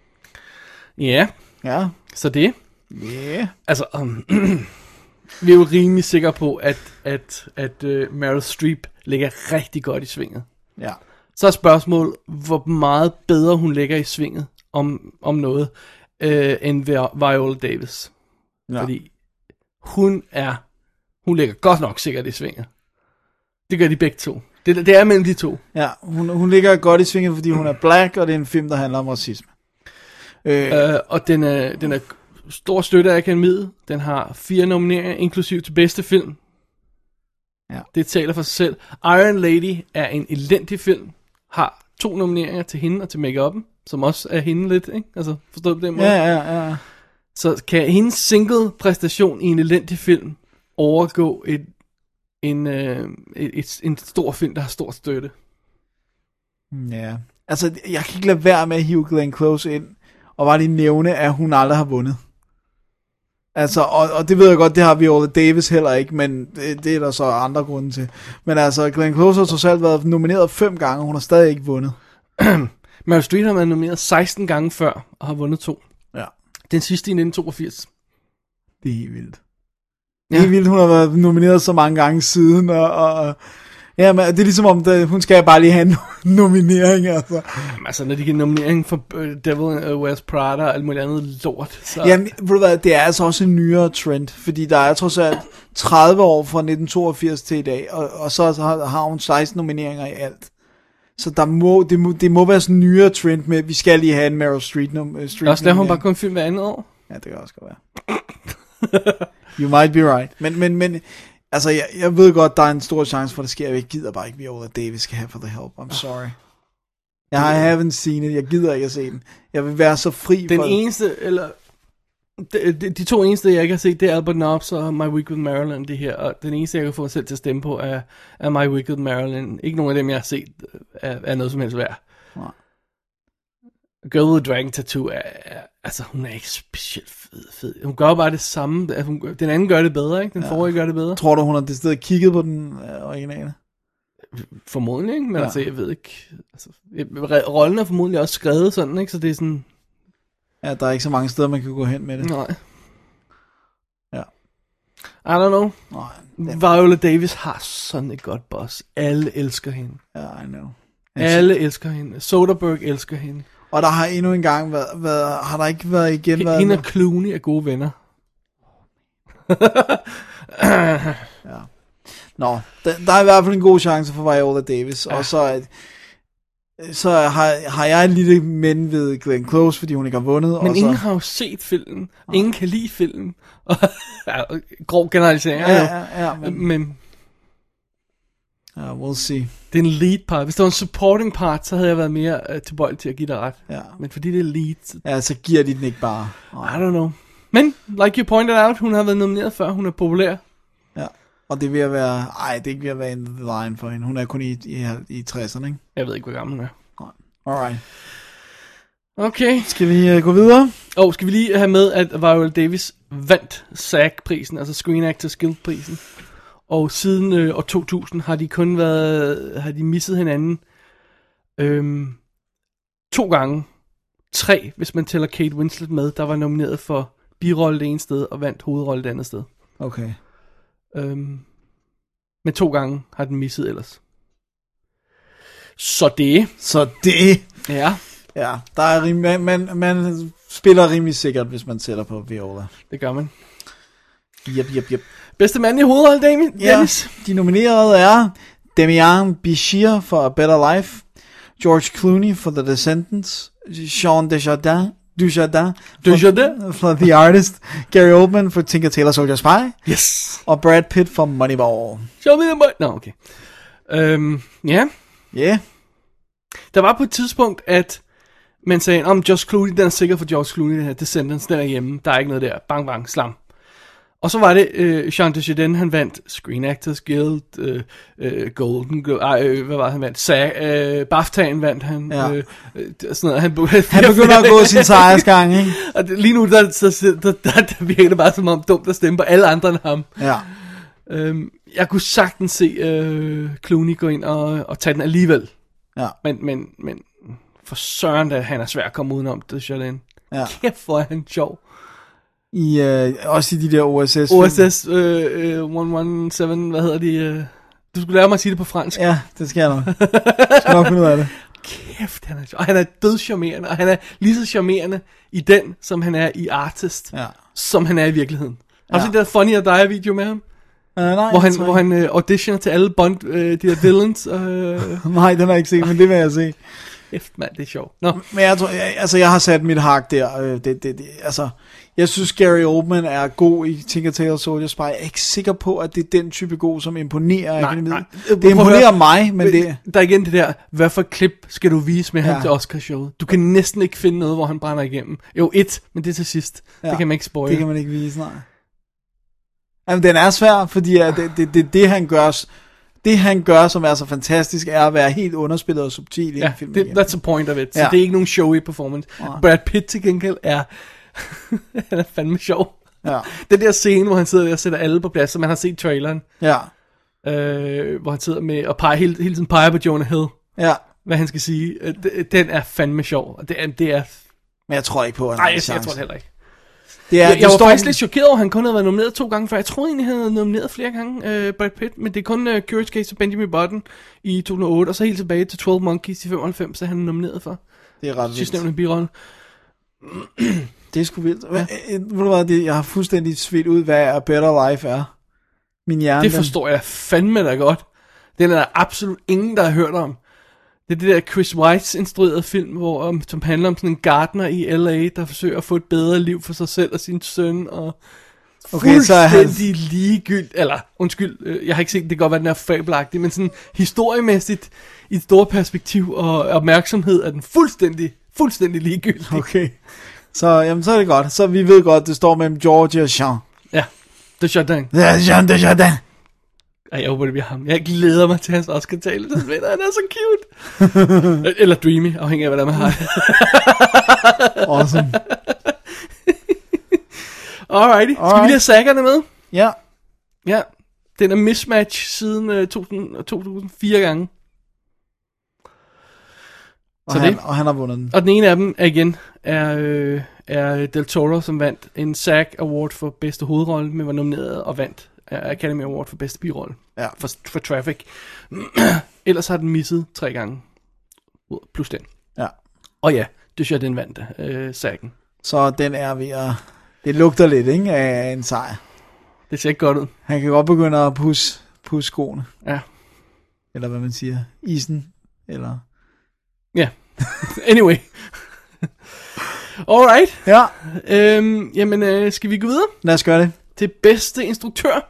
Ja. Ja. Så det. Ja. Yeah. Altså, um, vi er jo rimelig sikre på, at, at, at uh, Meryl Streep ligger rigtig godt i svinget. Ja. Så er spørgsmålet, hvor meget bedre hun ligger i svinget om, om noget, øh, end Viola Davis. Ja. Fordi hun er, hun ligger godt nok sikkert i svinget. Det gør de begge to. Det, det er mellem de to. Ja, hun, hun ligger godt i svinget, fordi hun er black, og det er en film, der handler om racisme. Øh, øh, og den er, den er stor støtte af akademiet. Den har fire nomineringer, inklusiv til bedste film. Ja. Det taler for sig selv. Iron Lady er en elendig film. Har to nomineringer til hende og til make-up'en, som også er hende lidt, ikke? Altså, forstået på den måde? Ja, ja, ja. Så kan hendes single præstation i en elendig film overgå et, en, øh, et, et, en stor film, der har stor støtte? Ja. Altså, jeg kan ikke lade være med at hive Glenn Close ind, og bare lige nævne, at hun aldrig har vundet. Altså, og, og det ved jeg godt, det har Viola Davis heller ikke, men det, det er der så andre grunde til. Men altså, Glenn Close har trods alt været nomineret fem gange, og hun har stadig ikke vundet. Meryl Streep har været nomineret seksten gange før, og har vundet to. Ja. Den sidste i nitten toogfirs. Det er helt vildt. Det er helt vildt, hun har været nomineret så mange gange siden, og... og ja, men det er ligesom om, det, hun skal bare lige have en nominering, altså. Jamen, altså, når de giver nominering for uh, Devil Wears Prada og alt muligt andet lort, så... Jamen, ved du hvad, det er altså også en nyere trend, fordi der er trods alt tredive år fra nitten toogfirs til i dag, og, og så har, har hun seksten nomineringer i alt. Så der må, det, må, det må være sådan en nyere trend med, at vi skal lige have en Meryl Streep nominering. Også laver hun bare kun film hver andet år. Ja, det kan også godt være. You might be right. Men, men, men altså, jeg, jeg ved godt, der er en stor chance for, at det sker. Jeg gider bare ikke, Viola Davis skal have for The Help. I'm sorry. Jeg haven't seen it. Jeg gider ikke at se den. Jeg vil være så fri den for eneste, eller... De, de, de to eneste, jeg ikke har set, det er Albert Nobbs og My Week with Marilyn, det her. Og den eneste, jeg kan få mig selv til at stemme på, er, er My Week with Marilyn. Ikke nogen af dem, jeg har set, er, er noget som helst værd. Nej. Girl with a Dragon Tattoo er, er... Altså, hun er ikke specielt fed, fed. Hun gør bare det samme. Hun, den anden gør det bedre, ikke? Den ja. forrige gør det bedre. Tror du, hun har det sted kigget på den øh, originale? Formodentlig, ikke? Men ja. altså, jeg ved ikke... Altså, rollen er formodentlig også skrevet sådan, ikke? Så det er sådan... Ja, der er ikke så mange steder, man kan gå hen med det. Nej. Ja. I don't know. Nej. Viola Davis har sådan et godt boss. Alle elsker hende. Ja, I know. Alle elsker hende. Soderbergh elsker hende. Og der har endnu en gang været, været har der ikke været igen H- været... Hende og Clooney er gode venner. Ja. Nå, der, der er i hvert fald en god chance for Viola Davis. Ja. Og så, at, så har, har jeg en lille men ved Glenn Close, fordi hun ikke har vundet. Men og ingen så... har jo set filmen. Ingen kan lide filmen. Ja, grov generalisering. Ja, ja, ja, men... men... Ja, we'll see. Det er en lead part. Hvis det var en supporting part, så havde jeg været mere uh, tilbøjelig til at give dig ret. Ja. Men fordi det er lead... Så... Ja, så giver de den ikke bare. Oh. I don't know. Men, like you pointed out, hun har været nomineret før. Hun er populær. Ja, og det er ved at være... Ej, det er ikke ved at være in the line for hende. Hun er kun i, i, i tresserne, ikke? Jeg ved ikke, hvor gammel hun er. Nej. Alright. Okay. Skal vi uh, gå videre? Og skal vi lige have med, at Viola Davis vandt S A G-prisen, altså Screen Actors Guild-prisen. Og siden øh, år to tusind har de kun været, har de misset hinanden øhm, to gange. Tre, hvis man tæller Kate Winslet med, der var nomineret for birolle det ene sted, og vandt hovedrolle det andet sted. Okay. Øhm, men to gange har den misset ellers. Så det. Så det. Ja. Ja, der er rim, man, man, man spiller rimelig sikkert, hvis man sætter på Viola. Det gør man. Yep, yep, yep. Bedste mand i hovedrollen, Damien? Ja, de nominerede er Demian Bichir for A Better Life, George Clooney for The Descendants, Jean Dujardin, Dujardin, Dujardin? for The Artist, Gary Oldman for Tinker Tailor Soldier Spy, yes, og Brad Pitt for Moneyball. Show me the money. Nå, okay. Øhm, ja. Ja. Der var på et tidspunkt, at man sagde, om George Clooney, den er sikker for George Clooney, den her Descendants, den er hjemme, der er ikke noget der, bang bang, slam. Og så var det øh, Jean Dujardin, han vandt Screen Actors Guild, øh, øh, Golden Globe, ej, øh, hvad var det, han vandt? Sa- øh, BAFTA'en vandt han. Ja. Øh, øh, sådan noget. Han, han begynder at gå sin sejrsgang, ikke? Og det, lige nu, der, der, der, der, der virker det bare som om dumt at stemme på alle andre end ham. Ja. Øhm, jeg kunne sagtens se øh, Clooney gå ind og, og tage den alligevel. Ja. Men, men, men for søren, da han er svær at komme udenom, Dujardin. Ja. Kæft, hvor er han sjov. I, øh, også i de der O S S O S S øh, øh, et et syv, hvad hedder de? Øh, du skulle lære mig at sige det på fransk. Ja, det skal jeg nok. Jeg skal nok finde ud af det. Kæft, han er sjov. Og han er dødscharmerende, og han er lige så charmerende i den, som han er i Artist, ja. Som han er i virkeligheden. Har du ja. set det der Funny or Die video med ham? Uh, nej, hvor han, hvor han øh, auditioner til alle Bond, øh, de der villains. Øh. Nej, den har jeg ikke set, men det vil jeg se. Kæft, mand, det er sjovt. Nå. Men jeg tror, jeg, altså jeg har sat mit hak der. Øh, det, det, det, altså, jeg synes Gary Oldman er god i Tinker Tailor Soldier Spy. Jeg er ikke sikker på, at det er den type god, som imponerer. Nej, nej. Det imponerer mig, men det... Der er igen det der, hvad for klip skal du vise med ja. ham til Oscarshowet? Du kan næsten ikke finde noget, hvor han brænder igennem. Jo, et, men det er til sidst. Ja, det kan man ikke spoile. Det kan man ikke vise, nej. Jamen, den er svær, fordi at det, det, det, det, han gør... Det han gør, som er så fantastisk, er at være helt underspillet og subtil i ja, en film. Det, that's the point of it. Så ja. det er ikke nogen showy performance. Ja. Brad Pitt til gengæld er... han er fandme sjov. Ja. Den der scene, hvor han sidder og sætter alle på plads, som man har set traileren. Ja. Øh, hvor han sidder med og peger, hele, hele tiden peger på Jonah Hill. Ja. Hvad han skal sige. Den er fandme sjov. Det er... Det er Men jeg tror ikke på, at han Nej, har jeg, chance. jeg tror det heller ikke. Det er, jeg jeg var står... faktisk lidt chokeret over, at han kun havde været nomineret to gange før. Jeg troede egentlig, han havde nomineret flere gange, øh, Brad Pitt. Men det er kun uh, Curious Case of Benjamin Button i to tusind og otte, og så helt tilbage til twelve Monkeys i femoghalvfems, så han er nomineret for. Det er ret vildt. Sidstnævnte birolle. Det er sgu vildt. Ja. Ved du hvad, det, jeg har fuldstændig svedt ud, hvad A Better Life er. Min hjerne. Det forstår jeg fandme da godt. Den er der absolut ingen, der har hørt om. Det er det der Chris Weitz instruerede film, hvor, um, som handler om sådan en gartner i L A, der forsøger at få et bedre liv for sig selv og sin søn, og okay, fuldstændig han... ligegyldigt, eller undskyld, øh, jeg har ikke set, det kan godt være, den er fabelagtig, men sådan historiemæssigt, i et stort perspektiv og opmærksomhed, er den fuldstændig, fuldstændig ligegyldig. Okay, så, jamen, så er det godt. Så vi ved godt, det står mellem George og Jean. Ja, Dujardin. Ja, Jean Dujardin. Ej, jeg håber, det bliver ham. Jeg glæder mig til hans Oscar-tale. Han er så cute. Eller dreamy, afhængig af, hvad der man har. Awesome. Alrighty. Skal Alright. vi lige have saggerne med? Ja. Ja. Den er mismatch siden uh, to tusind fire gange. Og, så han, det. og han har vundet den. Og den ene af dem er igen er, øh, er Del Toro, som vandt en SAG Award for bedste hovedrolle, men var nomineret og vandt Academy Award for bedste birolle. Ja. For, for Traffic. Ellers har den misset tre gange. Plus den. Ja. Og ja, det synes jeg, den vandt øh, SAG'en. Så den er ved at... Det lugter lidt, ikke, af en sejr. Det ser ikke godt ud. Han kan godt begynde at pusse, pusse skoene. Ja. Eller hvad man siger. Isen. Eller... Ja. Anyway. Alright. Ja. Øhm, jamen, øh, skal vi gå videre? Lad os gøre det. Til bedste instruktør.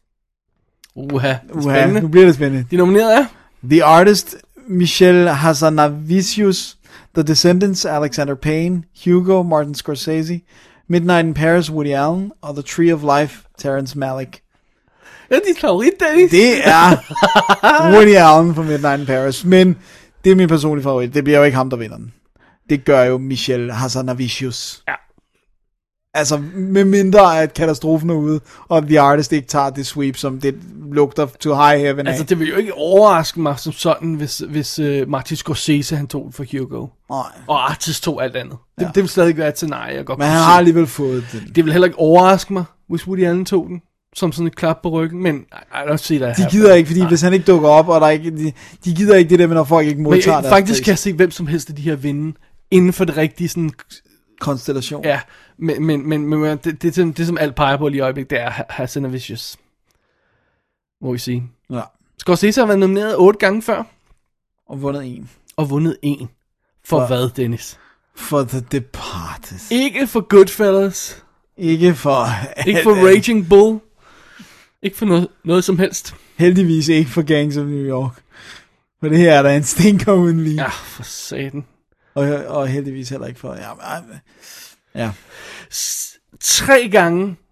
Uha, Uha, nu bliver det spændende. De nominerede er... The Artist, Michel Hazanavicius. The Descendants, Alexander Payne. Hugo, Martin Scorsese. Midnight in Paris, Woody Allen. Og The Tree of Life, Terrence Malick. Det er dit favorit, Dennis. Det er Woody Allen fra Midnight in Paris. Men det er min personlige favorit. Det bliver jo ikke ham, der vinder den. Det gør jo Michel Hazanavicius. Ja. Altså, med mindre at katastrofen er ude, og The Artist ikke tager det sweep, som det lugter to high heaven af. Altså, det vil jo ikke overraske mig som sådan, hvis, hvis uh, Martin Scorsese, han tog for Hugo. Nej. Og Artist tog alt andet. Det, Ja. det vil stadig være et scenarie, jeg godt Men kunne han se. har alligevel fået den. Det vil heller ikke overraske mig, hvis Woody Allen tog den, som sådan et klap på ryggen, men I don't see that. De gider ikke, fordi nej. Hvis han ikke dukker op, og der ikke, de, de gider ikke det der med, når folk ikke modtager men, deres faktisk pris. kan jeg se, hvem som helst af de her vinde, inden for det rigtige sådan... konstellation. Ja, men, men, men, men det, det, det, det, som alt peger på lige i øjeblikket, det er Hazanavicius. Må vi sige. Ja. Scorsese har været nomineret otte gange før. Og vundet en. Og vundet en. For, for hvad, Dennis? For The Departed. Ikke for Goodfellas. Ikke for... Ikke for Raging Bull. Ikke for noget, noget som helst. Heldigvis ikke for Gangs of New York. For det her er der en stinker uden lige. Ja, for satan. Og, og heldigvis heller ikke for... Ja, ja. S- tre gange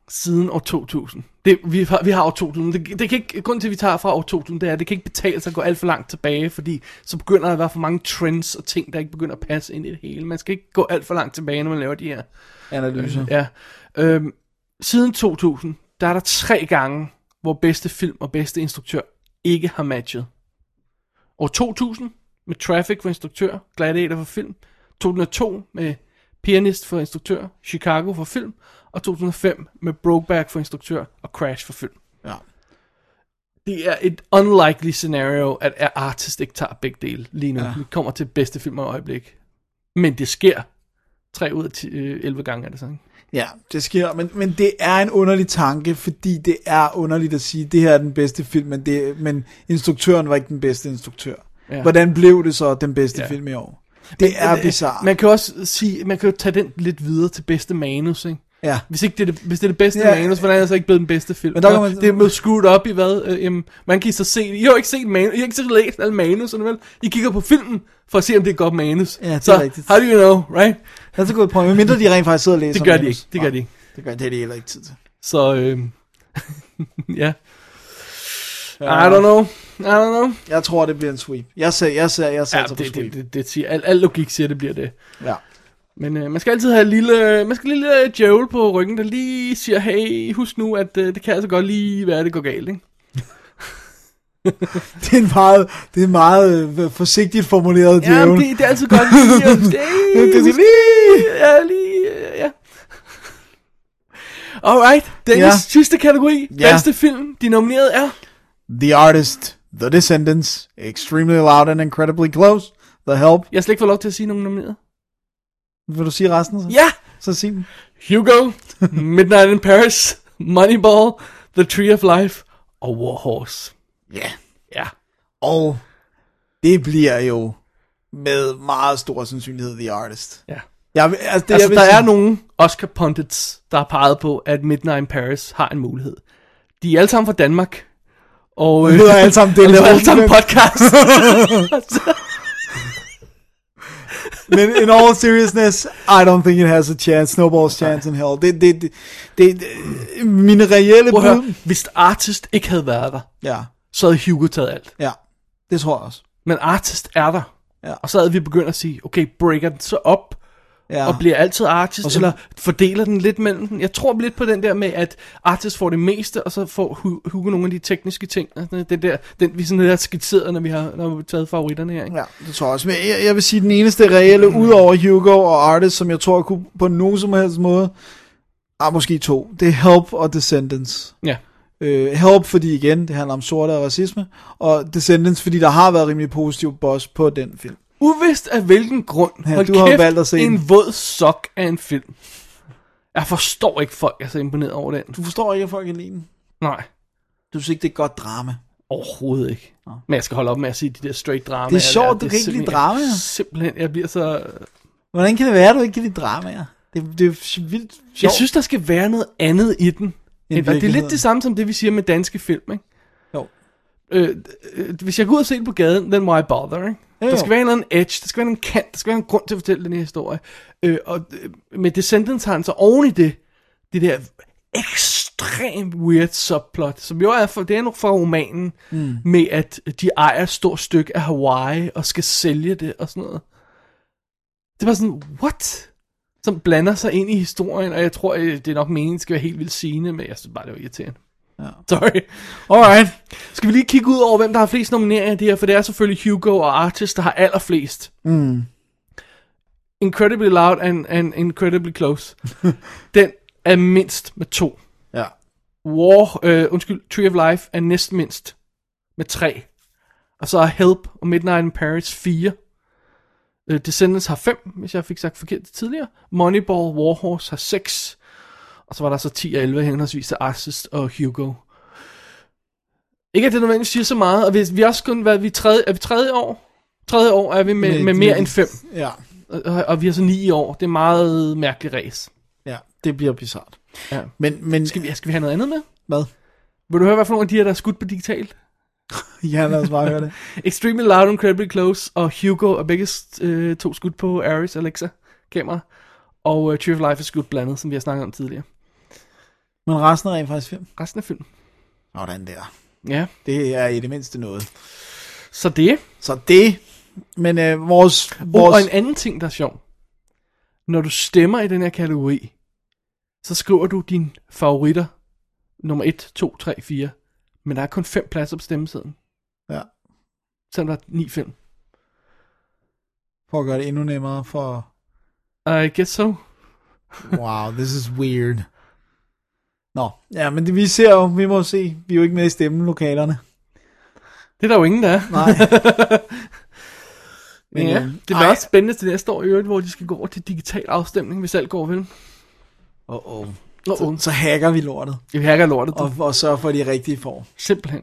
siden år to tusind. Det, vi, har, vi har år to tusind. Det, det kan ikke, grunden til, at vi tager fra år to tusind, det er, at det kan ikke betale sig at gå alt for langt tilbage, fordi så begynder der at være for mange trends og ting, der ikke begynder at passe ind i det hele. Man skal ikke gå alt for langt tilbage, når man laver de her analyser. Øh, ja. Øhm, siden to tusind, der er der tre gange, hvor bedste film og bedste instruktør ikke har matchet. År to tusind med Traffic for instruktør, Gladiator for film, to tusind og to med Pianist for instruktør, Chicago for film, og to tusind og fem med Brokeback for instruktør og Crash for film. Ja. Det er et unlikely scenario, at Artist ikke tager begge dele lige nu. Ja. Vi kommer til bedste film af øjeblik. Men det sker. tre ud af ti, elleve gange er det sådan. Ja, det sker, men, men det er en underlig tanke, fordi det er underligt at sige, det her er den bedste film, men, det, men instruktøren var ikke den bedste instruktør. Ja. Hvordan blev det så den bedste ja. film i år? Det men, er bizarrt. Man kan også sige, man kan jo tage den lidt videre til bedste manus, ikke? Ja. Hvis ikke det er det, hvis det, er det bedste ja. manus, hvordan er det så ikke blevet den bedste film? Men der man, det er blevet screwed op i hvad? Øh, jamen, man kan så se, I har jo ikke set manus, I har ikke set læst alle manuserne, vel? I kigger på filmen for at se, om det er godt manus. Ja, det er så, rigtigt. how do you know, right? Det er så godt point, men mindre de rent faktisk sidder og læser. Det gør manus. de ikke, det gør de ikke. Det gør det er de heller ikke tid til. Så, øh, ja. I don't know. I don't know. Jeg tror, det bliver en sweep. Jeg ser, jeg ser, jeg ser ja, det, det, det, det siger, al, al logik siger, det bliver det. Ja. Men øh, man skal altid have en lille, man skal have en lille djævel på ryggen, der lige siger, hey, husk nu, at øh, det kan altså godt lige være, at det går galt, ikke? det er en meget, det er en meget øh, forsigtigt formuleret ja, djævel. Ja, det, det er altid godt lige, og det, det er lige, ja, lige, ja. Alright, Dennis, ja. sidste kategori, ja. bedste film, de nominerede er... The Artist, The Descendants, Extremely Loud and Incredibly Close, The Help. Jeg har slet ikke fået lov til at sige nogen nomineret. Vil du sige resten så? Ja! Så sig den. Hugo, Midnight in Paris, Moneyball, The Tree of Life og War Horse. Ja. Yeah. Ja. Og det bliver jo med meget stor sandsynlighed The Artist. Ja. Jeg, altså, det, altså jeg der sige... er nogle Oscar pundits, der har peget på, at Midnight in Paris har en mulighed. De er alle sammen fra Danmark. Og øh, alle sammen det er alle sammen podcast. Men in all seriousness, I don't think it has a chance. Snowball's chance in hell. Det, det, det, det, det mine reelle bud. Hvis Artist ikke havde været der, ja. så havde Hugo taget alt. Ja, det tror jeg også. Men Artist er der. Ja. Og så havde vi begyndt at sige, okay, breaker den så op, ja. og bliver altid Artist, så... eller fordeler den lidt mellem den. Jeg tror lidt på den der med, at Artist får det meste, og så får Hugo nogle af de tekniske ting. Den der, den vi sådan der skitseret, når vi har, når vi har taget favoritterne her. Ikke? Ja, det tror jeg også. Men jeg, jeg vil sige, den eneste reelle, ud over Hugo og Artist, som jeg tror kunne på nogen som helst måde, ah, måske to, det er Help og Descendants. Ja. Uh, Help, fordi igen, det handler om sorte og racisme, og Descendants, fordi der har været rimelig positiv buzz på den film. Uvist af hvilken grund. Ja, Hold du kæft, har valgt at se en den. våd sok af en film. Jeg forstår ikke, folk er så imponeret over den. Du forstår ikke, at folk kan lide den? Nej. Du synes ikke, det er godt drama? Overhovedet ikke. Nå. Men jeg skal holde op med at sige de der straight drama. Det er sjovt, du kan ikke lide drama. Simpelthen, jeg bliver så... Hvordan kan det være, at du ikke kan lide drama? Det, det er vildt sjovt. Jeg synes, der skal være noget andet i den. Og det er lidt det samme som det, vi siger med danske film, ikke? Jo. Øh, øh, hvis jeg går ud og ser det på gaden, then why bother, ikke? Jo, jo. Der skal være en eller anden edge, der skal være en kant, der skal være en grund til at fortælle den her historie. Øh, og øh, med Descendants har han så oven i det, det der ekstremt weird subplot, som jo er, for, det er nok fra romanen, mm. med at de ejer et stort stykke af Hawaii, og skal sælge det, og sådan noget. Det var sådan, what? Som blander sig ind i historien, og jeg tror, det er nok meningen, det skal være helt vildt sigende, men jeg synes bare, det var irriterende. Ja. Sorry. Alright. Skal vi lige kigge ud over, hvem der har flest nomineringer af det her, for det er selvfølgelig Hugo og Artist, der har allerflest. Mm. Incredibly Loud and, and Incredibly Close. Den er mindst med to. Ja. War, øh, undskyld, Tree of Life er næst mindst med tre. Og så er Help og Midnight in Paris fire. Uh, Descendants har fem, hvis jeg fik sagt forkert tidligere. Moneyball, War Horse har seks. Og så var der så ti og elleve henholdsvis af Artist og Hugo. Ikke at det nødvendigvis siger så meget. Og vi, vi er også kun været, vi tredje, er vi tredje år? Tredje år er vi med, med, med mere end fem. Ja. Og, og vi har så ni i år. Det er meget mærkeligt ræs. Ja, det bliver bizarrt. Ja. Men, men... Skal vi, skal vi have noget andet med? Hvad? Vil du høre, hvad for nogle af de her, der er skudt på digitalt? Ja, lad os bare høre det. Extremely Loud and Incredibly Close og Hugo er begge øh, to skudt på Ares Alexa kamera. Og uh, Tree of Life er skudt blandet, som vi har snakket om tidligere. Men resten er rent faktisk film? Resten er film. Sådan der. Ja. Det er i det mindste noget. Så det. Så det. Men øh, vores... Oh, vores... Og en anden ting, der er sjov. Når du stemmer i den her kategori, så skriver du dine favoritter. Nummer et, to, tre, fire. Men der er kun fem pladser på stemmesedlen. Ja. Selvom der er ni film. For at gøre det endnu nemmere for... I guess so. Wow, this is weird. Nå, ja, men det, vi ser jo, vi må se, vi er jo ikke med i stemmelokalerne. Det er der jo ingen, der er. Nej. Men ja, det bliver også spændende til næste år i øvrigt, hvor de skal gå over til digital afstemning, hvis alt går vel. Åh, oh, oh. oh, så, så hacker vi lortet. Vi hacker lortet. Og, og sørger for, at de rigtige får. Simpelthen.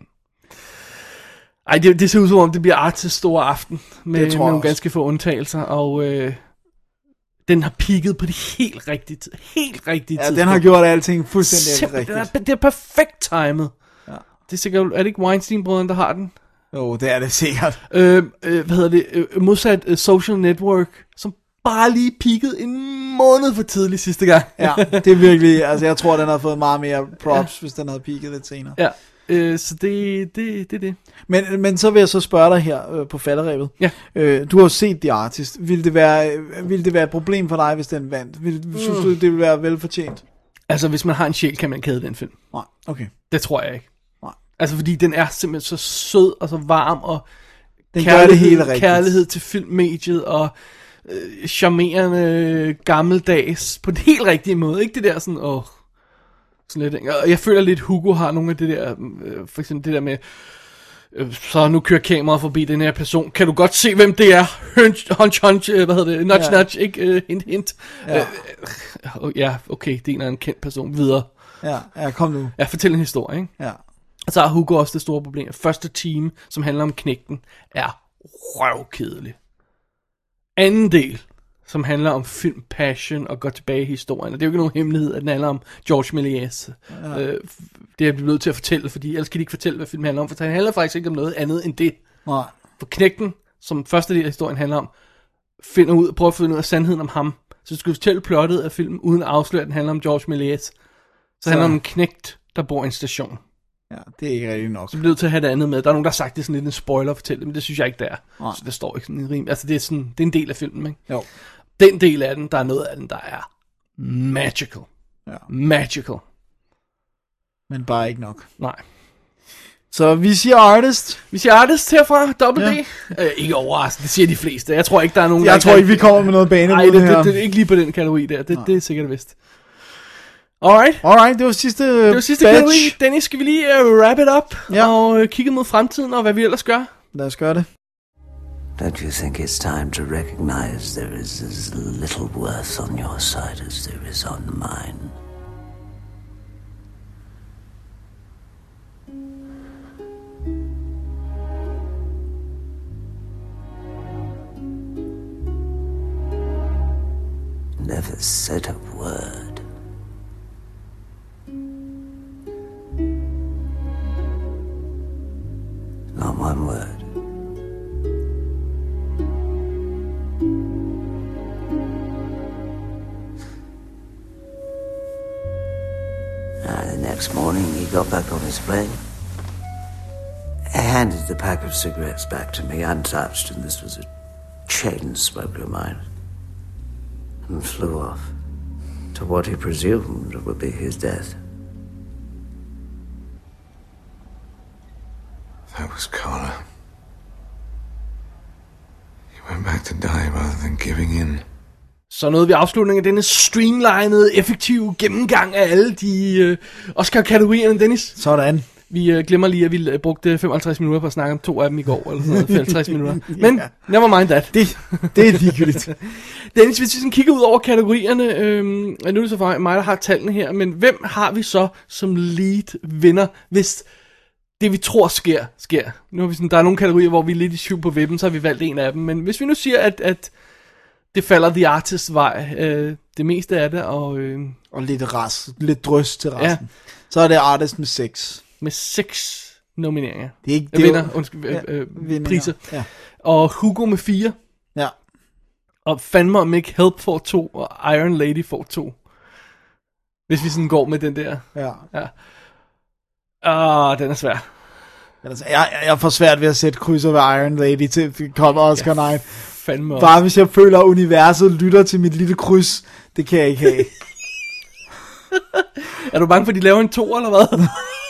Ej, det, det ser ud som om, det bliver Artis store aften, med, med nogle ganske få undtagelser, og øh, den har peaked på det helt rigtige tid. Helt rigtige ja, tid. den har gjort alting fuldstændig rigtigt. Det er, det er perfekt timet. Ja. Det er sikkert, er det ikke Weinstein-brødrene, der har den? Jo, det er det sikkert. Øh, øh, hvad hedder det? Øh, modsat uh, Social Network, som bare lige peaked en måned for tidligt sidste gang. Ja, det er virkelig, altså jeg tror, den har fået meget mere props, ja. Hvis den havde peaked lidt senere. Ja, øh, så det, det, det er det. Men, men så vil jeg så spørge dig her øh, på falderebet. Ja. Øh, du har jo set The Artist. Vil det være, vil det være et problem for dig, hvis den vandt? Vil, mm. Synes du, det vil være velfortjent? Altså, hvis man har en sjæl, kan man kæde den film. Nej, okay. Det tror jeg ikke. Nej. Altså, fordi den er simpelthen så sød og så varm, og den gør det hele rigtigt. Kærlighed til filmmediet, og øh, charmerende gammeldags, på den helt rigtige måde. Ikke det der sådan, åh, sådan lidt. Og jeg føler lidt, Hugo har nogle af det der, øh, for eksempel det der med, øh, så nu kører kameraet forbi den her person. Kan du godt se, hvem det er? Hunch, hunch, hunch, øh, hvad hedder det? Nudge, ja. nudge, ikke? Uh, hint, hint. Ja. Øh, øh, ja, okay, det er en eller anden kendt person. Videre. Ja, ja, kom nu. Ja, fortæl en historie, ikke? Ja. Og så har Hugo også det store problem. Første team, som handler om knægten, er røvkedelig. Anden del, som handler om film passion og går tilbage i historien. Og det er jo ikke nogen hemmelighed, at den handler om Georges Méliès. Ja. Øh, det er jeg blevet nødt til at fortælle, fordi ellers kan de ikke fortælle, hvad filmen handler om. For den handler faktisk ikke om noget andet end det. Nej. For knægten, som første del af historien handler om, finder ud, prøver at finde ud af sandheden om ham. Så skal du fortælle plottet af filmen, uden at afsløre, at den handler om Georges Méliès. Så, så handler om en knægt, der bor i en station. Ja, det er ikke rigtig nok. Så bliver du til at have det andet med. Der er nogen, der har sagt, det er sådan lidt en spoiler at fortælle, men det synes jeg ikke, det er. Nej. Så det står ikke sådan en rim. Altså, det er, sådan, det er en del af filmen, ikke? Jo. Den del af den, der er noget af den, der er magical. Ja. Magical. Men bare ikke nok. Nej. Så vi siger Artist. Vi siger Artist herfra, Double D. Ja. Øh, ikke overraskende, det siger de fleste. Jeg tror ikke, der er nogen... Jeg tror ikke, vi kommer med noget bane. Nej, det, det, det, det er ikke lige på den kategori der. Det, det er sikkert vist. Alright. Alright, det var sidste Det var sidste batch. kategori. Dennis, skal vi lige uh, wrap it up? Ja. Og uh, kigge mod fremtiden og hvad vi ellers gør? Lad os gøre det. Don't you think it's time to recognize there is as little worth on your side as there is on mine? Never said a word. Not one word. Uh, the next morning, he got back on his plane, handed the pack of cigarettes back to me untouched, and this was a chain smoker of mine, and flew off to what he presumed would be his death. That was Carla. He went back to die rather than giving in. Så nåede vi afslutningen af denne streamlinede, effektive gennemgang af alle de øh, Oscar-kategorierne, Dennis. Sådan. Vi øh, glemmer lige, at vi øh, brugte femoghalvtreds minutter på at snakke om to af dem i går, eller sådan noget, femoghalvtreds minutter. Men, never mind that. Det, det er ligegyldigt. Dennis, hvis vi sådan kigger ud over kategorierne, øh, nu er det så for mig, der har tallene her, men hvem har vi så som lead vinder, hvis det vi tror sker, sker? Nu har vi sådan, der er nogle kategorier, hvor vi er lidt i syv på vippen, så har vi valgt en af dem, men hvis vi nu siger, at, at det falder The Artist vej, øh, det meste af det, og... Øh, og lidt ras, lidt drøs til resten. Ja. Så er det Artist med seks. Med seks nomineringer. Det er ikke det. Vinder, undskyld, øh, øh, priser. Ja. Og Hugo med fire. Ja. Og fandme om ikke Help får to, og Iron Lady får to. Hvis vi sådan går med den der. Ja. Ja. Åh, den er svær. Altså, jeg, jeg er for svært ved at sætte krydser ved Iron Lady til komme Oscar ja, Night. Fandme Bare hvis jeg føler, at universet lytter til mit lille kryds, det kan jeg ikke have. Er du bange for, at de laver en to, eller hvad?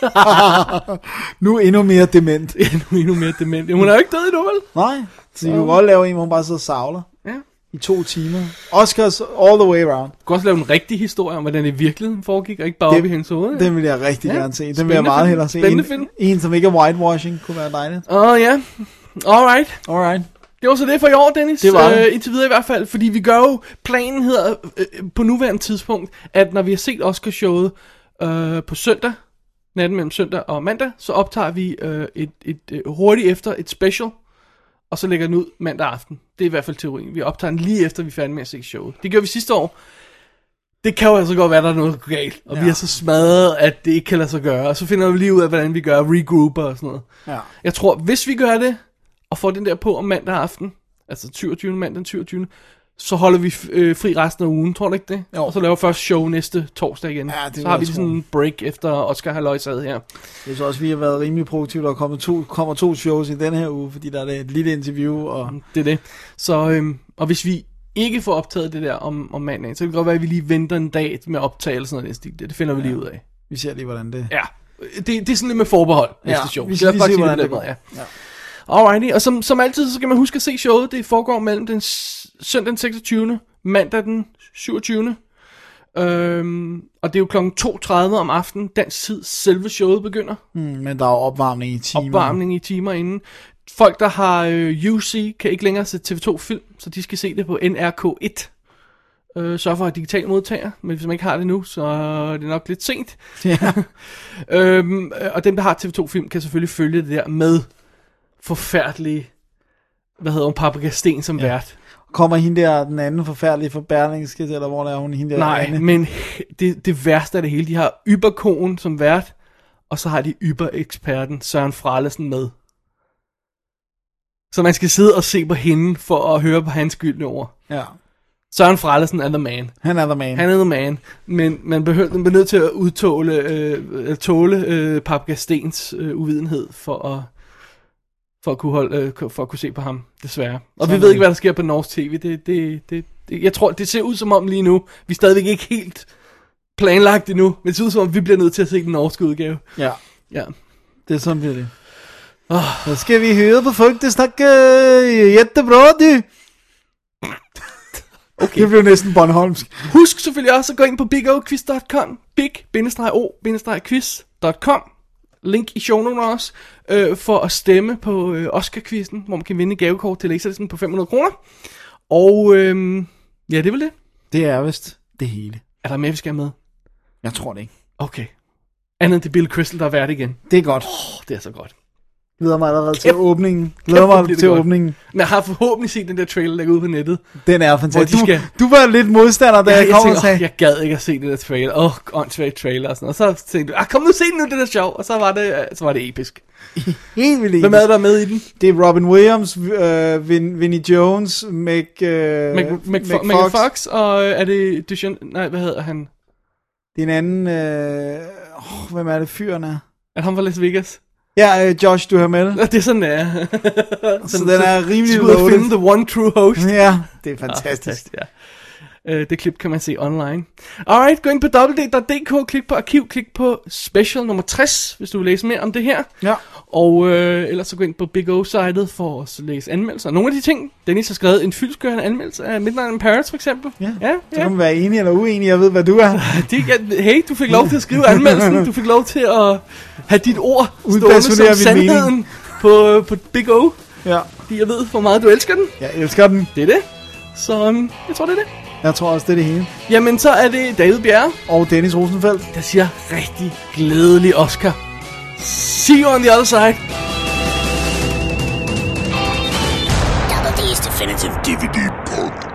Nu endnu mere dement. Ja, nu endnu mere dement. Hun er jo ikke død endnu, vel? Nej, så vi kan godt lave en, hvor hun bare sidder og savler. Ja. I to timer. Oscars all the way around. Du kan også lave en rigtig historie om, hvordan det i virkeligheden foregik, og ikke bare det, op i hendes hoved. Den vil jeg rigtig ja. gerne se. Den Spændende vil jeg meget film. hellere se. Spændende En, film. en, som ikke er whitewashing, kunne være dejligt. Åh oh, ja, alright. Alright. Det var så det for i år, Dennis. Det var det. Øh, indtil videre i hvert fald, fordi vi gør jo, planen hedder øh, på nuværende tidspunkt, at når vi har set Oscarshowet øh, på søndag, natten mellem søndag og mandag, så optager vi øh, et, et, et hurtigt efter et special, og så lægger den ud mandag aften. Det er i hvert fald teorien. Vi optager den lige efter, vi er færdige med at se showet. Det gjorde vi sidste år. Det kan jo altså godt være, der er noget galt, og ja. vi er så smadret, at det ikke kan lade sig gøre. Og så finder vi lige ud af, hvordan vi gør regrouper og sådan noget. Ja. Jeg tror, hvis vi gør det, og får den der på om mandag aften, altså syvogtyvende mandag den syvogtyvende, så holder vi øh, fri resten af ugen, tror du ikke det? Jo. Og så laver vi først show næste torsdag igen. Ja, så har vi sådan en break efter Oscar halløjsad her. Jeg synes også, vi har været rimelig produktive, der kommer to, kommer to shows i den her uge, fordi der er et lille interview. Og... Det er det. Så, øhm, og hvis vi ikke får optaget det der om, om mandagen, så kan det godt være, at vi lige venter en dag med optagelse og noget. Det, det finder vi lige ud af. Vi ser lige, hvordan det... Ja, det, det er sådan lidt med forbehold næste ja, show. Vi skal lige se, hvordan det går. Ja. Ja. Alrighty, og som, som altid, så skal man huske at se showet. Det foregår mellem den søndag den seksogtyvende mandag den syvogtyvende Øhm, og det er jo klokken to tredive om aftenen, dansk tid, selve showet begynder. Mm, men der er opvarmning i timer. Opvarmning i timer inden. Folk, der har øh, U C, kan ikke længere se T V to film, så de skal se det på N R K et. Øh, sørg for at have digital modtager, men hvis man ikke har det nu, så er det nok lidt sent. Ja. øhm, og dem, der har T V to film, kan selvfølgelig følge det der med forfærdelige, hvad hedder hun, Paprika Sten som ja. vært. Kommer hende der, den anden forfærdelige for Berlingske, eller hvor der er hun, hende der Nej, Anne? men det, det værste af det hele, de har Yberkonen som vært, og så har de Yber-eksperten Søren Frallesen med. Så man skal sidde og se på hende, for at høre på hans gyldne ord. Ja. Søren Frallesen er the man. Han er the man. Han er the man. Men man behøver, man bliver nødt til at udtåle, øh, tåle øh, Paprika Stens øh, uvidenhed, for at For at, kunne holde, øh, for at kunne se på ham, desværre. Og sådan vi ved ikke, hvad der sker på norsk tv. Det, det, det, det, jeg tror, det ser ud som om lige nu, vi er stadigvæk ikke helt planlagt endnu, men det ser ud som om, vi bliver nødt til at se den norske udgave. Ja, ja. Det er sådan, bliver det. Oh. Så skal vi høre på folk, der snakker jättebra, du. Okay. Det blev næsten bornholmsk. Husk selvfølgelig også at gå ind på big o quiz dot com, big o quiz dot com. Link i shownoterne også, øh, for at stemme på øh, Oscar-quizzen, hvor man kan vinde et gavekort til Laserdisken på fem hundrede kroner. Og øh, ja, det er vel det. Det er vist det hele. Er der mere, vi skal have med? Jeg tror det ikke. Okay. Andet end det Bill Crystal, der er vært igen. Det er godt. Oh, det er så godt. Glæder mig allerede til åbningen. Glæder mig til godt. åbningen. Men jeg har forhåbentlig set den der trailer, der går ud på nettet. Den er fantastisk. Skal... Du, du var lidt modstander, da ja, jeg, jeg kom og sagde... Oh, jeg gad ikke at se den der trailer. Åh, oh, åndssvagt trailer og sådan noget. Og så tænkte du, ah, kom nu se den nu, det der show. Og så var det, så var det episk. Helt vildt. Hvem er der med i den? Det er Robin Williams, øh, Vin, Vinnie Jones, Meg, øh, Meg, Meg, Meg Fox. Meg Fox. Og er det Duchan... Nej, hvad hedder han? Det er en anden... Øh... Oh, hvem er det fyren er? Er han fra Las Vegas? Ja, uh, Josh Duhamel. Det er sådan, ja. så, så den er rimelig loaded. Så finde the one true host. Ja, det er fantastisk. Ah, ja. uh, det klip kan man se online. Alright, gå ind på w w w dot d k, klik på arkiv, klik på special nummer tres, hvis du vil læse mere om det her. Ja. Og uh, ellers så gå ind på Big O-sitet for at læse anmeldelser. Nogle af de ting, Dennis har skrevet en fyldestgørende anmeldelse af Midnight in Paris for eksempel. Ja, ja, så ja. kan man være enig eller uenig, jeg ved hvad du er. det, ja, hey, du fik lov til at skrive anmeldelsen, du fik lov til at have dit ord stående som sandheden på, på Big O. Ja. Fordi jeg ved, hvor meget du elsker den. Jeg elsker den. Det er det. Så um, jeg tror, det er det. Jeg tror også, det er det hele. Jamen, så er det David Bjerre og Dennis Rosenfeldt, der siger rigtig glædelig Oscar. See you on the other side. Double D's Definitive D V D Podcast.